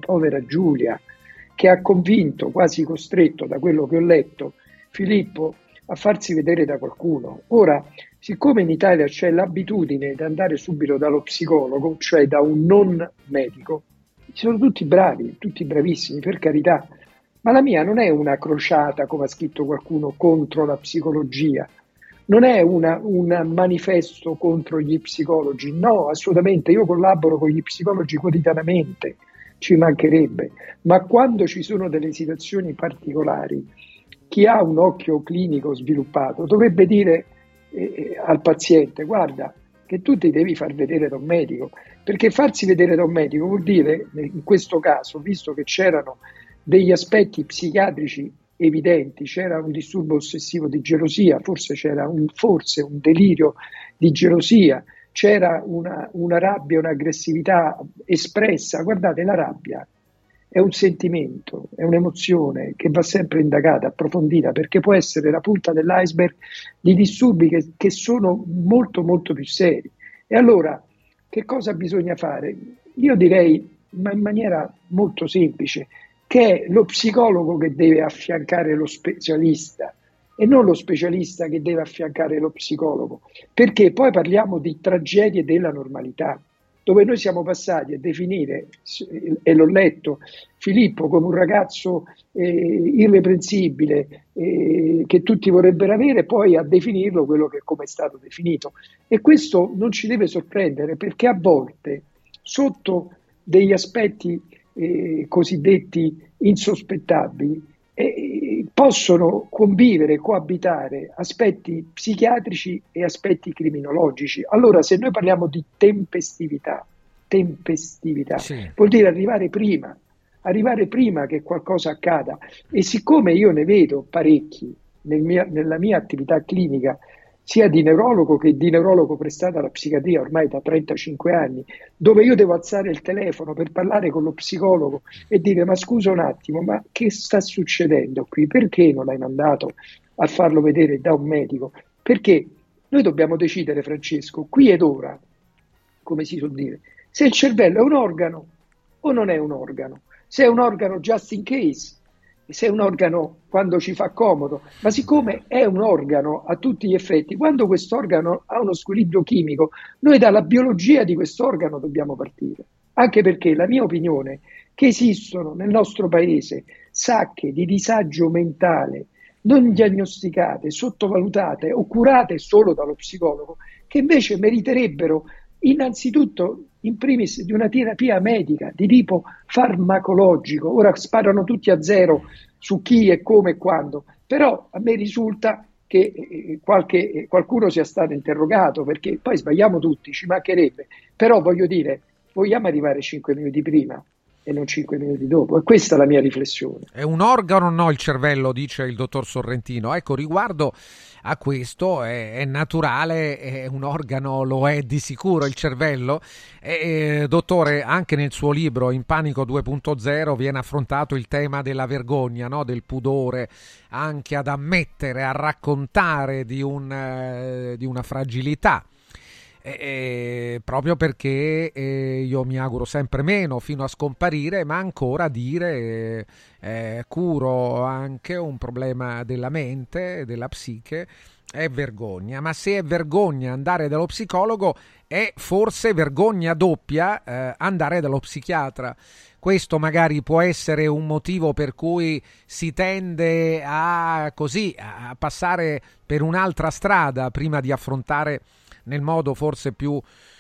che ha convinto, quasi costretto, da quello che ho letto, Filippo a farsi vedere da qualcuno. Ora, siccome in Italia c'è l'abitudine di andare subito dallo psicologo, cioè da un non medico, sono tutti bravi, tutti bravissimi, per carità, ma la mia non è una crociata, come ha scritto qualcuno, contro la psicologia, non è un manifesto contro gli psicologi, no, assolutamente, io collaboro con gli psicologi quotidianamente, ci mancherebbe, ma quando ci sono delle situazioni particolari, chi ha un occhio clinico sviluppato dovrebbe dire al paziente: guarda che tu ti devi far vedere da un medico, perché farsi vedere da un medico vuol dire, in questo caso, visto che c'erano degli aspetti psichiatrici evidenti, c'era un disturbo ossessivo di gelosia, forse c'era un delirio di gelosia, c'era una rabbia, un'aggressività espressa. Guardate, la rabbia è un sentimento, è un'emozione che va sempre indagata, approfondita, perché può essere la punta dell'iceberg di disturbi che sono molto molto più seri. E allora che cosa bisogna fare? Io direi, ma in maniera molto semplice, che è lo psicologo che deve affiancare lo specialista e non lo specialista che deve affiancare lo psicologo, perché poi parliamo di tragedie della normalità, dove noi siamo passati a definire, e l'ho letto, Filippo come un ragazzo irreprensibile che tutti vorrebbero avere, poi a definirlo quello che come è stato definito. E questo non ci deve sorprendere, perché a volte sotto degli aspetti cosiddetti insospettabili possono convivere, coabitare aspetti psichiatrici e aspetti criminologici. Allora, se noi parliamo di tempestività, sì, vuol dire arrivare prima che qualcosa accada. E siccome io ne vedo parecchi nella mia attività clinica, sia di neurologo che di neurologo prestato alla psichiatria ormai da 35 anni, dove io devo alzare il telefono per parlare con lo psicologo e dire: ma scusa un attimo, ma che sta succedendo qui? Perché non l'hai mandato a farlo vedere da un medico? Perché noi dobbiamo decidere, Francesco, qui ed ora, come si suol dire, se il cervello è un organo o non è un organo, se è un organo just in case, se è un organo quando ci fa comodo, ma siccome è un organo a tutti gli effetti, quando quest'organo ha uno squilibrio chimico, noi dalla biologia di quest'organo dobbiamo partire. Anche perché la mia opinione è che esistono nel nostro paese sacche di disagio mentale non diagnosticate, sottovalutate o curate solo dallo psicologo, che invece meriterebbero innanzitutto in primis di una terapia medica di tipo farmacologico. Ora sparano tutti a zero su chi e come e quando, però a me risulta che qualcuno sia stato interrogato, perché poi sbagliamo tutti, ci mancherebbe, però voglio dire, vogliamo arrivare 5 minuti prima e non 5 minuti dopo, e questa è la mia riflessione. È un organo, no, il cervello, dice il dottor Sorrentino. Ecco, riguardo a questo è naturale, è un organo, lo è di sicuro il cervello. Dottore, anche nel suo libro In Panico 2.0 viene affrontato il tema della vergogna, no? Del pudore, anche ad ammettere, a raccontare di una fragilità. Proprio perché io mi auguro sempre meno fino a scomparire, ma ancora dire curo anche un problema della mente, della psiche, è vergogna. Ma se è vergogna andare dallo psicologo, è forse vergogna doppia andare dallo psichiatra. Questo magari può essere un motivo per cui si tende a passare per un'altra strada prima di affrontare nel modo forse più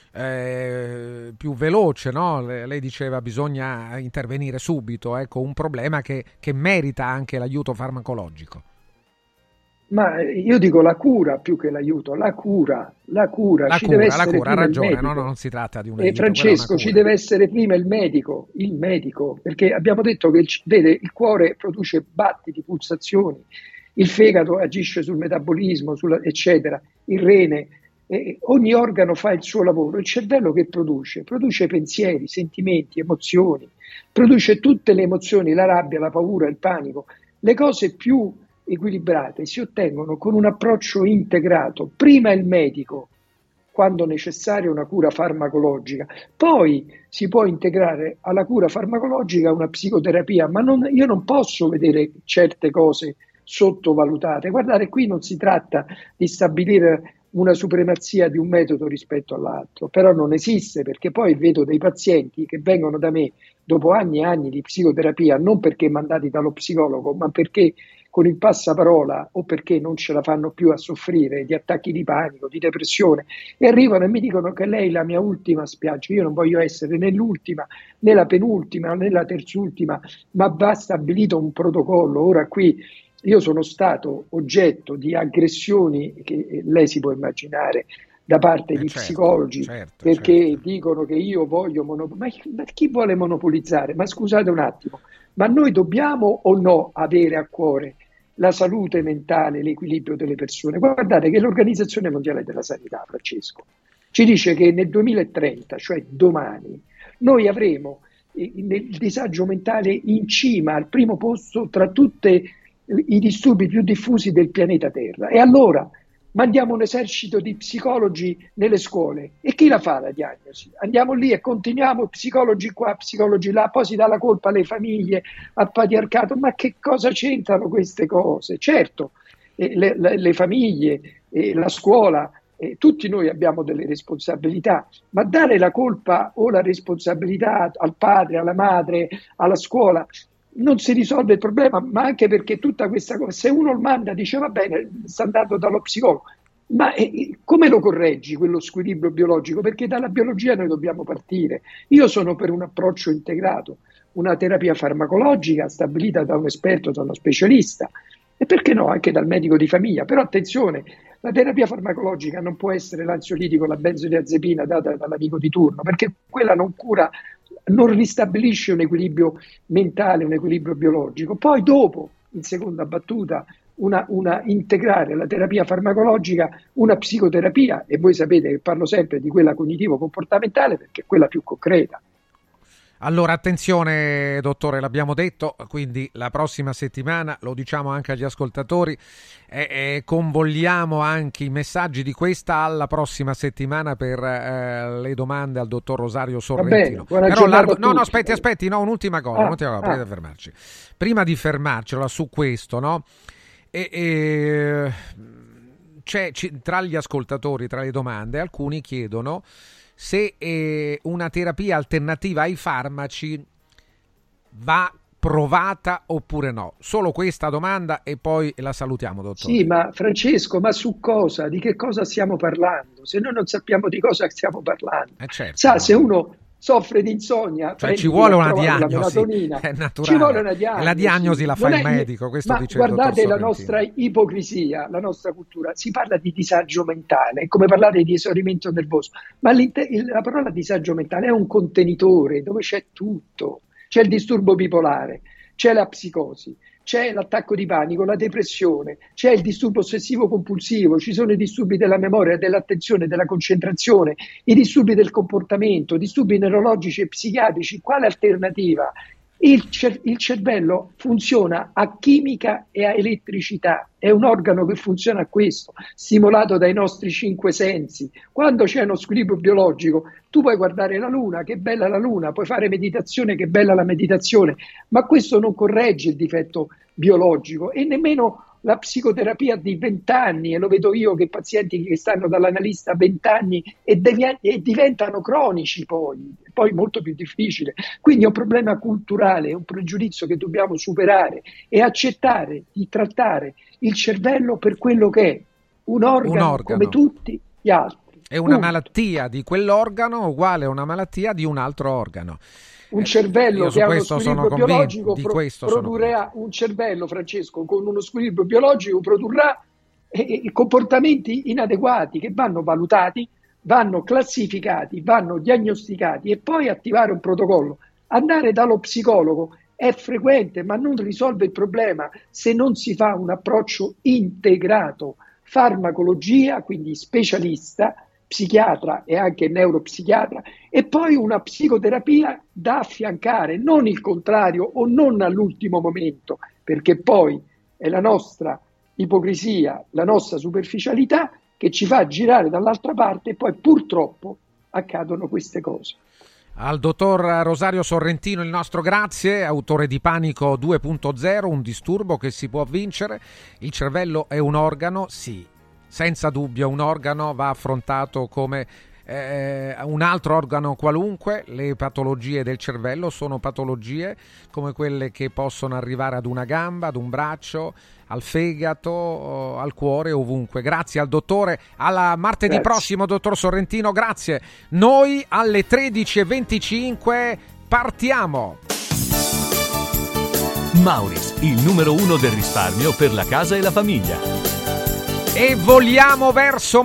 veloce, no? Lei diceva bisogna intervenire subito, ecco, un problema che merita anche l'aiuto farmacologico. Ma io dico la cura più che l'aiuto, la cura, deve essere ha ragione, no, non si tratta di un aiuto. Francesco, ci deve essere prima il medico, perché abbiamo detto che il cuore produce battiti, pulsazioni, il fegato agisce sul metabolismo, eccetera, il rene. Ogni organo fa il suo lavoro. Il cervello che produce pensieri, sentimenti, emozioni, produce tutte le emozioni, la rabbia, la paura, il panico. Le cose più equilibrate si ottengono con un approccio integrato. Prima il medico, quando necessaria una cura farmacologica, poi si può integrare alla cura farmacologica una psicoterapia, ma io non posso vedere certe cose sottovalutate. Guardate, qui non si tratta di stabilire una supremazia di un metodo rispetto all'altro, però non esiste, perché poi vedo dei pazienti che vengono da me dopo anni e anni di psicoterapia, non perché mandati dallo psicologo, ma perché con il passaparola o perché non ce la fanno più a soffrire di attacchi di panico, di depressione, e arrivano e mi dicono che lei è la mia ultima spiaggia. Io non voglio essere né l'ultima, né la penultima, né la terzultima, ma va stabilito un protocollo. Ora qui io sono stato oggetto di aggressioni che lei si può immaginare da parte di psicologi, perché dicono che io voglio monopolizzare. Ma chi vuole monopolizzare? Ma scusate un attimo, ma noi dobbiamo o no avere a cuore la salute mentale, l'equilibrio delle persone? Guardate che l'Organizzazione Mondiale della Sanità, Francesco, ci dice che nel 2030, cioè domani, noi avremo nel disagio mentale in cima, al primo posto tra tutti i disturbi più diffusi del pianeta Terra. E allora mandiamo un esercito di psicologi nelle scuole, e chi la fa la diagnosi? Andiamo lì e continuiamo, psicologi qua, psicologi là, poi si dà la colpa alle famiglie, al patriarcato. Ma che cosa c'entrano queste cose? Certo, le famiglie, la scuola, tutti noi abbiamo delle responsabilità, ma dare la colpa o la responsabilità al padre, alla madre, alla scuola, non si risolve il problema. Ma anche perché tutta questa cosa, se uno lo manda, dice va bene, sta andando dallo psicologo, ma come lo correggi quello squilibrio biologico? Perché dalla biologia noi dobbiamo partire. Io sono per un approccio integrato, una terapia farmacologica stabilita da un esperto, da uno specialista, e perché no anche dal medico di famiglia. Però attenzione, la terapia farmacologica non può essere l'ansiolitico, la benzodiazepina data dall'amico di turno, perché quella non cura, non ristabilisce un equilibrio mentale, un equilibrio biologico. Poi dopo, in seconda battuta, integrare la terapia farmacologica, una psicoterapia, e voi sapete che parlo sempre di quella cognitivo-comportamentale perché è quella più concreta. Allora attenzione dottore, l'abbiamo detto, quindi la prossima settimana, lo diciamo anche agli ascoltatori, convogliamo anche i messaggi di questa alla prossima settimana per le domande al dottor Rosario Sorrentino. Però aspetti, un'ultima cosa, prima di fermarci. Prima di fermarcela su questo, no? C'è tra gli ascoltatori, tra le domande, alcuni chiedono se una terapia alternativa ai farmaci va provata oppure no. Solo questa domanda e poi la salutiamo, dottore. Sì, ma Francesco, ma su cosa? Di che cosa stiamo parlando? Se noi non sappiamo di cosa stiamo parlando. Certo, se uno soffre di insonnia, ci vuole una diagnosi, è naturale. Ci vuole una diagnosi. La diagnosi la fa il medico, questo ma dice guardate il dottor la nostra ipocrisia, la nostra cultura. Si parla di disagio mentale, è come parlare di esaurimento nervoso, ma la parola disagio mentale è un contenitore dove c'è tutto. C'è il disturbo bipolare, c'è la psicosi, c'è l'attacco di panico, la depressione, c'è il disturbo ossessivo compulsivo, ci sono i disturbi della memoria, dell'attenzione, della concentrazione, i disturbi del comportamento, disturbi neurologici e psichiatrici. Quale alternativa? Il cervello funziona a chimica e a elettricità, è un organo che funziona a questo, stimolato dai nostri 5 sensi. Quando c'è uno squilibrio biologico, tu puoi guardare la luna, che bella la luna, puoi fare meditazione, che bella la meditazione, ma questo non corregge il difetto biologico, e nemmeno la psicoterapia di 20 anni, e lo vedo io che pazienti che stanno dall'analista 20 anni e diventano cronici poi molto più difficile. Quindi è un problema culturale, è un pregiudizio che dobbiamo superare e accettare di trattare il cervello per quello che è, un organo come tutti gli altri. È una malattia di quell'organo uguale a una malattia di un altro organo. Un cervello che ha uno squilibrio biologico produrrà un cervello, Francesco, con uno squilibrio biologico produrrà comportamenti inadeguati che vanno valutati, vanno classificati, vanno diagnosticati e poi attivare un protocollo. Andare dallo psicologo è frequente, ma non risolve il problema se non si fa un approccio integrato, farmacologia, quindi specialista, psichiatra e anche neuropsichiatra, e poi una psicoterapia da affiancare, non il contrario o non all'ultimo momento, perché poi è la nostra ipocrisia, la nostra superficialità che ci fa girare dall'altra parte e poi purtroppo accadono queste cose. Al dottor Rosario Sorrentino il nostro grazie, autore di Panico 2.0, un disturbo che si può vincere. Il cervello è un organo, sì, senza dubbio un organo, va affrontato come un altro organo qualunque. Le patologie del cervello sono patologie come quelle che possono arrivare ad una gamba, ad un braccio, al fegato, al cuore, ovunque. Grazie al dottore, alla martedì prossimo, dottor Sorrentino, grazie. Noi alle 13.25 partiamo. Mauris, il numero 1 del risparmio per la casa e la famiglia. E voliamo verso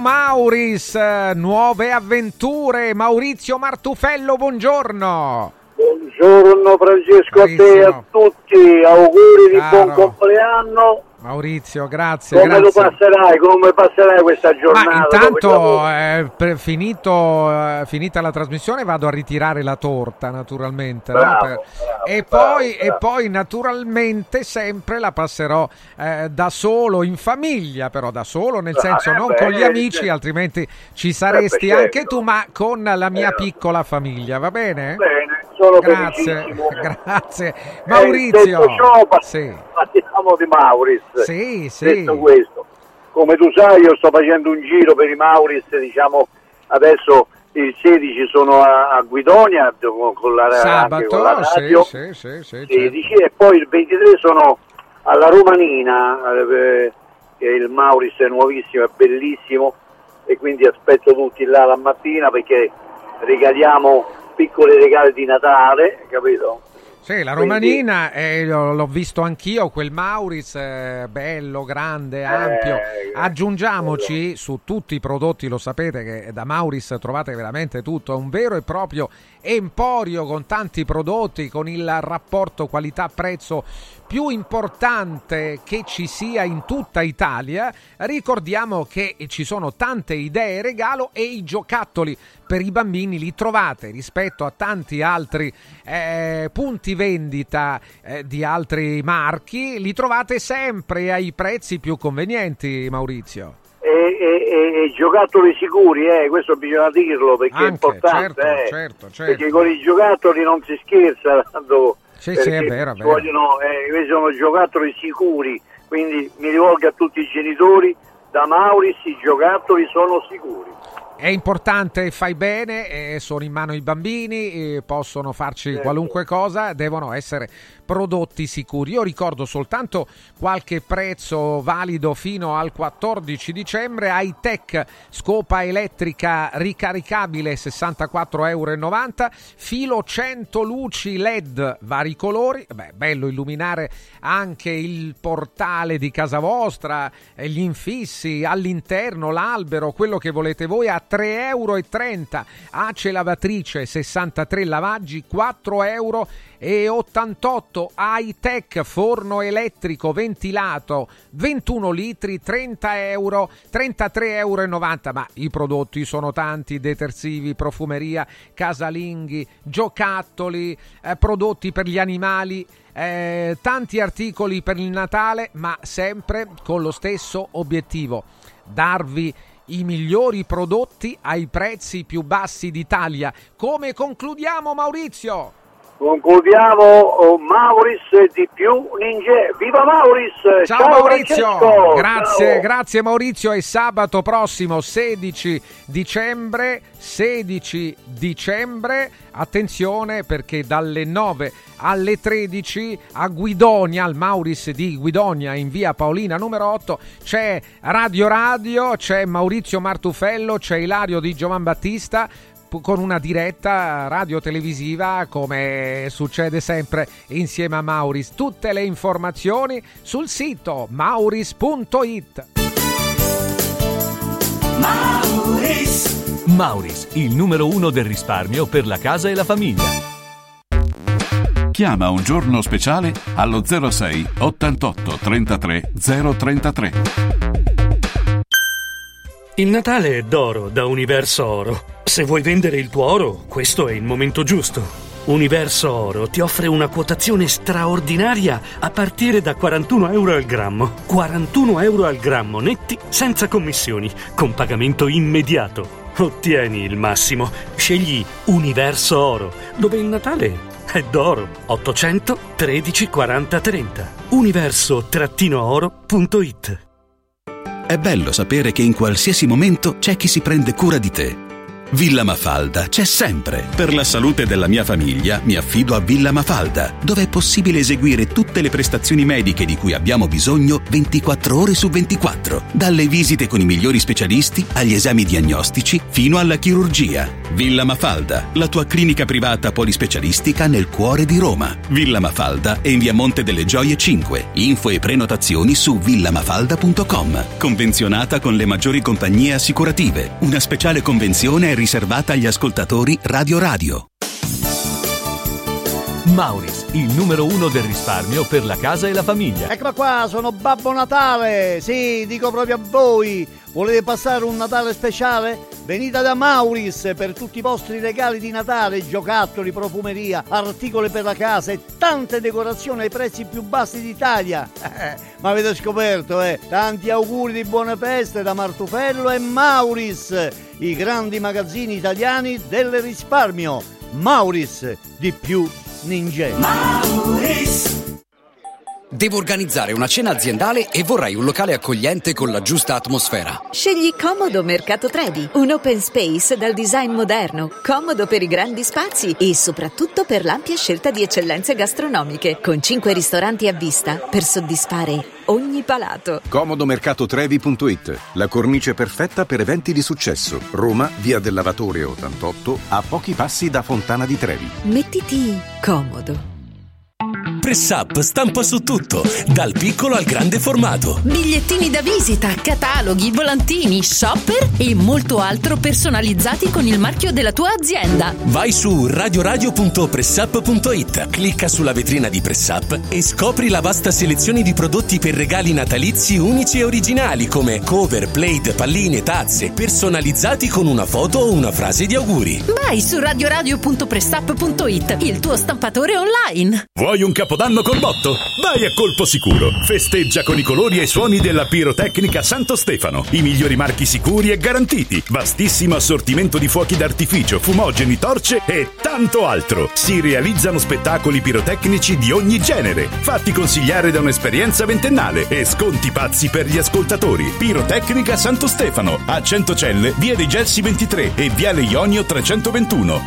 Mauris, nuove avventure. Maurizio Martufello, buongiorno. Buongiorno Francesco, Maurizio. a te e a tutti, auguri di buon compleanno. Maurizio, grazie. Come grazie. come passerai questa giornata? Ma intanto, finita la trasmissione, vado a ritirare la torta, naturalmente. Bravo, e poi, naturalmente, sempre la passerò da solo, in famiglia, però da solo, nel senso non con gli amici, altrimenti ci saresti certo. anche tu, ma con la mia piccola famiglia, va bene? Bene, sono Grazie, felicissimo. grazie. Maurizio, detto ciò, sì. parliamo di Mauris. Sì. Detto questo, come tu sai, io sto facendo un giro per i Mauris, diciamo, adesso il 16 sono a Guidonia con la, Sabato, anche con la radio, sì, 16, e poi il 23 sono alla Romanina, che il Mauris è nuovissimo, è bellissimo, e quindi aspetto tutti là la mattina perché regaliamo piccoli regali di Natale, capito? Sì, la Romanina, l'ho visto anch'io, quel Mauris bello, grande, ampio. Aggiungiamoci su tutti i prodotti, lo sapete che da Mauris trovate veramente tutto, è un vero e proprio emporio con tanti prodotti, con il rapporto qualità-prezzo più importante che ci sia in tutta Italia. Ricordiamo che ci sono tante idee regalo e i giocattoli per i bambini li trovate rispetto a tanti altri punti vendita di altri marchi, li trovate sempre ai prezzi più convenienti, Maurizio. E giocattoli sicuri, questo bisogna dirlo perché anche, è importante, certo. Perché con i giocattoli non si scherza, sì, è vero. Questi sono giocattoli sicuri, quindi mi rivolgo a tutti i genitori, da Mauris i giocattoli sono sicuri. È importante, fai bene, sono in mano i bambini, possono farci qualunque cosa, devono essere prodotti sicuri. Io ricordo soltanto qualche prezzo valido fino al 14 dicembre, High-Tech scopa elettrica ricaricabile €64,90, filo 100 luci LED vari colori, bello illuminare anche il portale di casa vostra, gli infissi all'interno, l'albero, quello che volete voi, a €3,30. Ace lavatrice 63 lavaggi, €4,88. High-Tech forno elettrico ventilato 21 litri, €33,90. Ma i prodotti sono tanti: detersivi, profumeria, casalinghi, giocattoli, prodotti per gli animali, tanti articoli per il Natale, ma sempre con lo stesso obiettivo: darvi i migliori prodotti ai prezzi più bassi d'Italia. Come concludiamo, Maurizio? Concludiamo Mauris di più Ninja. Viva Mauris! Ciao Maurizio! Francesco. Grazie Maurizio, e sabato prossimo 16 dicembre, attenzione perché dalle 9 alle 13 a Guidonia, al Mauris di Guidonia in via Paolina numero 8, c'è Radio, c'è Maurizio Martufello, c'è Ilario di Giovan Battista, con una diretta radio-televisiva come succede sempre insieme a Mauris. Tutte le informazioni sul sito mauris.it. Mauris, il numero 1 del risparmio per la casa e la famiglia. Chiama un giorno speciale allo 06 88 33 033. Il Natale è d'oro da Universo Oro. Se vuoi vendere il tuo oro, questo è il momento giusto. Universo Oro ti offre una quotazione straordinaria a partire da €41 al grammo. €41 al grammo netti, senza commissioni, con pagamento immediato. Ottieni il massimo. Scegli Universo Oro, dove il Natale è d'oro. 800 13 40 30. Universo-oro.it. È bello sapere che in qualsiasi momento c'è chi si prende cura di te. Villa Mafalda c'è sempre. Per la salute della mia famiglia mi affido a Villa Mafalda, dove è possibile eseguire tutte le prestazioni mediche di cui abbiamo bisogno 24 ore su 24. Dalle visite con i migliori specialisti agli esami diagnostici fino alla chirurgia. Villa Mafalda, la tua clinica privata polispecialistica nel cuore di Roma. Villa Mafalda è in via Monte delle Gioie 5. Info e prenotazioni su villamafalda.com. Convenzionata con le maggiori compagnie assicurative. Una speciale convenzione è riservata agli ascoltatori Radio. Mauris, il numero 1 del risparmio per la casa e la famiglia. Eccola qua, sono Babbo Natale. Sì, dico proprio a voi. Volete passare un Natale speciale? Venite da Mauris per tutti i vostri regali di Natale, giocattoli, profumeria, articoli per la casa e tante decorazioni ai prezzi più bassi d'Italia. Ma avete scoperto, Tanti auguri di buone feste da Martufello e Mauris, i grandi magazzini italiani del risparmio. Mauris, di più Ninja. Mauris. Devo organizzare una cena aziendale e vorrei un locale accogliente con la giusta atmosfera. Scegli Comodo Mercato Trevi, un open space dal design moderno, comodo per i grandi spazi e soprattutto per l'ampia scelta di eccellenze gastronomiche, con 5 ristoranti a vista per soddisfare ogni palato. Comodomercatotrevi.it, la cornice perfetta per eventi di successo. Roma, via del Lavatore 88, a pochi passi da Fontana di Trevi. Mettiti comodo. Press Up stampa su tutto, dal piccolo al grande formato. Bigliettini da visita, cataloghi, volantini, shopper e molto altro personalizzati con il marchio della tua azienda. Vai su radioradio.pressup.it, clicca sulla vetrina di Press Up e scopri la vasta selezione di prodotti per regali natalizi unici e originali come cover, plate, palline, tazze, personalizzati con una foto o una frase di auguri. Vai su radioradio.pressup.it, il tuo stampatore online. Vuoi un capodanno col botto? Vai a Colpo Sicuro. Festeggia con i colori e i suoni della pirotecnica Santo Stefano. I migliori marchi sicuri e garantiti. Vastissimo assortimento di fuochi d'artificio, fumogeni, torce e tanto altro. Si realizzano spettacoli pirotecnici di ogni genere, fatti consigliare da un'esperienza ventennale e sconti pazzi per gli ascoltatori. Pirotecnica Santo Stefano, a Centocelle, via dei Gelsi 23 e viale Ionio 321.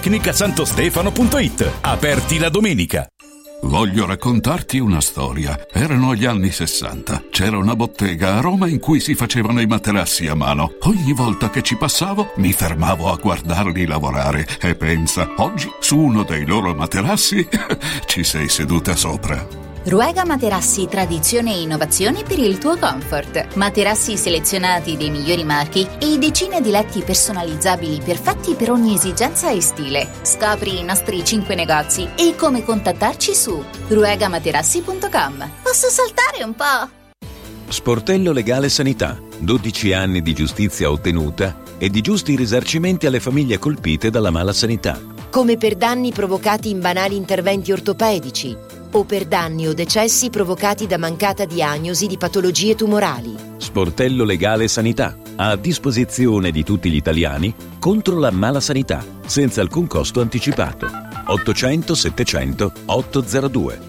pirotecnicasantostefano.it. Aperti la domenica. Voglio raccontarti una storia. Erano gli anni 60. C'era una bottega a Roma in cui si facevano i materassi a mano. Ogni volta che ci passavo mi fermavo a guardarli lavorare e pensa, oggi su uno dei loro materassi ci sei seduta sopra. Ruega Materassi, tradizione e innovazione per il tuo comfort. Materassi selezionati dei migliori marchi e decine di letti personalizzabili perfetti per ogni esigenza e stile. Scopri i nostri 5 negozi e come contattarci su ruegamaterassi.com. Posso saltare un po'? Sportello Legale Sanità. 12 anni di giustizia ottenuta e di giusti risarcimenti alle famiglie colpite dalla mala sanità. Come per danni provocati in banali interventi ortopedici o per danni o decessi provocati da mancata diagnosi di patologie tumorali. Sportello Legale Sanità, a disposizione di tutti gli italiani contro la mala sanità, senza alcun costo anticipato. 800 700 802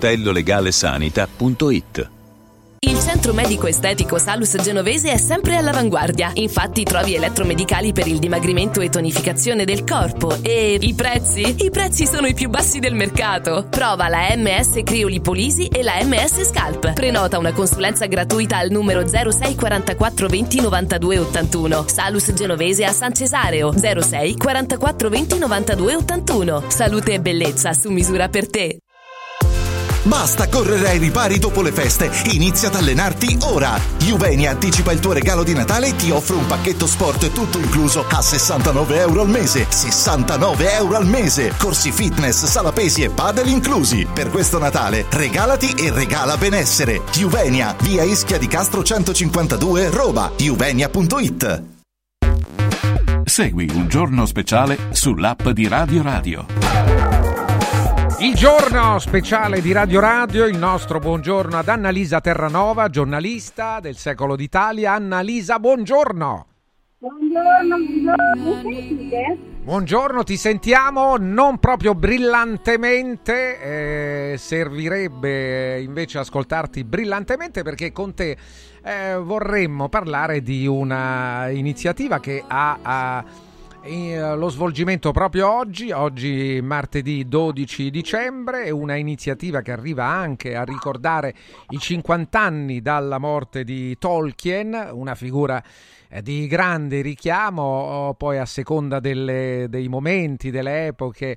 sportellolegalesanita.it. Il centro medico estetico Salus Genovese è sempre all'avanguardia. Infatti trovi elettromedicali per il dimagrimento e tonificazione del corpo. E i prezzi? I prezzi sono i più bassi del mercato. Prova la MS Criolipolisi e la MS Scalp. Prenota una consulenza gratuita al numero 06 44 20 92 81. Salus Genovese a San Cesareo 06 44 20 92 81. Salute e bellezza su misura per te. Basta correre ai ripari dopo le feste, inizia ad allenarti ora. Juvenia anticipa il tuo regalo di Natale e ti offre un pacchetto sport tutto incluso a €69 al mese. €69 al mese. Corsi fitness, sala pesi e padel inclusi. Per questo Natale regalati e regala benessere. Juvenia, via Ischia di Castro 152, Roma. Juvenia.it. Segui Un Giorno Speciale sull'app di Radio Radio. Il giorno speciale di Radio Radio, il nostro buongiorno ad Annalisa Terranova, giornalista del Secolo d'Italia. Annalisa, buongiorno. Buongiorno, mi sentite? Buongiorno, ti sentiamo non proprio brillantemente, servirebbe invece ascoltarti brillantemente perché con te vorremmo parlare di una iniziativa che ha lo svolgimento proprio oggi martedì 12 dicembre, è una iniziativa che arriva anche a ricordare i 50 anni dalla morte di Tolkien, una figura di grande richiamo, poi a seconda dei momenti, delle epoche,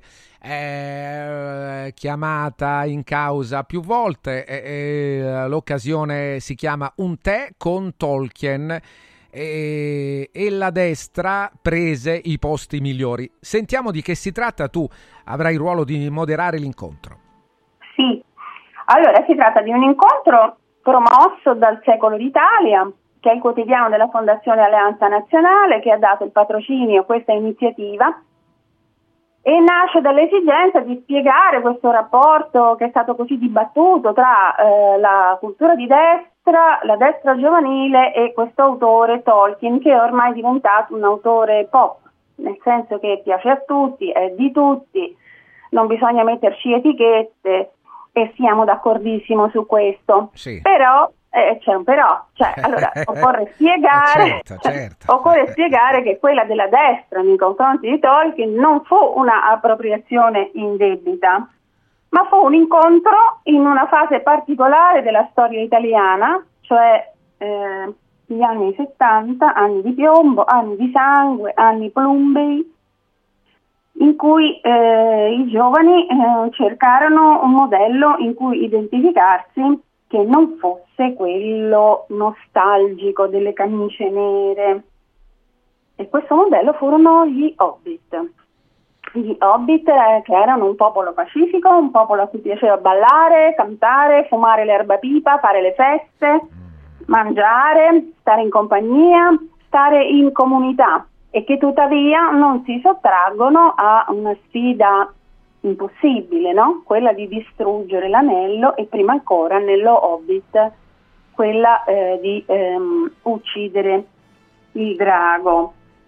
chiamata in causa più volte, l'occasione si chiama Un tè con Tolkien. e la destra prese i posti migliori. Sentiamo di che si tratta, tu avrai il ruolo di moderare l'incontro. Sì, allora si tratta di un incontro promosso dal Secolo d'Italia, che è il quotidiano della Fondazione Alleanza Nazionale, che ha dato il patrocinio a questa iniziativa, e nasce dall'esigenza di spiegare questo rapporto che è stato così dibattuto tra la cultura di destra, la destra giovanile e questo autore Tolkien, che è ormai diventato un autore pop, nel senso che piace a tutti, è di tutti, non bisogna metterci etichette, e siamo d'accordissimo su questo. Sì. Però c'è un però, cioè allora occorre spiegare, occorre spiegare che quella della destra nei confronti di Tolkien non fu una appropriazione indebita, ma fu un incontro in una fase particolare della storia italiana, cioè gli anni 70, anni di piombo, anni di sangue, anni plumbei, in cui i giovani cercarono un modello in cui identificarsi che non fosse quello nostalgico delle camicie nere. E questo modello furono gli Hobbit. Gli Hobbit che erano un popolo pacifico, un popolo a cui piaceva ballare, cantare, fumare l'erba pipa, fare le feste, mangiare, stare in compagnia, stare in comunità, e che tuttavia non si sottraggono a una sfida impossibile, no? Quella di distruggere l'anello, e prima ancora nello Hobbit quella di uccidere il drago.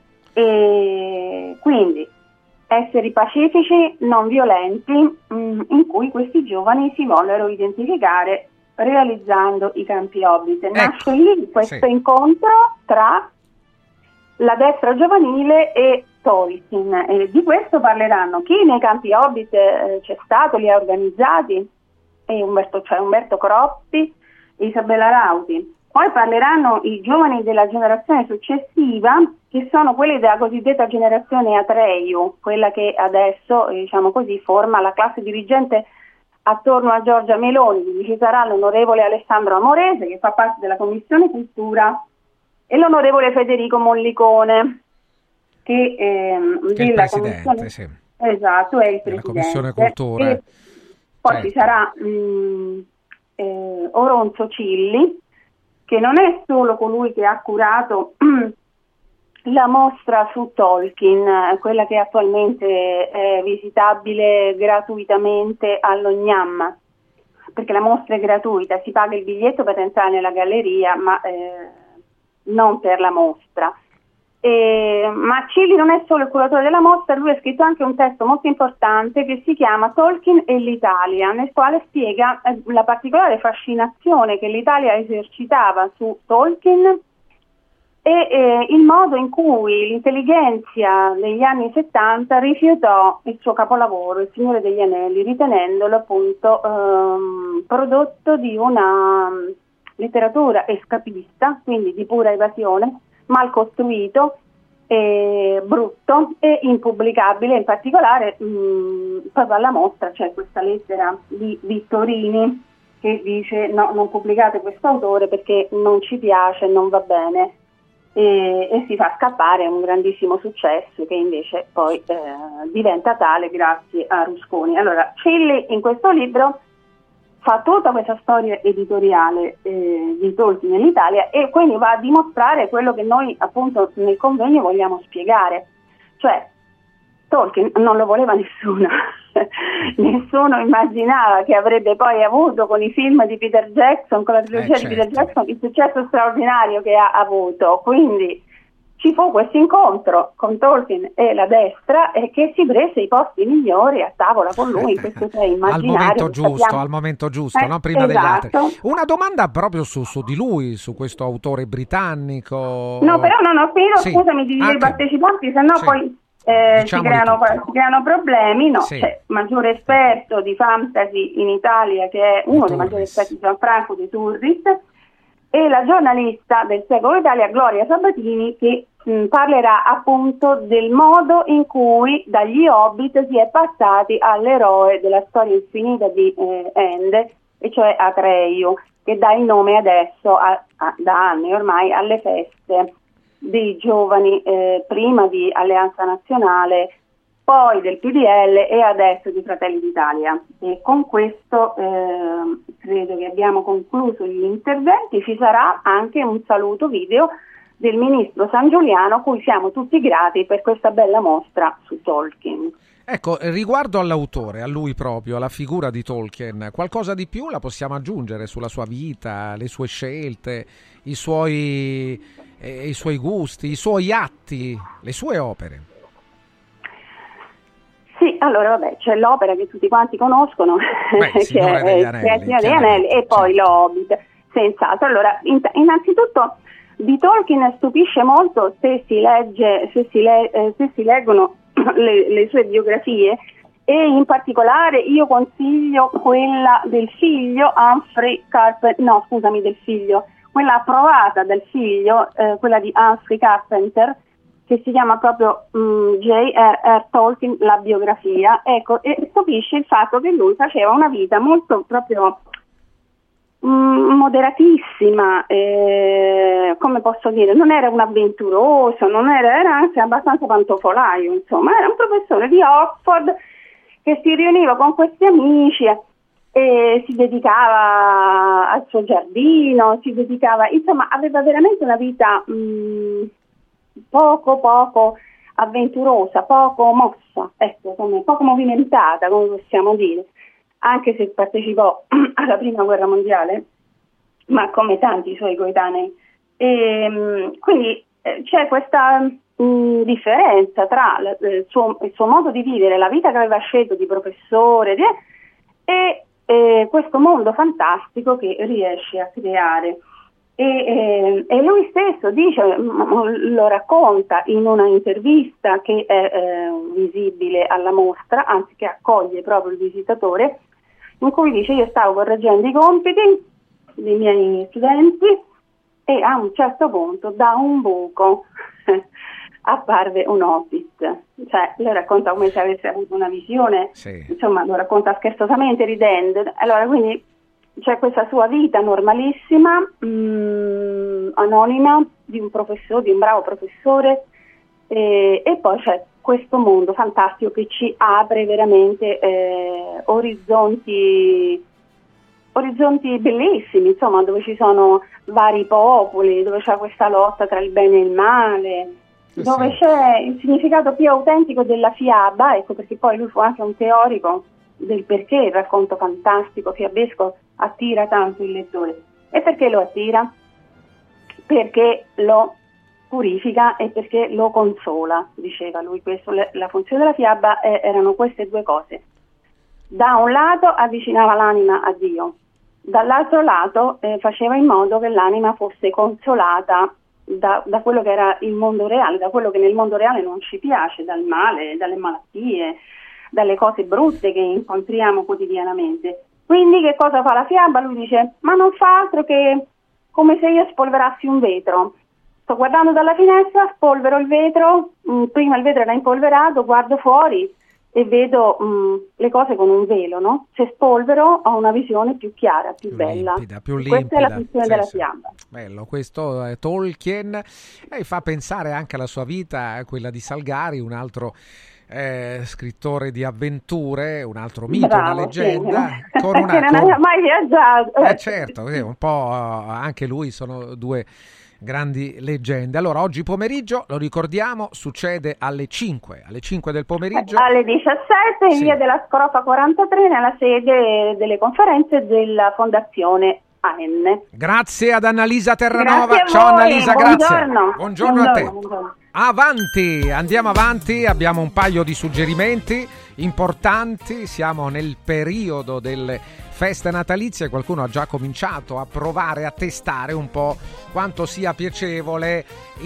E quindi esseri pacifici, non violenti, in cui questi giovani si vollero identificare realizzando i campi Hobbit. Nasce lì questo incontro tra la destra giovanile e Tolkien, e di questo parleranno chi nei campi Hobbit c'è stato, li ha organizzati, e Umberto Croppi e Isabella Rauti. Poi parleranno i giovani della generazione successiva, che sono quelli della cosiddetta generazione Atreyu, quella che adesso, diciamo così, forma la classe dirigente attorno a Giorgia Meloni. Quindi ci sarà l'onorevole Alessandro Amorese, che fa parte della Commissione Cultura, e l'onorevole Federico Mollicone, che è il presidente, sì. Esatto, è il presidente. La Commissione Cultura. E poi ci sarà Oronzo Cilli, che non è solo colui che ha curato la mostra su Tolkien, quella che attualmente è visitabile gratuitamente all'Ognam, perché la mostra è gratuita, si paga il biglietto per entrare nella galleria, ma non per la mostra. Ma Cilli non è solo il curatore della mostra, lui ha scritto anche un testo molto importante che si chiama Tolkien e l'Italia, nel quale spiega la particolare fascinazione che l'Italia esercitava su Tolkien e il modo in cui l'intelligenza degli anni 70 rifiutò il suo capolavoro, Il Signore degli Anelli, ritenendolo appunto prodotto di una letteratura escapista, quindi di pura evasione, mal costruito, brutto e impubblicabile. In particolare proprio alla mostra c'è questa lettera di Vittorini che dice no, non pubblicate questo autore perché non ci piace, non va bene, e si fa scappare un grandissimo successo che invece poi diventa tale grazie a Rusconi. Allora Cilli in questo libro fa tutta questa storia editoriale di Tolkien nell'Italia, e quindi va a dimostrare quello che noi appunto nel convegno vogliamo spiegare, cioè Tolkien non lo voleva nessuno, nessuno immaginava che avrebbe poi avuto con i film di Peter Jackson, con la trilogia di Peter Jackson, il successo straordinario che ha avuto. Quindi ci fu questo incontro con Tolkien e la destra, e che si prese i posti migliori a tavola con lui in questo immaginario. Al momento giusto, no? Prima degli altri. Una domanda proprio su di lui, su questo autore britannico. No, però non ho finito, scusami, di dire i partecipanti, sennò poi si creano problemi. No, c'è maggiore esperto di fantasy in Italia, che è uno dei maggiori esperti di Gianfranco De Turris, e la giornalista del Secolo Italia Gloria Sabatini, che parlerà appunto del modo in cui dagli Hobbit si è passati all'eroe della storia infinita di Ende, e cioè Atreyu, che dà il nome adesso da anni ormai alle feste dei giovani, prima di Alleanza Nazionale, poi del PDL e adesso di Fratelli d'Italia. E con questo credo che abbiamo concluso gli interventi. Ci sarà anche un saluto video del ministro Sangiuliano, cui siamo tutti grati per questa bella mostra su Tolkien. Ecco, riguardo all'autore, a lui proprio, alla figura di Tolkien, qualcosa di più la possiamo aggiungere sulla sua vita, le sue scelte, i suoi gusti, i suoi atti, le sue opere? Sì, allora vabbè, c'è l'opera che tutti quanti conoscono, che è Il Signore degli Anelli, e poi L'Hobbit, senz'altro. Allora, innanzitutto di Tolkien stupisce molto se si leggono le sue biografie, e in particolare io consiglio quella del figlio quella approvata dal figlio, quella di Humphrey Carpenter, che si chiama proprio J.R.R. Tolkien, la biografia. Ecco, e stupisce il fatto che lui faceva una vita molto proprio moderatissima, come posso dire, non era un avventuroso, era anzi abbastanza pantofolaio, insomma, era un professore di Oxford che si riuniva con questi amici e si dedicava al suo giardino, insomma, aveva veramente una vita poco avventurosa, poco mossa, ecco, poco movimentata, come possiamo dire, anche se partecipò alla Prima Guerra Mondiale, ma come tanti suoi coetanei. Quindi c'è questa differenza tra il suo modo di vivere, la vita che aveva scelto di professore, e questo mondo fantastico che riesce a creare. E lui stesso lo racconta in una intervista che è visibile alla mostra, anzi che accoglie proprio il visitatore, in cui dice: io stavo correggendo i compiti dei miei studenti e a un certo punto da un buco apparve un hobbit. Cioè, lo racconta come se avesse avuto una visione, sì. Insomma, lo racconta scherzosamente, ridendo. Allora, quindi c'è questa sua vita normalissima, anonima, di un bravo professore, e poi c'è questo mondo fantastico che ci apre veramente orizzonti bellissimi, insomma, dove ci sono vari popoli, dove c'è questa lotta tra il bene e il male, dove c'è il significato più autentico della fiaba, ecco, perché poi lui fu anche un teorico del perché il racconto fantastico fiabesco attira tanto il lettore. E perché lo attira? Perché lo purifica e perché lo consola, diceva lui. Questo, la funzione della fiaba erano queste due cose. Da un lato avvicinava l'anima a Dio, dall'altro lato faceva in modo che l'anima fosse consolata da quello che era il mondo reale, da quello che nel mondo reale non ci piace, dal male, dalle malattie, dalle cose brutte che incontriamo quotidianamente. Quindi che cosa fa la fiaba? Lui dice: ma non fa altro che come se io spolverassi un vetro. Sto guardando dalla finestra, spolvero il vetro, prima il vetro era impolverato, guardo fuori e vedo le cose con un velo, no? Se spolvero ho una visione più chiara, più bella. Più limpida. Questa è la funzione della fiaba. Bello, questo è Tolkien, e fa pensare anche alla sua vita, quella di Salgari, un altro scrittore di avventure, un altro mito, una leggenda, sì. Con una, che non aveva mai viaggiato. Certo, un po' anche lui, sono due grandi leggende. Allora, oggi pomeriggio, lo ricordiamo, succede alle 5 del pomeriggio. Alle 17 in via della Scrofa 43, nella sede delle conferenze della Fondazione AN. Grazie ad Annalisa Terranova. Grazie ciao Annalisa, grazie. Buongiorno a te. Buongiorno. Avanti, andiamo avanti, abbiamo un paio di suggerimenti importanti, siamo nel periodo delle feste natalizie, qualcuno ha già cominciato a provare, a testare un po' quanto sia piacevole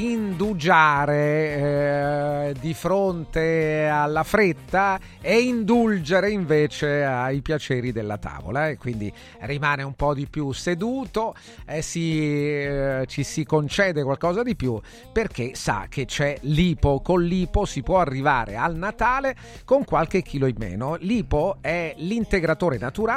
indugiare di fronte alla fretta e indulgere invece ai piaceri della tavola, e quindi rimane un po' di più seduto, ci si concede qualcosa di più perché sa che c'è l'Ipo. Con l'Ipo si può arrivare al Natale con qualche chilo in meno. L'Ipo è l'integratore naturale in grado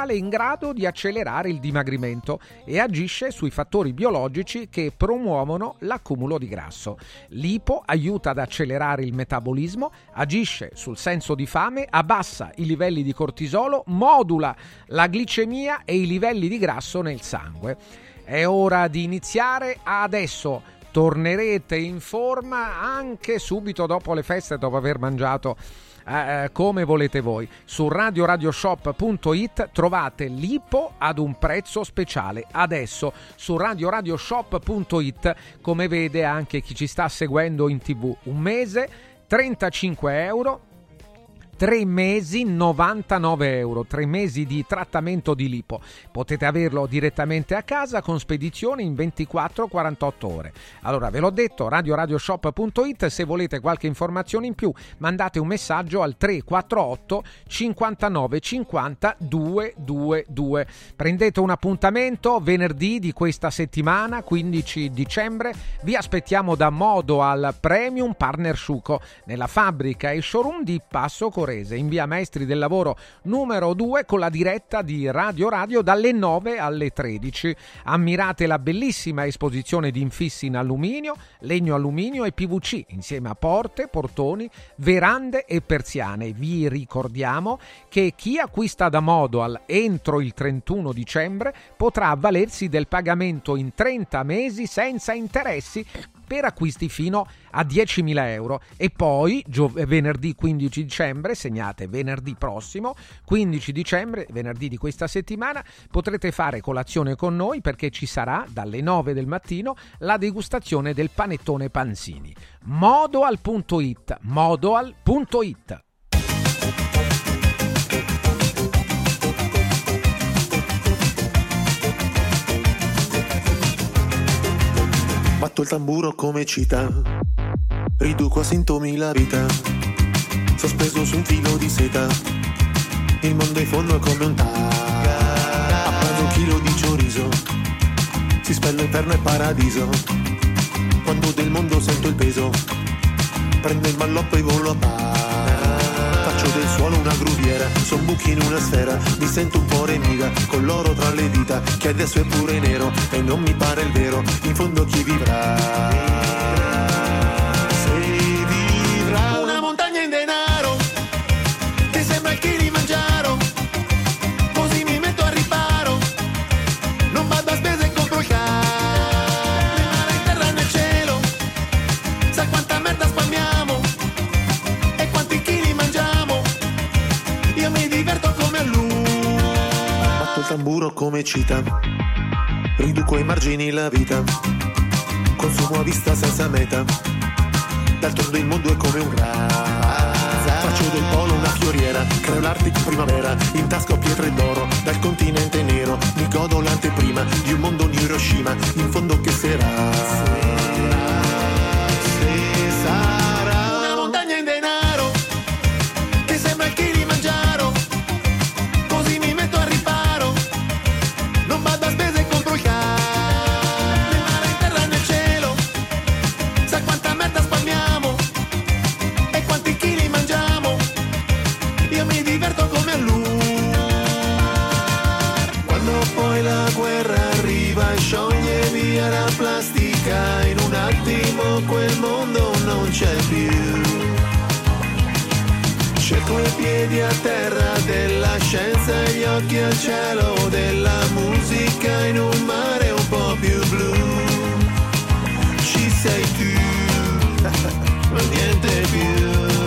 grado di accelerare il dimagrimento e agisce sui fattori biologici che promuovono l'accumulo di grasso. L'IPO aiuta ad accelerare il metabolismo, agisce sul senso di fame, abbassa i livelli di cortisolo, modula la glicemia e i livelli di grasso nel sangue. È ora di iniziare adesso. Tornerete in forma anche subito dopo le feste, dopo aver mangiato come volete voi. Su radioradioshop.it trovate l'IPO ad un prezzo speciale adesso. Su radioradioshop.it, come vede anche chi ci sta seguendo in TV, un mese 35 euro, 3 mesi 99 euro, 3 mesi di trattamento di lipo. Potete averlo direttamente a casa con spedizione in 24-48 ore. Allora, ve l'ho detto, radioradioshop.it. Se volete qualche informazione in più, mandate un messaggio al 348 59 50 222. Prendete un appuntamento venerdì di questa settimana, 15 dicembre. Vi aspettiamo da Modoal Premium Partner Sciuco, nella fabbrica e showroom di Passo Corese, in via Maestri del Lavoro numero 2, con la diretta di Radio dalle 9 alle 13. Ammirate la bellissima esposizione di infissi in alluminio, legno alluminio e PVC, insieme a porte, portoni, verande e persiane. Vi ricordiamo che chi acquista da Modoal entro il 31 dicembre potrà avvalersi del pagamento in 30 mesi senza interessi per acquisti fino a 10.000 euro. E poi venerdì 15 dicembre, segnate venerdì prossimo 15 dicembre, venerdì di questa settimana, potrete fare colazione con noi, perché ci sarà dalle 9 del mattino la degustazione del panettone Panzini. Modoal.it. Batto il tamburo come cita, riduco a sintomi la vita, sospeso su un filo di seta, il mondo in fondo è come un tag, appendo un chilo di chorizo, si spella inferno e paradiso, quando del mondo sento il peso, prendo il malloppo e volo a faccio del suolo una gruviera, son buchi in una sfera, mi sento un po' remida, con l'oro tra le dita, che adesso è pure nero, e non mi pare il vero, in fondo chi vivrà? Se vivrà una montagna in denaro, che sembra il Kilimangiaro, così mi metto a riparo, non vado a spese e compro il carro, nel mare, in terra, nel cielo, sa quanta merda spalmiamo, e quanti chili mangiamo, io mi diverto come a lui. Batto il tamburo come cita, riduco ai margini la vita, consumo a vista senza meta, d'altronde il mondo è come un faccio del polo una fioriera, creo l'Arctic primavera, in tasca ho pietre d'oro, dal continente nero, mi godo l'anteprima di un mondo New Hiroshima, in fondo che sarà? Se sarà una montagna in denaro, che sembra il Kilimangiaro, così mi metto a riparo, non vado a spese e compro il carro, nel mare, in terra, nel cielo, sa quanta merda spalmiamo, e quanti chili mangiamo, io mi diverto come a lui. Quando poi la guerra arriva e scioglie via la plastica, in un attimo quel mondo non c'è più. Cerco i piedi a terra della scienza e gli occhi al cielo della musica, in un mare un po' più blu. Ci sei tu, niente più.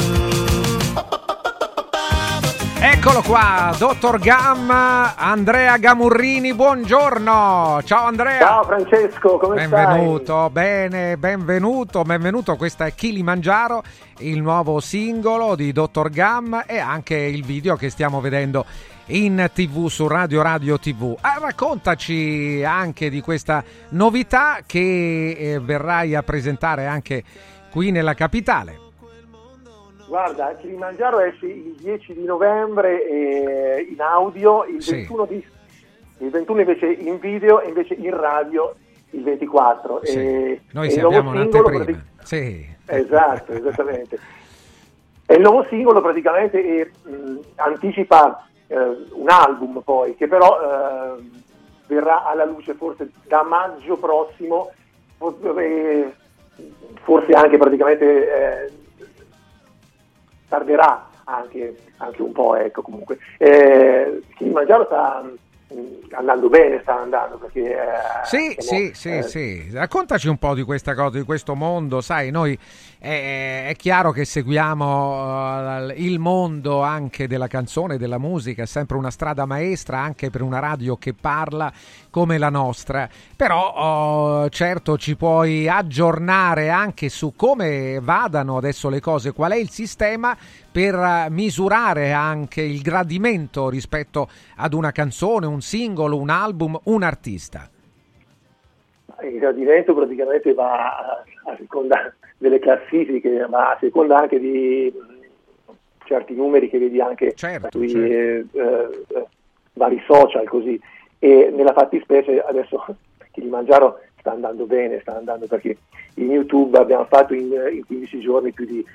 Eccolo qua, Dottor Gam, Andrea Gamurrini, buongiorno. Ciao Andrea. Ciao Francesco, come benvenuto, stai? Benvenuto. Questa è Kilimangiaro, il nuovo singolo di Dottor Gam, e anche il video che stiamo vedendo in TV su Radio TV. Raccontaci anche di questa novità che verrai a presentare anche qui nella capitale. Guarda, Kilimangiaro esce il 10 di novembre in audio, il 21 invece in video e invece in radio il 24. Sì. E noi abbiamo un'anteprima. Sì. Esatto, esattamente. E il nuovo singolo praticamente anticipa un album poi, che però verrà alla luce forse da maggio prossimo, forse anche praticamente tarderà anche un po', ecco. Comunque Kilimangiaro sta andando bene, perché sì. Raccontaci un po' di questa cosa, di questo mondo. Sai, noi è chiaro che seguiamo il mondo anche della canzone, della musica, è sempre una strada maestra anche per una radio che parla come la nostra, però certo ci puoi aggiornare anche su come vadano adesso le cose, qual è il sistema per misurare anche il gradimento rispetto ad una canzone, un singolo, un album, un artista. Il gradimento praticamente va a seconda delle classifiche, ma a seconda anche di certi numeri che vedi anche sui vari social, così. E nella fattispecie adesso Kilimangiaro sta andando bene, perché in YouTube abbiamo fatto in 15 giorni più di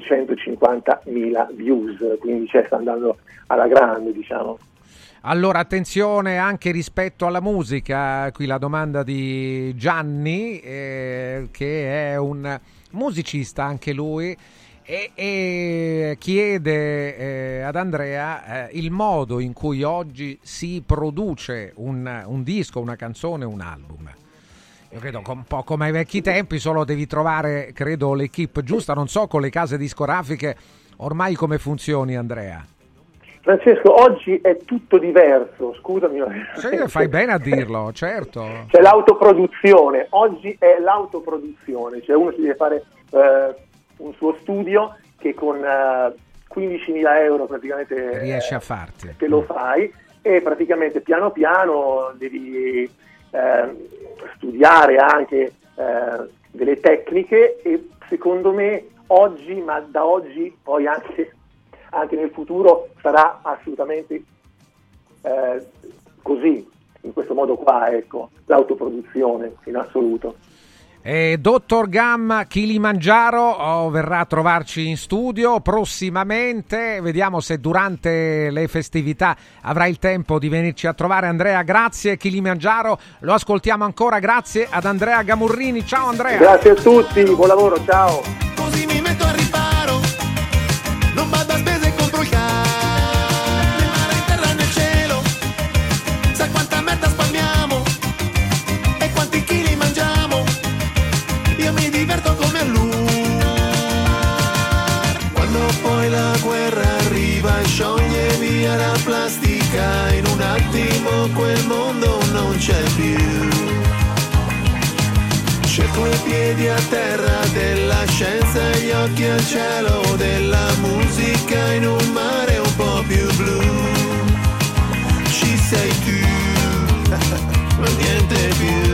250.000 views, quindi sta andando alla grande, diciamo. Allora, attenzione anche rispetto alla musica, qui la domanda di Gianni, che è un musicista anche lui, e chiede ad Andrea il modo in cui oggi si produce un disco, una canzone, un album. Io credo un po' come ai vecchi tempi, solo devi trovare, credo, l'equipe giusta. Non so con le case discografiche ormai come funzioni, Andrea. Francesco, oggi è tutto diverso, scusami. Sì, fai bene a dirlo, certo. C'è l'autoproduzione, oggi è l'autoproduzione, cioè uno si deve fare un suo studio che con 15.000 euro praticamente riesci a farti. Te lo fai, e praticamente piano piano devi studiare anche delle tecniche, e secondo me oggi, ma da oggi poi anche nel futuro sarà assolutamente così, in questo modo qua, ecco, l'autoproduzione in assoluto. Dottor Gam, Kilimangiaro verrà a trovarci in studio prossimamente, vediamo se durante le festività avrà il tempo di venirci a trovare. Andrea, grazie. Kilimangiaro lo ascoltiamo ancora, grazie ad Andrea Gamurrini. Ciao Andrea. Grazie a tutti, buon lavoro, ciao. Così mi metto a riparo, non vado a spese e compro il carro, nel mare, in terra, nel cielo, sa quanta merda spalmiamo e quanti chili mangiamo, io mi diverto come a lui. Quando poi la guerra arriva e scioglie via la plastica, in un attimo quel mondo non c'è più. Cerco i piedi a terra della scienza e gli occhi al cielo della musica, in un mare un po' più blu. Ci sei tu, ma niente più.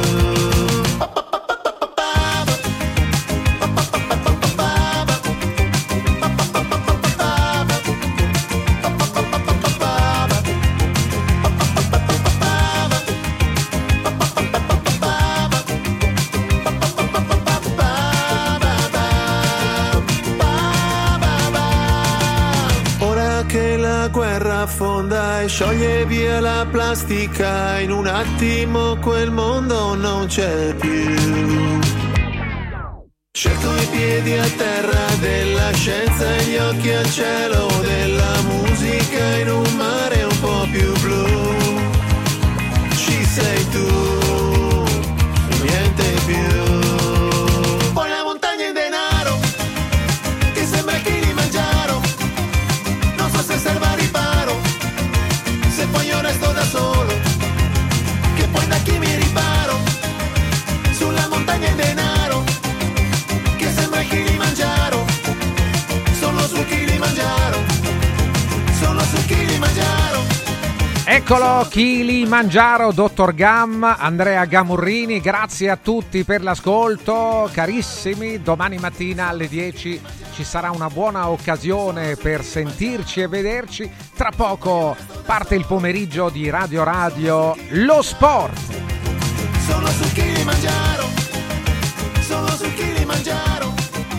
Affonda e scioglie via la plastica, in un attimo quel mondo non c'è più. Cerco i piedi a terra della scienza e gli occhi al cielo della musica, in un mare un po' più blu. Ci sei tu, niente più. Poi la montagna in denaro, che sembra Kilimangiaro, non so se serva a riparo, se poi io resto da solo, che poi da chi mi riparo, sulla montagna in denaro, che sembra Kilimangiaro, sono sul Kilimangiaro, sono sul Kilimangiaro. Eccolo Kilimangiaro, Dottor Gam, Andrea Gamurrini, grazie a tutti per l'ascolto, carissimi. Domani mattina alle 10 ci sarà una buona occasione per sentirci e vederci. Tra poco parte il pomeriggio di Radio Radio, lo sport. Sono sul Kilimangiaro, sono sul Kilimangiaro,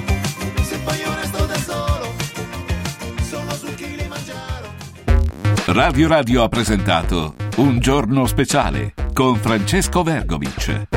se poi io resto da solo, sono sul Kilimangiaro. Radio Radio ha presentato Un giorno speciale con Francesco Vergovic.